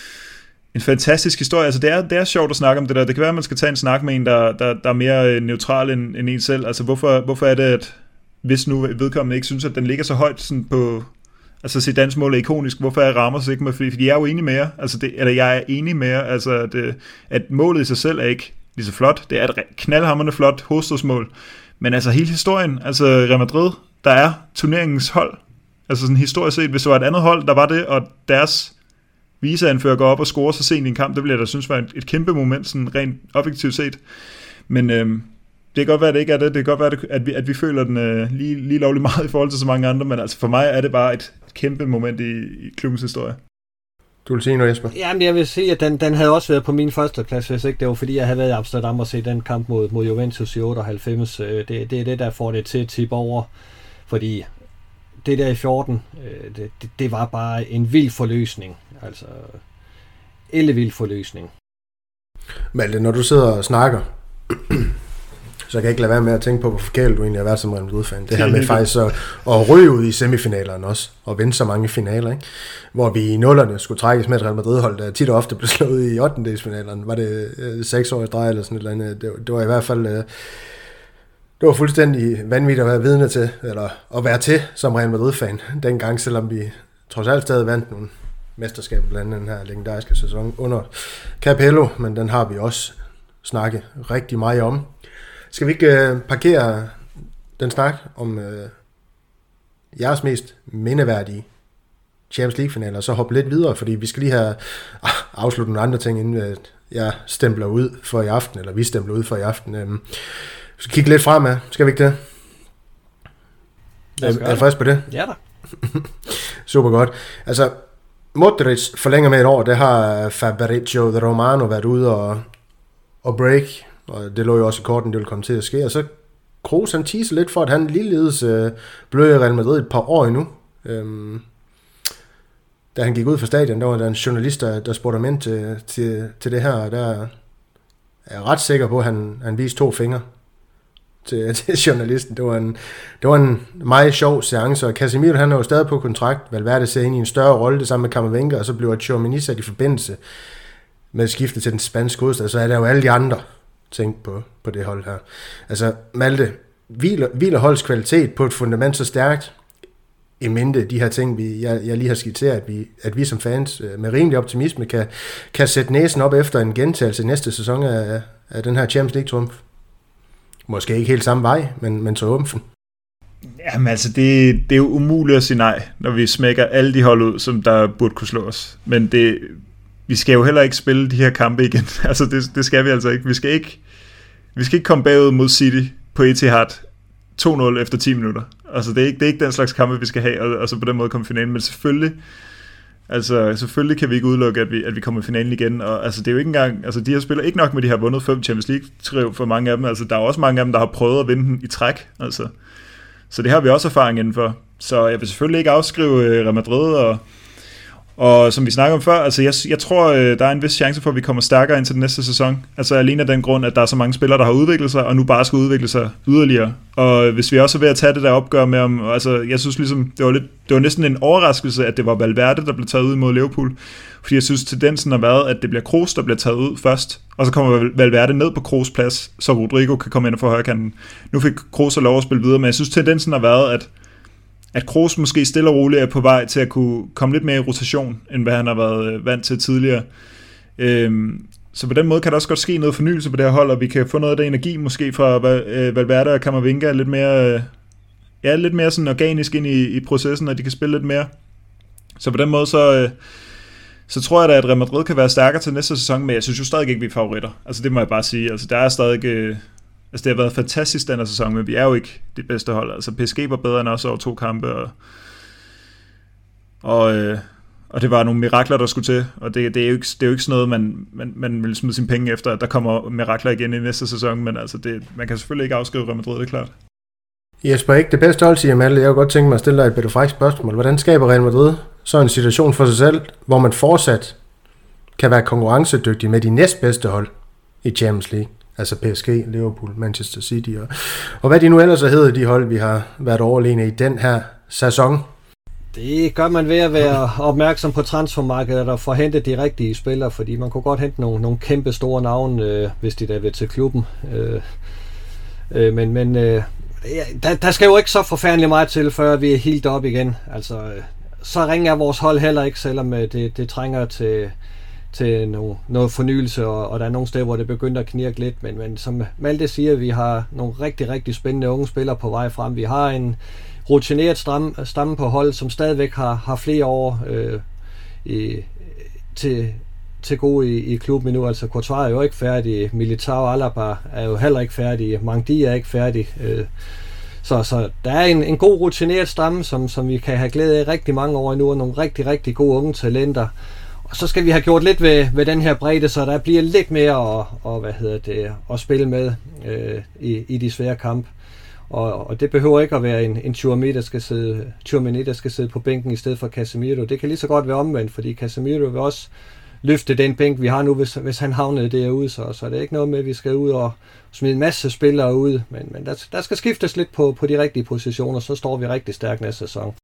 en fantastisk historie. Altså det er, det er sjovt at snakke om det der. Det kan være, at man skal tage en snak med en, der, der, der er mere neutral end, end en selv. Altså hvorfor, hvorfor er det, at hvis nu vedkommende ikke synes, at den ligger så højt sådan på, altså Zidanes mål er ikonisk, hvorfor er Ramos ikke med? Fordi, fordi jeg er jo enig med jer, altså det, eller jeg er enig med jer, altså at, at målet i sig selv er ikke lige så flot, det er et knaldhamrende flot hovedstødsmål, men altså hele historien, altså Real Madrid, der er turneringens hold, altså sådan historisk set, hvis det var et andet hold, der var det, og deres Visa-anfører går op og scorer så sent i en kamp, det ville jeg da synes var et, et kæmpe moment, sådan rent objektivt set, men øhm, det kan godt være, at det ikke er det. Det kan godt være, at vi, at vi føler den øh, lige, lige lovlig meget i forhold til så mange andre, men altså for mig er det bare et kæmpe moment i, i klubbens historie. Du vil sige noget, Jesper? Jamen, jeg vil sige, at den, den havde også været på min første plads, hvis ikke det var, fordi jeg havde været i Amsterdam og set den kamp mod, mod Juventus i otteoghalvfems. Det, det er det, der får det til at tippe over, fordi det der i fjorten, det, det, det var bare en vild forløsning. Altså, ellevild forløsning. Malte, når du sidder og snakker, så jeg kan ikke lade være med at tænke på, hvor forkert du egentlig har været som Real Madrid-fan. Det her med faktisk at, at ryge ud i semifinalerne også, og vinde så mange finaler, ikke? Hvor vi i nullerne skulle trækkes med et Real Madrid-hold, der tit og ofte blev slået i ottendedelsfinalerne. Var det øh, seks år i streg eller sådan et eller andet? Det, det var i hvert fald... Øh, det var fuldstændig vanvittigt at være vidne til, eller at være til som Real Madrid-fan dengang, selvom vi trods alt stadig vandt nogle mesterskaber, blandt andet den her legendariske sæson under Capello, men den har vi også snakket rigtig meget om. Skal vi ikke øh, parkere den snak om øh, jeres mest mindeværdige Champions League-finaler, og så hoppe lidt videre, fordi vi skal lige have ah, afsluttet nogle andre ting, inden øh, jeg stempler ud for i aften, eller vi stempler ud for i aften. Øh, vi skal kigge lidt fremad, skal vi ikke det? Er, er du frisk på det? Ja da. Super godt. Altså, Modric forlænger med et år, det har Fabrizio Romano været ude og, og break, og det lå jo også i korten, det ville komme til at ske, og så Kroos han teaser lidt for, at han ligeledes øh, blev i Real Madrid et par år endnu. Øhm, da han gik ud fra stadion, der var der en journalist, der, der spurgte ham ind til, til, til det her, og der er jeg ret sikker på, at han, han viste to fingre til, til journalisten. Det var, en, det var en meget sjov seance, og Casemiro, han er jo stadig på kontrakt. Valverde ser ind i en større rolle, det samme med Camavinga, og så bliver Tchouaméni sat i forbindelse med skiftet til den spanske hovedstad, så er der jo alle de andre ting på, på det hold her. Altså, Malte, hviler, hviler holds kvalitet på et fundament så stærkt, i mente de her ting, vi, jeg, jeg lige har skitseret, at vi, at vi som fans med rimelig optimisme kan, kan sætte næsen op efter en gentagelse næste sæson af, af den her Champions League-trumf. Måske ikke helt samme vej, men, men triumfen. Jamen altså, det, det er jo umuligt at sige nej, når vi smækker alle de hold ud, som der burde kunne slå os. Men det, vi skal jo heller ikke spille de her kampe igen. Altså, det, det skal vi altså ikke. Vi skal ikke, vi skal ikke komme bagud mod City på Etihad to nul efter ti minutter. Altså, det er ikke, det er ikke den slags kampe, vi skal have, og, og så på den måde komme i finalen. Men selvfølgelig, altså, selvfølgelig kan vi ikke udelukke, at vi, at vi kommer i finalen igen. Og altså, det er jo ikke engang, altså, de her spiller ikke nok med, de har vundet fem Champions League for mange af dem. Altså, der er også mange af dem, der har prøvet at vinde den i træk. Altså, så det har vi også erfaring indenfor. Så jeg vil selvfølgelig ikke afskrive Real Madrid, og Og som vi snakker om før, altså jeg, jeg tror, der er en vis chance for, at vi kommer stærkere ind til den næste sæson. Altså alene af den grund, at der er så mange spillere, der har udviklet sig, og nu bare skal udvikle sig yderligere. Og hvis vi også er ved at tage det der opgør med, om, altså jeg synes ligesom, det var, lidt, det var næsten en overraskelse, at det var Valverde, der blev taget ud mod Liverpool. Fordi jeg synes, tendensen har været, at det bliver Kroos, der bliver taget ud først, og så kommer Valverde ned på Kroos' plads, så Rodrigo kan komme ind og få højrekanten. Nu fik Kroos lov at spille videre, men jeg synes, tendensen har været, at at Kroos måske stille og roligt er på vej til at kunne komme lidt mere i rotation, end hvad han har været vant til tidligere. Øhm, så på den måde kan der også godt ske noget fornyelse på det her hold, og vi kan få noget af det energi måske fra Valverde og Camavinga lidt mere, ja, lidt mere sådan organisk ind i, i processen, og de kan spille lidt mere. Så på den måde så, så tror jeg da, at Real Madrid kan være stærkere til næste sæson, men jeg synes jo stadig ikke, vi er favoritter. Altså det må jeg bare sige. Altså der er stadig... Altså det har været fantastisk den her sæson, men vi er jo ikke det bedste hold. Altså P S G var bedre end os over to kampe, og, og, øh, og det var nogle mirakler, der skulle til. Og det, det, er, jo ikke, det er jo ikke sådan noget, man, man, man vil smide sine penge efter, at der kommer mirakler igen i næste sæson, men altså det, man kan selvfølgelig ikke afskrive Real Madrid, det er klart. Jesper, ikke det bedste hold, siger Malte. Jeg kunne godt tænke mig at stille dig et bedre frækt spørgsmål. Hvordan skaber Real Madrid så en situation for sig selv, hvor man fortsat kan være konkurrencedygtig med de næstbedste hold i Champions League? Altså P S G, Liverpool, Manchester City og, og hvad de nu ellers hedder, de hold, vi har været overlegne i den her sæson. Det gør man ved at være opmærksom på transfermarkedet og få hentet de rigtige spillere, fordi man kunne godt hente nogle, nogle kæmpe store navne, øh, hvis de der vil til klubben. Øh, øh, men men øh, der, der skal jo ikke så forfærdeligt meget til, før vi er helt op igen. Altså, øh, så ringer vores hold heller ikke, selvom det, det trænger til... til noget, noget fornyelse, og, og der er nogle steder, hvor det begynder at knirke lidt, men, men som Malte siger, vi har nogle rigtig, rigtig spændende unge spillere på vej frem. Vi har en rutineret stamme, stamme på hold, som stadigvæk har, har flere år øh, i, til, til gode i, i klubben nu. Altså Courtois er jo ikke færdig, Militao og Alaba er jo heller ikke færdig, Mangdi er ikke færdig. Øh, så, så der er en, en god rutineret stamme, som, som vi kan have glæde af rigtig mange år nu, og nogle rigtig, rigtig gode unge talenter. Så skal vi have gjort lidt ved, ved den her bredde, så der bliver lidt mere at, og, hvad hedder det, at spille med øh, i, i de svære kampe. Og, og det behøver ikke at være en, en Tchouaméni, der skal sidde, Tchouaméni, der skal sidde på bænken i stedet for Casemiro. Det kan lige så godt være omvendt, fordi Casemiro vil også løfte den bænk, vi har nu, hvis, hvis han havnede derude. Så, så det er ikke noget med, at vi skal ud og smide en masse spillere ud. Men, men der, der skal skiftes lidt på, på de rigtige positioner, så står vi rigtig stærkt næste sæson.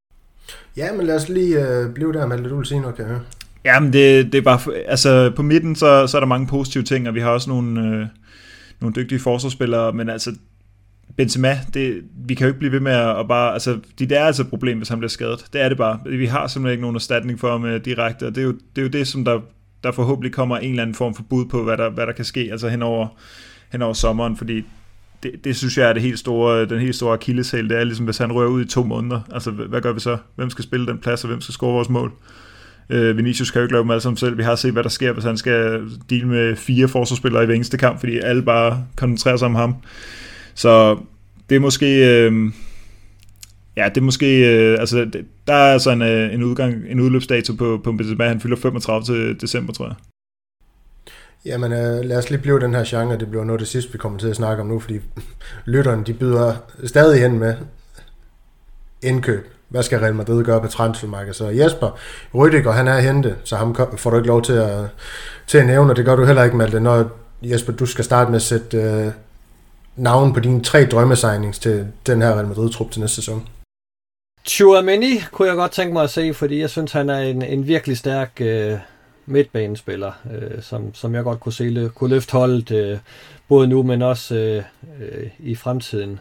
Ja, men lad os lige øh, blive der, Malte, du vil sige noget, kan jeg høre. Jamen, det, det er bare... Altså, på midten, så, så er der mange positive ting, og vi har også nogle, øh, nogle dygtige forsvarsspillere, men altså, Benzema, det, vi kan jo ikke blive ved med at bare... Altså, det er altså et problem, hvis han bliver skadet. Det er det bare. Vi har simpelthen ikke nogen erstatning for ham øh, direkte, og det er, jo, det er jo det, som der, der forhåbentlig kommer en eller anden form for bud på, hvad der, hvad der kan ske, altså hen over, hen over sommeren, fordi det, det synes jeg er det helt store, den helt store akilleshæl. Det er ligesom, hvis han rører ud i to måneder. Altså, hvad gør vi så? Hvem skal spille den plads, og hvem skal score vores mål? Uh, Vinicius kan jo ikke lave dem alle sammen selv. Vi har set, hvad der sker, hvis han skal deal med fire forsvarsspillere i hver eneste kamp, fordi alle bare koncentrerer sig om ham. Så det er måske... Uh, ja, det er måske... Uh, altså, det, der er altså en, uh, en, udgang, en udløbsdato på, på Benzema. Han fylder femogtredive til december, tror jeg. Jamen, uh, lad os lige blive den her genre. Det bliver noget af det sidste, vi kommer til at snakke om nu, fordi lytterne, de byder stadig hen med indkøb hvad skal Real Madrid gøre på transfermarkedet? Så Jesper Rüdiger, han er hentet, så ham får du ikke lov til at, til at nævne, og det gør du heller ikke, Malte, når Jesper, du skal starte med at sætte øh, navn på dine tre drømmesignings til den her Real Madrid-trup til næste sæson. Tchouaméni kunne jeg godt tænke mig at se, fordi jeg synes, han er en, en virkelig stærk øh, midtbanespiller, øh, som, som jeg godt kunne se kunne løfte holdet, øh, både nu, men også øh, øh, i fremtiden.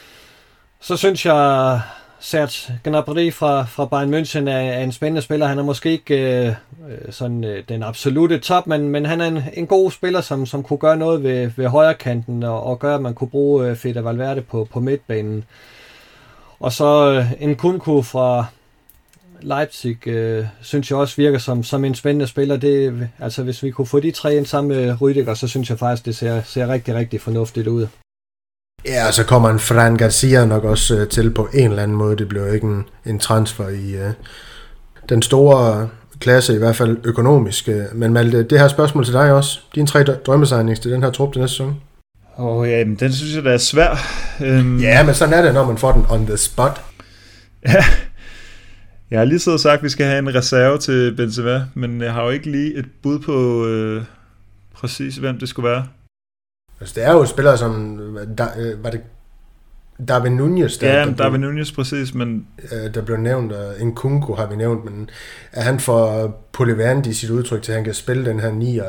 Så synes jeg, Serge Gnabry fra, fra Bayern München er, er en spændende spiller. Han er måske ikke øh, sådan, øh, den absolute top, men, men han er en, en god spiller, som, som kunne gøre noget ved, ved højre kanten, og, og gøre, at man kunne bruge øh, Fede Valverde på, på midtbanen. Og så øh, en Nkunku fra Leipzig, øh, synes jeg også virker som, som en spændende spiller. Det, altså hvis vi kunne få de tre ind sammen med Rüdiger, så synes jeg faktisk, det ser, ser rigtig, rigtig fornuftigt ud. Ja, og så kommer en Fran Garcia nok også øh, til på en eller anden måde. Det bliver jo ikke en, en transfer i øh, den store klasse, i hvert fald økonomisk. Men Malte, det her spørgsmål til dig også. Dine tre drømmesignings til den her trup til næste sæson? Åh oh, ja, men den synes jeg, der er svær. Um... Ja, men sådan er det, når man får den on the spot. Ja, jeg har lige siddet og sagt, at vi skal have en reserve til Benzema, men jeg har jo ikke lige et bud på øh, præcis, hvem det skulle være. Altså, det er jo spillere som, der, øh, var det Darwin Núñez? Der, ja, der Darwin Núñez, præcis, men... Øh, der blev nævnt, og Nkunku har vi nævnt, men er han for polyvalent i sit udtryk til, at han kan spille den her nier?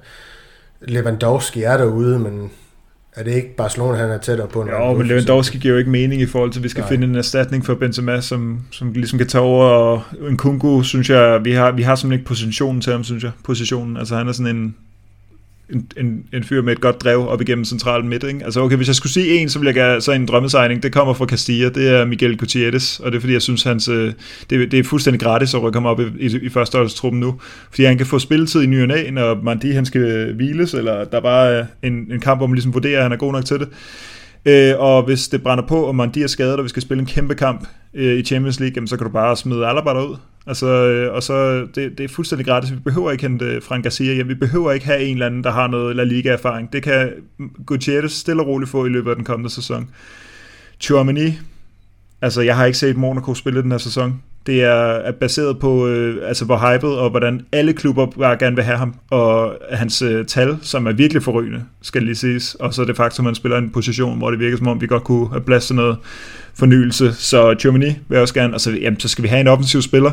Lewandowski er derude, men er det ikke Barcelona, han er tættere på? Jo, men Lewandowski giver jo ikke mening i forhold til, at vi skal Nej. finde en erstatning for Benzema, som, som ligesom kan tage over, og Nkunku, synes jeg, vi har, vi har simpelthen ikke positionen til ham, synes jeg, positionen. Altså, han er sådan en... En, en, en fyr med et godt drev op igennem centralen midt, ikke? Altså okay, hvis jeg skulle sige en, så ville jeg gøre så en drømmesegning, det kommer fra Castilla, det er Miguel Gutierrez, og det er fordi, jeg synes, hans, det, det er fuldstændig gratis at rykke ham op i, i, i førsteholdstruppen nu, fordi han kan få spilletid i ny og næ, når Mandi, han skal hviles, eller der bare er en, en kamp, hvor man ligesom vurderer, at han er god nok til det. Øh, og hvis det brænder på, og Mandi er skadet, og vi skal spille en kæmpe kamp øh, i Champions League, jamen, så kan du bare smide Alaba derud. Altså, øh, og så, det, det er fuldstændig gratis. Vi behøver ikke hente Fran Garcia hjem. Vi behøver ikke have en eller anden, der har noget La Liga-erfaring. Det kan Gutierrez stille og roligt få i løbet af den kommende sæson. Tchouaméni, altså jeg har ikke set Monaco spille den her sæson. Det er, er baseret på, øh, altså hvor hyped, og hvordan alle klubber bare gerne vil have ham, og hans øh, tal, som er virkelig forrygende, skal lige siges, og så er det faktum, at han spiller i en position, hvor det virker som om, vi godt kunne have plads til noget fornyelse, så Tchouaméni vil jeg også gerne, og så, jamen, så skal vi have en offensiv spiller.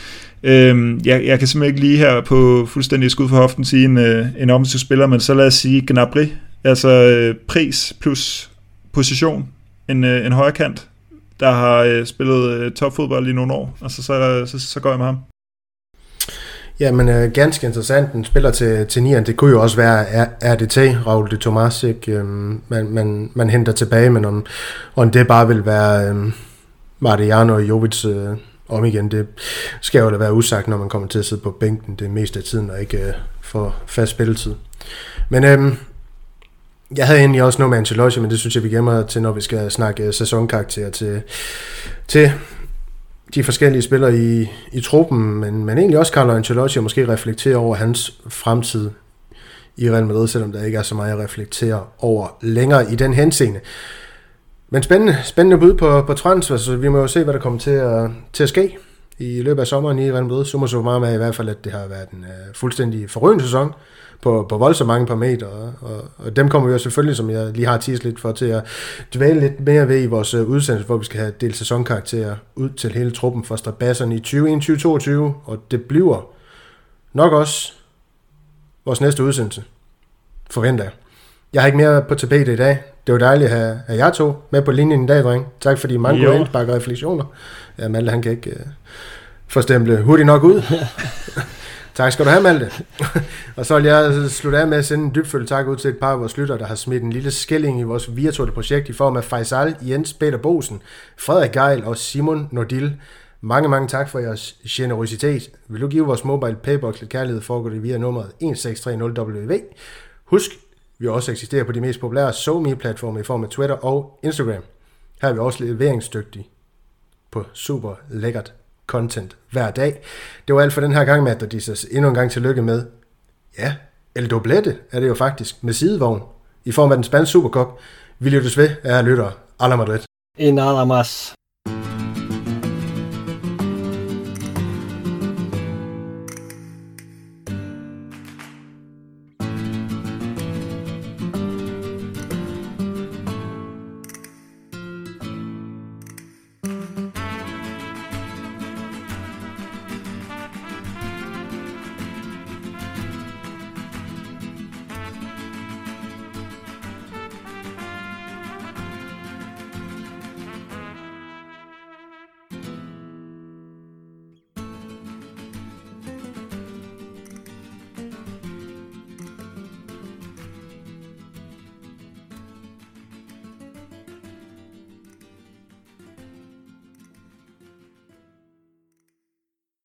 Øhm, jeg, jeg kan simpelthen ikke lige her på fuldstændig skud for hoften sige en, øh, en offensiv spiller, men så lad os sige Gnabry, altså øh, pris plus position, en, øh, en højre kant, der har øh, spillet øh, topfodbold i nogle år, og så, så, så, så går jeg med ham. Jamen, øh, ganske interessant. En spiller til, til nieren, det kunne jo også være R D T, Raúl de Tomàs, ikke? Øhm, man, man, man henter tilbage, men om, om det bare vil være øhm, Mariano og Jovic øh, om igen, det skal jo da være usagt, når man kommer til at sidde på bænken det meste af tiden, og ikke øh, få fast spilletid. Men øhm, jeg havde egentlig også noget med Ancelotti, men det synes jeg, vi gemmer til, når vi skal snakke sæsonkarakterer til, til de forskellige spillere i, i truppen, men, men egentlig også Carlo Ancelotti, og måske reflektere over hans fremtid i Real Madrid, selvom der ikke er så meget at reflektere over længere i den henseende. Men spændende, spændende bud på, på transfer, så vi må jo se, hvad der kommer til at, til at ske i løbet af sommeren i Real Madrid. Så må så meget med i hvert fald, at det har været en uh, fuldstændig forrygende sæson på, på voldsomt mange parametre, og, og, og dem kommer vi jo selvfølgelig, som jeg lige har teaset lidt for, til at dvæle lidt mere ved i vores uh, udsendelse, hvor vi skal have delt sæsonkarakterer ud til hele truppen for strabasserne i tyve enogtyve til toogtyve, og det bliver nok også vores næste udsendelse, forventer jeg. Jeg har ikke mere på tapetet i dag. Det var dejligt at have, have jer to med på linjen i dag, dreng. Tak for de mange gode indbakke og refleksioner. Ja, Malte, han kan ikke uh, forstemple hurtigt nok ud. Tak skal du have, Malte. Og så vil jeg slutte af med at sende en dybfølt tak ud til et par af vores lyttere, der har smidt en lille skilling i vores virtuelle projekt i form af Faisal, Jens Peter Bosen, Frederik Geil og Simon Nordil. Mange, mange tak for jeres generøsitet. Vil du give vores mobile paybox lidt kærlighed, foregår det via nummeret et seks tre nul W V. Husk, vi også eksisterer på de mest populære SoMe-platforme i form af Twitter og Instagram. Her er vi også leveringsdygtige på super lækkert content hver dag. Det var alt for den her gang, Matt, og de så endnu en gang tillykke med, ja, El Doblette er det jo faktisk, med sidevogn, i form af den spanske Supercup. Vi lyttes ved, er lyttere. A la Madrid. En nada más.